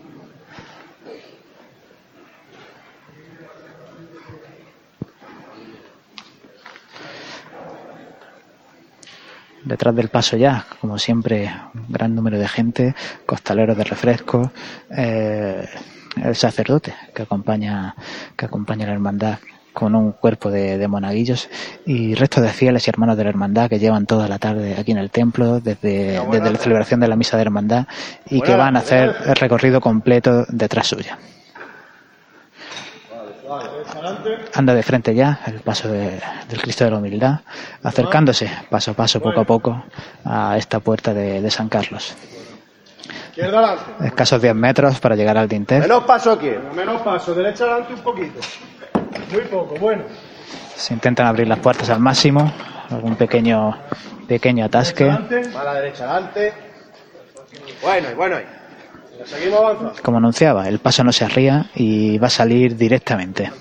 Detrás del paso ya, como siempre, un gran número de gente, costaleros de refresco, el sacerdote que acompaña la hermandad con un cuerpo de monaguillos y restos de fieles y hermanos de la hermandad que llevan toda la tarde aquí en el templo desde la celebración de la misa de hermandad y que van a hacer el recorrido completo detrás suya. Anda de frente ya el paso del Cristo de la Humildad, acercándose paso a paso, poco a poco, a esta puerta de San Carlos. Escasos 10 metros para llegar al dintel. Menos paso aquí. Menos paso, derecha adelante un poquito. Muy poco, bueno. Se intentan abrir las puertas al máximo, algún pequeño atasque. A la derecha adelante. Bueno. Seguimos avanzando. Como anunciaba, el paso no se arría y va a salir directamente.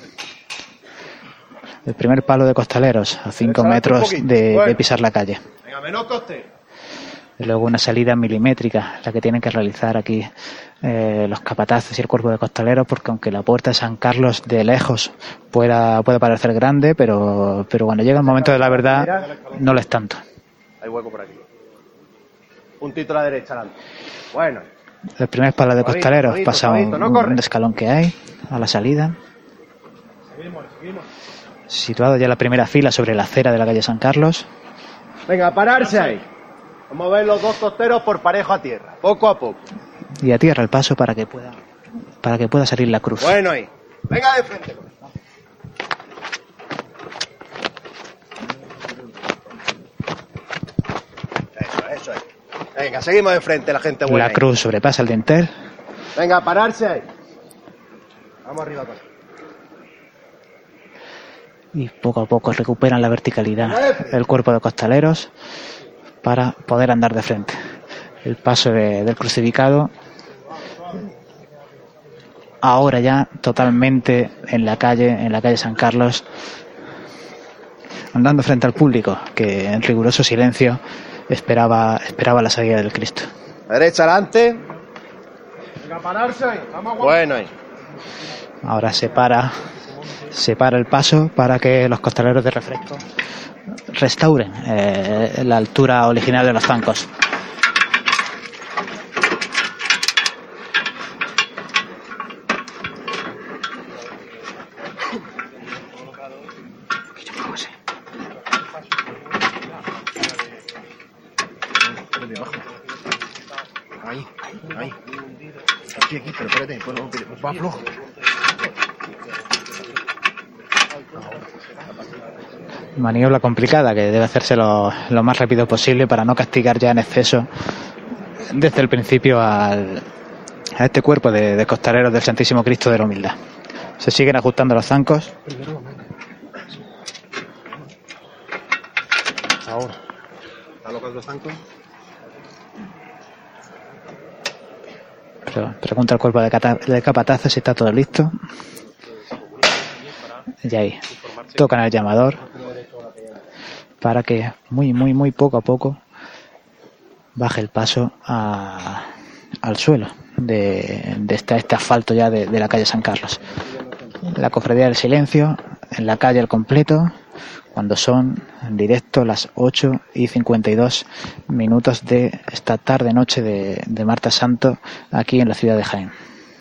El primer palo de costaleros a 5 metros de pisar la calle. Venga, menos coste. Y luego una salida milimétrica, la que tienen que realizar aquí los capataces y el cuerpo de costaleros, porque aunque la puerta de San Carlos de lejos puede parecer grande, pero cuando llega el momento de la verdad no lo es tanto. Hay hueco por aquí. Puntito a la derecha adelante. Bueno. El primer palo de costaleros pasa un escalón que hay a la salida. Seguimos. Situado ya la primera fila sobre la acera de la calle San Carlos. Venga, a pararse ahí. Vamos a ver los dos costeros por parejo a tierra, poco a poco. Y a tierra el paso para que pueda salir la cruz. Bueno ahí. Venga de frente. Eso es. Venga, seguimos de frente, la gente buena. La cruz sobrepasa el dintel. Venga, a pararse ahí. Vamos arriba, pues. Y poco a poco recuperan la verticalidad el cuerpo de costaleros para poder andar de frente. El paso del crucificado ahora ya totalmente en la calle San Carlos, andando frente al público que en riguroso silencio esperaba la salida del Cristo. Derecha adelante. Venga, a pararse ahí. Bueno ahí. Ahora se para el paso para que los costaleros de refresco restauren la altura original de los zancos. Aquí, pero espérate, bueno, va flojo. Maniobra complicada que debe hacerse lo más rápido posible para no castigar ya en exceso desde el principio a este cuerpo de costaleros del Santísimo Cristo de la Humildad. Se siguen ajustando los zancos. Ahora. ¿Está loco los zancos? Pregunta al cuerpo de capataces si está todo listo. Y ahí tocan el llamador para que muy poco a poco baje el paso al suelo de este asfalto ya de la calle San Carlos. La cofradía del silencio en la calle al completo, cuando son en directo las 8:52 de esta tarde-noche de Martes Santo aquí en la ciudad de Jaén.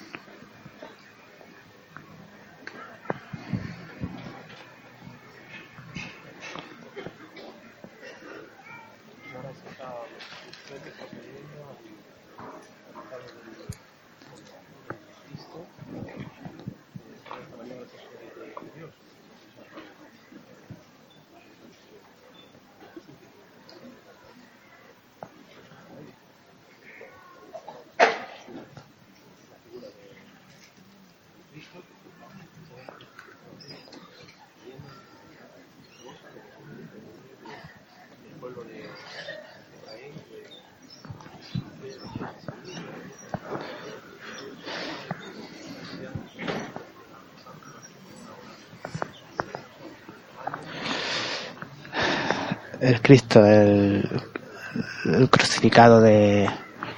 El Cristo, el crucificado de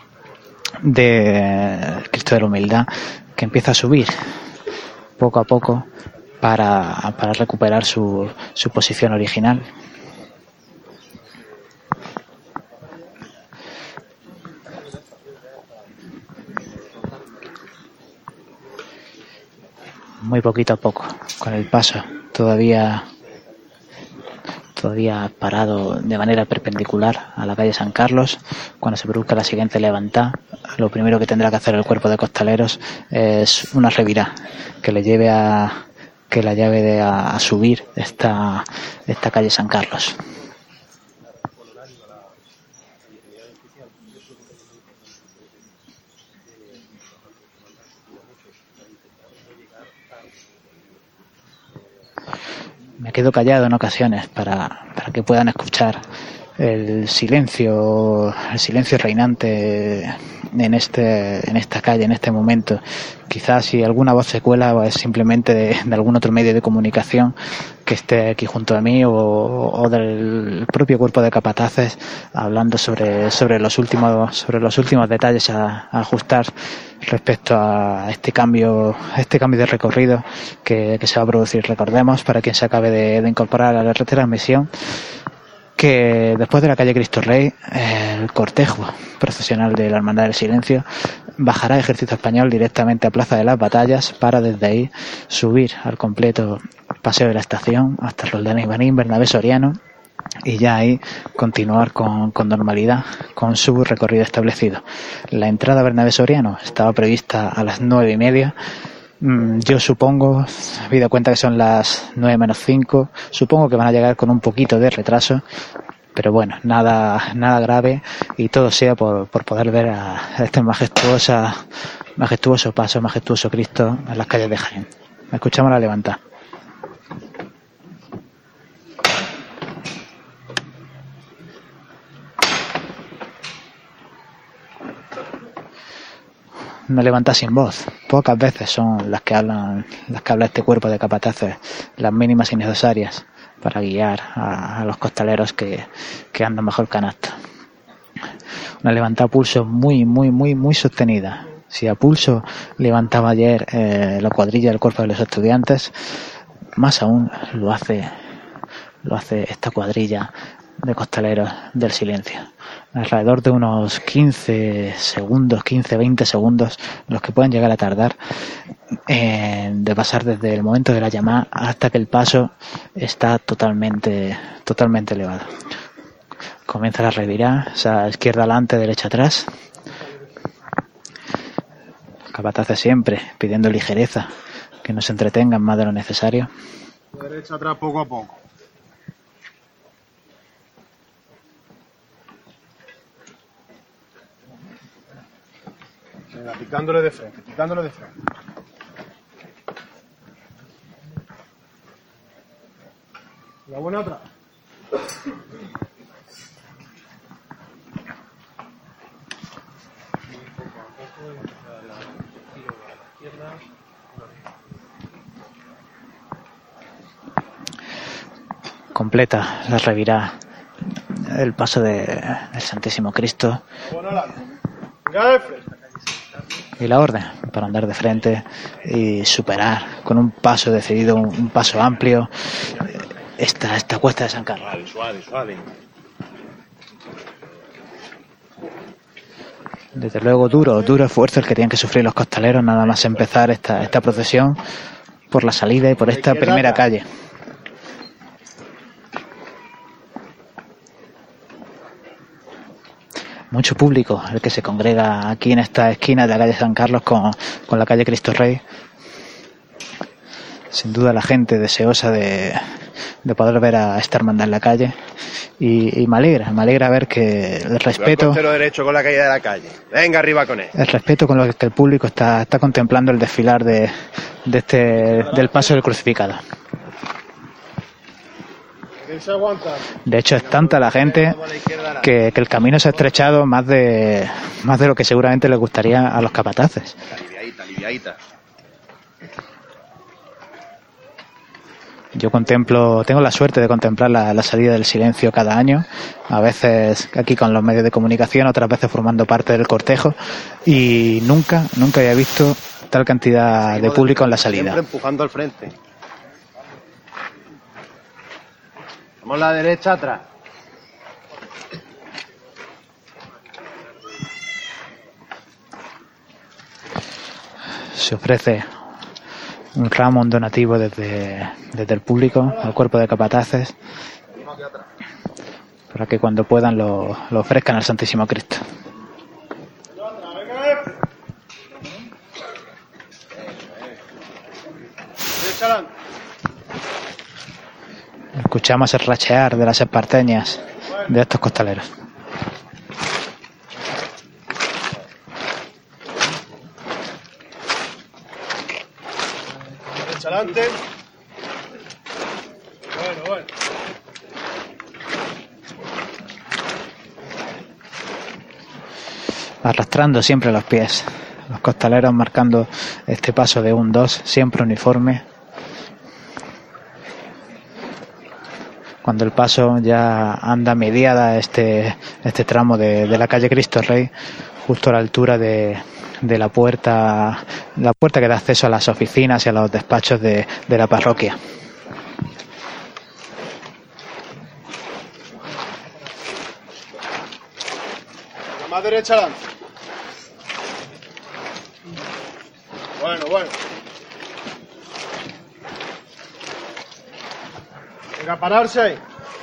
Cristo de la Humildad, que empieza a subir poco a poco para recuperar su posición original. Muy poquito a poco, con el paso todavía parado de manera perpendicular a la calle San Carlos. Cuando se produzca la siguiente levantada, lo primero que tendrá que hacer el cuerpo de costaleros es una revirá que le lleve a subir esta calle San Carlos. Me quedo callado en ocasiones para que puedan escuchar el silencio reinante en esta calle, en este momento. Quizás si alguna voz se cuela es simplemente de algún otro medio de comunicación que esté aquí junto a mí o del propio cuerpo de capataces hablando sobre los últimos detalles a ajustar respecto a este cambio de recorrido que se va a producir. Recordemos, para quien se acabe de incorporar a la retransmisión, que después de la calle Cristo Rey, el cortejo procesional de la Hermandad del Silencio bajará Ejército Español directamente a Plaza de las Batallas para desde ahí subir al completo Paseo de la Estación hasta Roldán y Marín, Bernabé Soriano, y ya ahí continuar con normalidad con su recorrido establecido. La entrada a Bernabé Soriano estaba prevista a las 9:30. Yo supongo, habida cuenta que son las 9:05, supongo que van a llegar con un poquito de retraso, pero bueno, nada grave, y todo sea por poder ver a este majestuoso paso, majestuoso Cristo en las calles de Jaén. Escuchamos la levantada. Una levantada sin voz. Pocas veces son las que habla este cuerpo de capataces, las mínimas y necesarias para guiar a los costaleros que andan mejor canasto. Una levantada a pulso muy sostenida. Si a pulso levantaba ayer la cuadrilla del cuerpo de los estudiantes, más aún lo hace esta cuadrilla de costaleros del silencio. Alrededor de unos 15-20 segundos los que pueden llegar a tardar de pasar desde el momento de la llamada hasta que el paso está totalmente elevado. Comienza la revirá, o sea, izquierda adelante, derecha atrás. capataces siempre pidiendo ligereza, que no se entretengan más de lo necesario. Derecha atrás poco a poco. Venga, picándole de frente, picándole de frente. La buena atrás. Completa la revirá el paso del Santísimo Cristo y la orden para andar de frente y superar con un paso decidido, un paso amplio esta cuesta de San Carlos. Suave, suave. Desde luego duro esfuerzo el que tienen que sufrir los costaleros nada más empezar esta procesión por la salida y por esta primera calle. Mucho público el que se congrega aquí en esta esquina de la calle San Carlos con la calle Cristo Rey. Sin duda la gente deseosa de poder ver a esta hermandad en la calle y me alegra ver que el respeto... Costero derecho con la caída de la calle. Venga, arriba con él. El respeto con lo que el público está contemplando el desfilar del paso del crucificado. De hecho es tanta la gente que el camino se ha estrechado más de lo que seguramente les gustaría a los capataces. Aliviadita. Yo tengo la suerte de contemplar la salida del silencio cada año, a veces aquí con los medios de comunicación, otras veces formando parte del cortejo, y nunca había visto tal cantidad de público en la salida. Siempre empujando al frente. Vamos a la derecha atrás. Se ofrece un ramo, un donativo desde el público al cuerpo de capataces para que cuando puedan lo ofrezcan al Santísimo Cristo. Escuchamos el rachear de las esparteñas de estos costaleros. Adelante. Bueno. Arrastrando siempre los pies. Los costaleros marcando este paso de 1-2, siempre uniforme. Cuando el paso ya anda mediada este tramo de la calle Cristo Rey, justo a la altura de la puerta que da acceso a las oficinas y a los despachos de la parroquia. La más derecha adelante. Bueno. Venga, pararse ahí.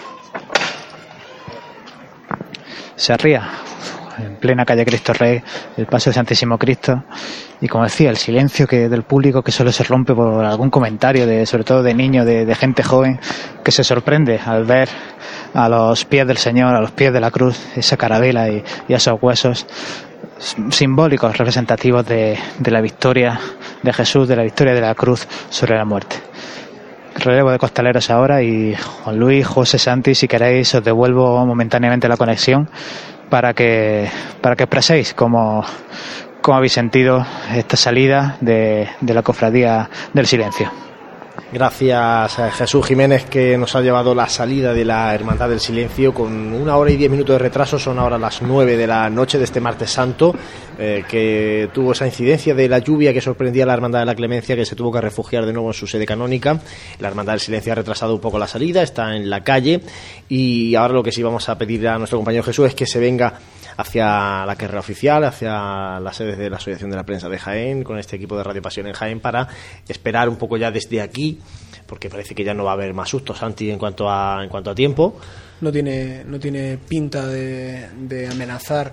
Se arría en plena calle Cristo Rey el paso del Santísimo Cristo y, como decía, el silencio del público que solo se rompe por algún comentario sobre todo de niños, de gente joven que se sorprende al ver a los pies del Señor, a los pies de la cruz, esa carabela y esos huesos simbólicos, representativos de la victoria de Jesús, de la victoria de la cruz sobre la muerte. Relevo de costaleros ahora y Juan Luis, José, Santi, si queréis os devuelvo momentáneamente la conexión para que expreséis cómo habéis sentido esta salida de la Cofradía del Silencio. Gracias a Jesús Jiménez, que nos ha llevado la salida de la Hermandad del Silencio con 1 hora y 10 minutos de retraso. Son ahora las 9 de la noche de este martes santo, que tuvo esa incidencia de la lluvia que sorprendía a la Hermandad de la Clemencia, que se tuvo que refugiar de nuevo en su sede canónica. La Hermandad del Silencio ha retrasado un poco la salida, está en la calle, y ahora lo que sí vamos a pedir a nuestro compañero Jesús es que se venga hacia la carrera oficial, hacia la sede de la Asociación de la Prensa de Jaén, con este equipo de Radio Pasión en Jaén, para esperar un poco ya desde aquí, porque parece que ya no va a haber más sustos, Santi, en cuanto a tiempo. No tiene pinta de amenazar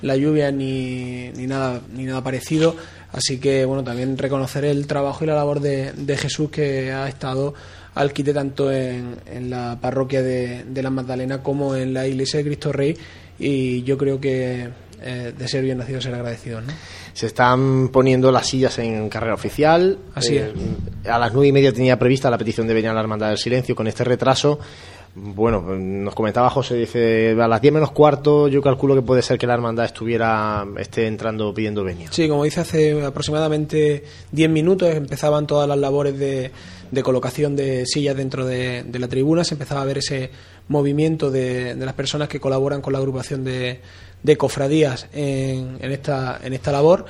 la lluvia ni nada parecido. Así que bueno, también reconocer el trabajo y la labor de Jesús, que ha estado al quite tanto en la parroquia de la Magdalena como en la iglesia de Cristo Rey, y yo creo que de ser bien nacido ser agradecidos, ¿no? Se están poniendo las sillas en carrera oficial. Así es. A las 9:30 tenía prevista la petición de venir a la Hermandad del Silencio. Con este retraso, bueno, nos comentaba José, dice, a las 10 menos cuarto yo calculo que puede ser que la hermandad esté entrando pidiendo venia. Sí, como dice, hace aproximadamente 10 minutos empezaban todas las labores de colocación de sillas dentro de la tribuna. Se empezaba a ver ese movimiento de las personas que colaboran con la agrupación de cofradías en esta labor,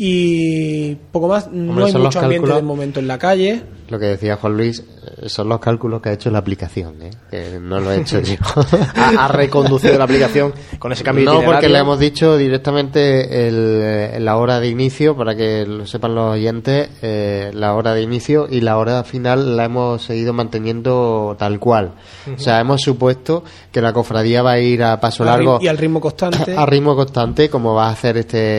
y poco más. No hay mucho ambiente de momento en la calle. Lo que decía Juan Luis son los cálculos que ha hecho la aplicación, que no lo he hecho yo. Ha reconducido la aplicación con ese cambio de itinerario. No, porque le hemos dicho directamente la hora de inicio, para que lo sepan los oyentes, la hora de inicio y la hora final la hemos seguido manteniendo tal cual. O sea, hemos supuesto que la cofradía va a ir a paso largo y al ritmo constante. A ritmo constante, como va a hacer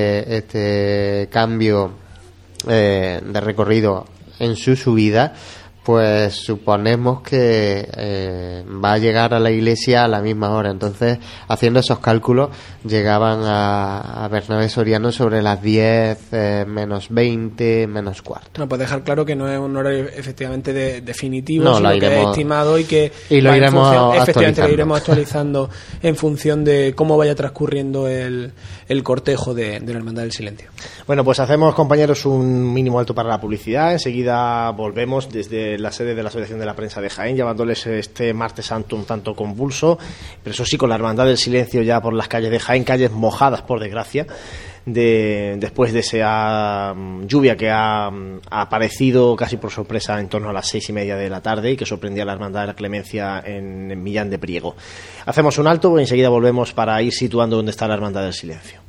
este cambio de recorrido en su subida, pues suponemos que va a llegar a la iglesia a la misma hora. Entonces, haciendo esos cálculos, llegaban a Bernabé Soriano sobre las 10 menos 20 menos cuarto. No, pues dejar claro que no es un horario efectivamente definitivo, no, sino que es estimado y lo iremos efectivamente lo iremos actualizando en función de cómo vaya transcurriendo el cortejo de la Hermandad del Silencio. Bueno, pues hacemos, compañeros, un mínimo alto para la publicidad. Enseguida volvemos desde la sede de la Asociación de la Prensa de Jaén, llevándoles este martes santo un tanto convulso, pero eso sí, con la Hermandad del Silencio ya por las calles de Jaén, calles mojadas por desgracia, después de esa lluvia que ha aparecido casi por sorpresa en torno a las 6:30 de la tarde y que sorprendía a la Hermandad de la Clemencia en Millán de Priego. Hacemos un alto y enseguida volvemos para ir situando dónde está la Hermandad del Silencio.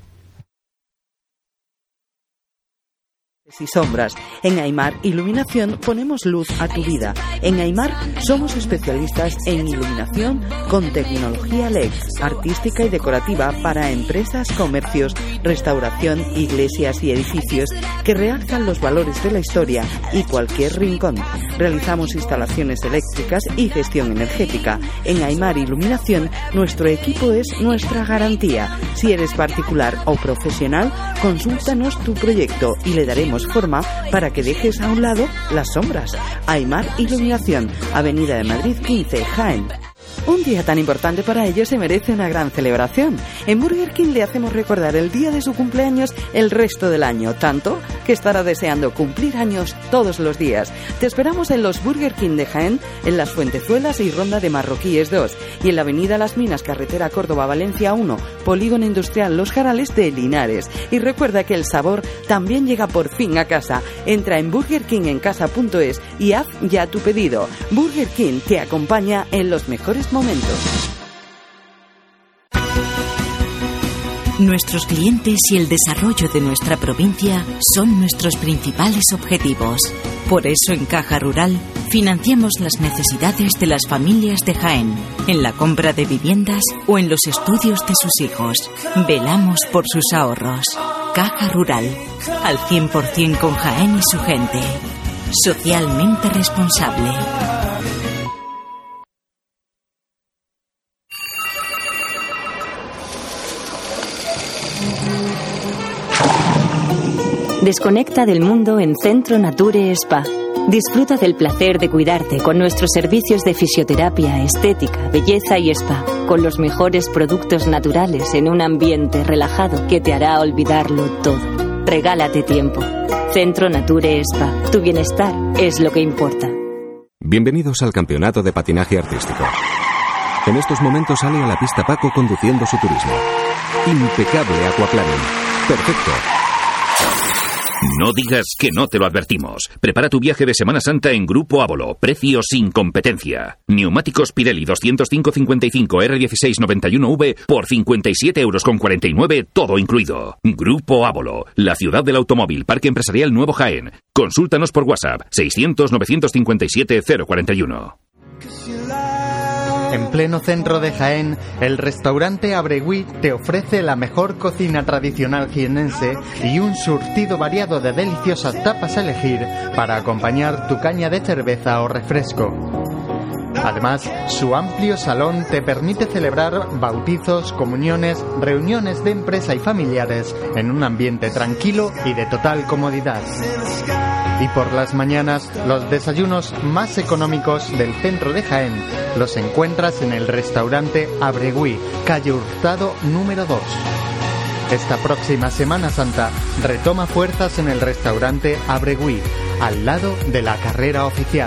Y sombras. En Aimar Iluminación ponemos luz a tu vida. En Aimar somos especialistas en iluminación con tecnología LED, artística y decorativa para empresas, comercios, restauración, iglesias y edificios que realzan los valores de la historia y cualquier rincón. Realizamos instalaciones eléctricas y gestión energética. En Aimar Iluminación nuestro equipo es nuestra garantía. Si eres particular o profesional, consúltanos tu proyecto y le daremos forma para que dejes a un lado las sombras. Aimar Iluminación, Avenida de Madrid 15, Jaén. Un día tan importante para ellos se merece una gran celebración. En Burger King le hacemos recordar el día de su cumpleaños el resto del año, tanto que estará deseando cumplir años todos los días. Te esperamos en los Burger King de Jaén, en Las Fuentezuelas y Ronda de Marroquíes 2, y en la Avenida Las Minas, carretera Córdoba-Valencia 1, Polígono Industrial Los Jarales de Linares. Y recuerda que el sabor también llega por fin a casa. Entra en burgerkingencasa.es y haz ya tu pedido. Burger King te acompaña en los mejores momentos. Nuestros clientes y el desarrollo de nuestra provincia son nuestros principales objetivos. Por eso en Caja Rural financiamos las necesidades de las familias de Jaén, en la compra de viviendas o en los estudios de sus hijos. Velamos por sus ahorros. Caja Rural, al 100% con Jaén y su gente. Socialmente responsable. Desconecta del mundo en Centro Nature Spa. Disfruta del placer de cuidarte con nuestros servicios de fisioterapia, estética, belleza y spa, con los mejores productos naturales en un ambiente relajado que te hará olvidarlo todo. Regálate tiempo. Centro Nature Spa. Tu bienestar es lo que importa. Bienvenidos al Campeonato de Patinaje Artístico. En estos momentos sale a la pista Paco conduciendo su turismo. Impecable aquaplaning. Perfecto. No digas que no te lo advertimos. Prepara tu viaje de Semana Santa en Grupo Ávolo. Precio sin competencia. Neumáticos Pirelli 205-55 R1691V por 57,49 €, todo incluido. Grupo Ávolo, la ciudad del automóvil, Parque Empresarial Nuevo Jaén. Consúltanos por WhatsApp 600-957-041. En pleno centro de Jaén, el restaurante Abregui te ofrece la mejor cocina tradicional jiennense y un surtido variado de deliciosas tapas a elegir para acompañar tu caña de cerveza o refresco. Además, su amplio salón te permite celebrar bautizos, comuniones, reuniones de empresa y familiares en un ambiente tranquilo y de total comodidad. Y por las mañanas, los desayunos más económicos del centro de Jaén los encuentras en el restaurante Abregui, calle Hurtado número 2. Esta próxima Semana Santa retoma fuerzas en el restaurante Abregui, al lado de la carrera oficial.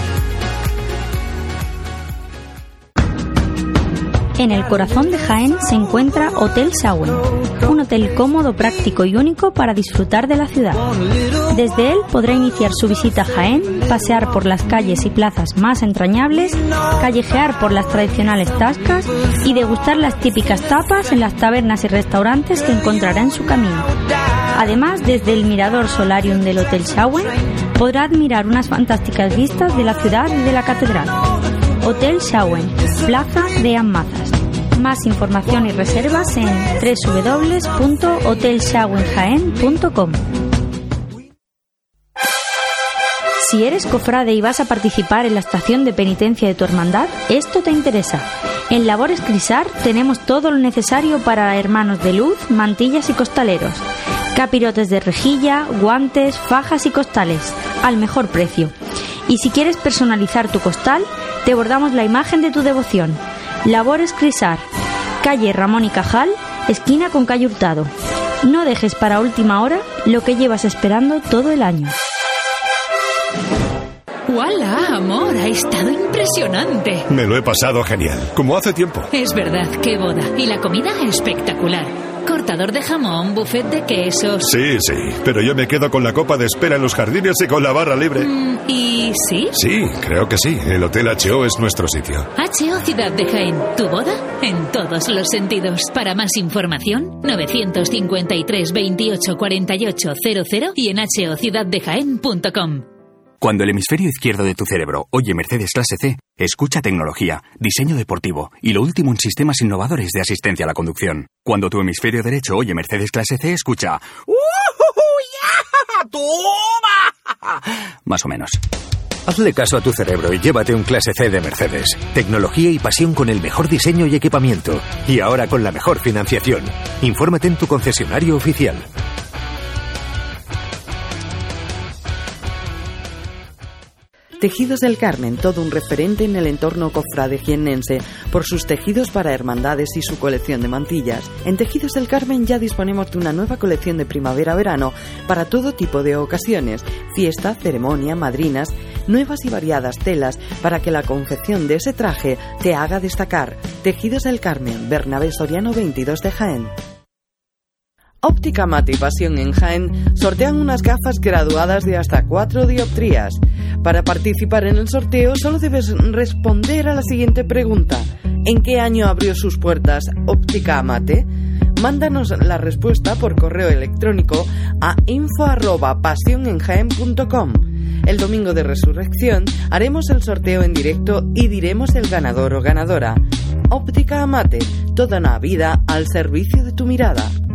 En el corazón de Jaén se encuentra Hotel Sauen, un hotel cómodo, práctico y único para disfrutar de la ciudad. Desde él podrá iniciar su visita a Jaén, pasear por las calles y plazas más entrañables, callejear por las tradicionales tascas y degustar las típicas tapas en las tabernas y restaurantes que encontrará en su camino. Además, desde el mirador Solarium del Hotel Sauen podrá admirar unas fantásticas vistas de la ciudad y de la catedral. Hotel Sauen, Plaza de Amazas. Más información y reservas en www.hotelsauenjaen.com. Si eres cofrade y vas a participar en la estación de penitencia de tu hermandad, esto te interesa. En Labores Crisar tenemos todo lo necesario para hermanos de luz, mantillas y costaleros. Capirotes de rejilla, guantes, fajas y costales, al mejor precio. Y si quieres personalizar tu costal, te bordamos la imagen de tu devoción. Labores Crisar, calle Ramón y Cajal, esquina con calle Hurtado. No dejes para última hora lo que llevas esperando todo el año. ¡Hola, amor! Ha estado impresionante. Me lo he pasado genial, como hace tiempo. Es verdad, qué boda. Y la comida espectacular. Cortador de jamón, buffet de quesos. Sí, pero yo me quedo con la copa de espera en los jardines y con la barra libre. ¿Y sí? Sí, creo que sí. El Hotel H.O. es nuestro sitio. H.O. Ciudad de Jaén. ¿Tu boda? En todos los sentidos. Para más información, 953 28 48 00 y en hociudaddejaén.com. Cuando el hemisferio izquierdo de tu cerebro oye Mercedes clase C, escucha tecnología, diseño deportivo y lo último en sistemas innovadores de asistencia a la conducción. Cuando tu hemisferio derecho oye Mercedes clase C, escucha ¡Toma! Más o menos. Hazle caso a tu cerebro y llévate un clase C de Mercedes. Tecnología y pasión con el mejor diseño y equipamiento. Y ahora con la mejor financiación. Infórmate en tu concesionario oficial. Tejidos del Carmen, todo un referente en el entorno cofrade jiennense por sus tejidos para hermandades y su colección de mantillas. En Tejidos del Carmen ya disponemos de una nueva colección de primavera-verano para todo tipo de ocasiones, fiesta, ceremonia, madrinas, nuevas y variadas telas para que la confección de ese traje te haga destacar. Tejidos del Carmen, Bernabé Soriano 22 de Jaén. Óptica Mate y Pasión en Jaén sortean unas gafas graduadas de hasta 4 dioptrías. Para participar en el sorteo solo debes responder a la siguiente pregunta: ¿en qué año abrió sus puertas Óptica Mate? Mándanos la respuesta por correo electrónico a info@pasionenjaen.com. El domingo de Resurrección haremos el sorteo en directo y diremos el ganador o ganadora. Óptica Mate, toda una vida al servicio de tu mirada.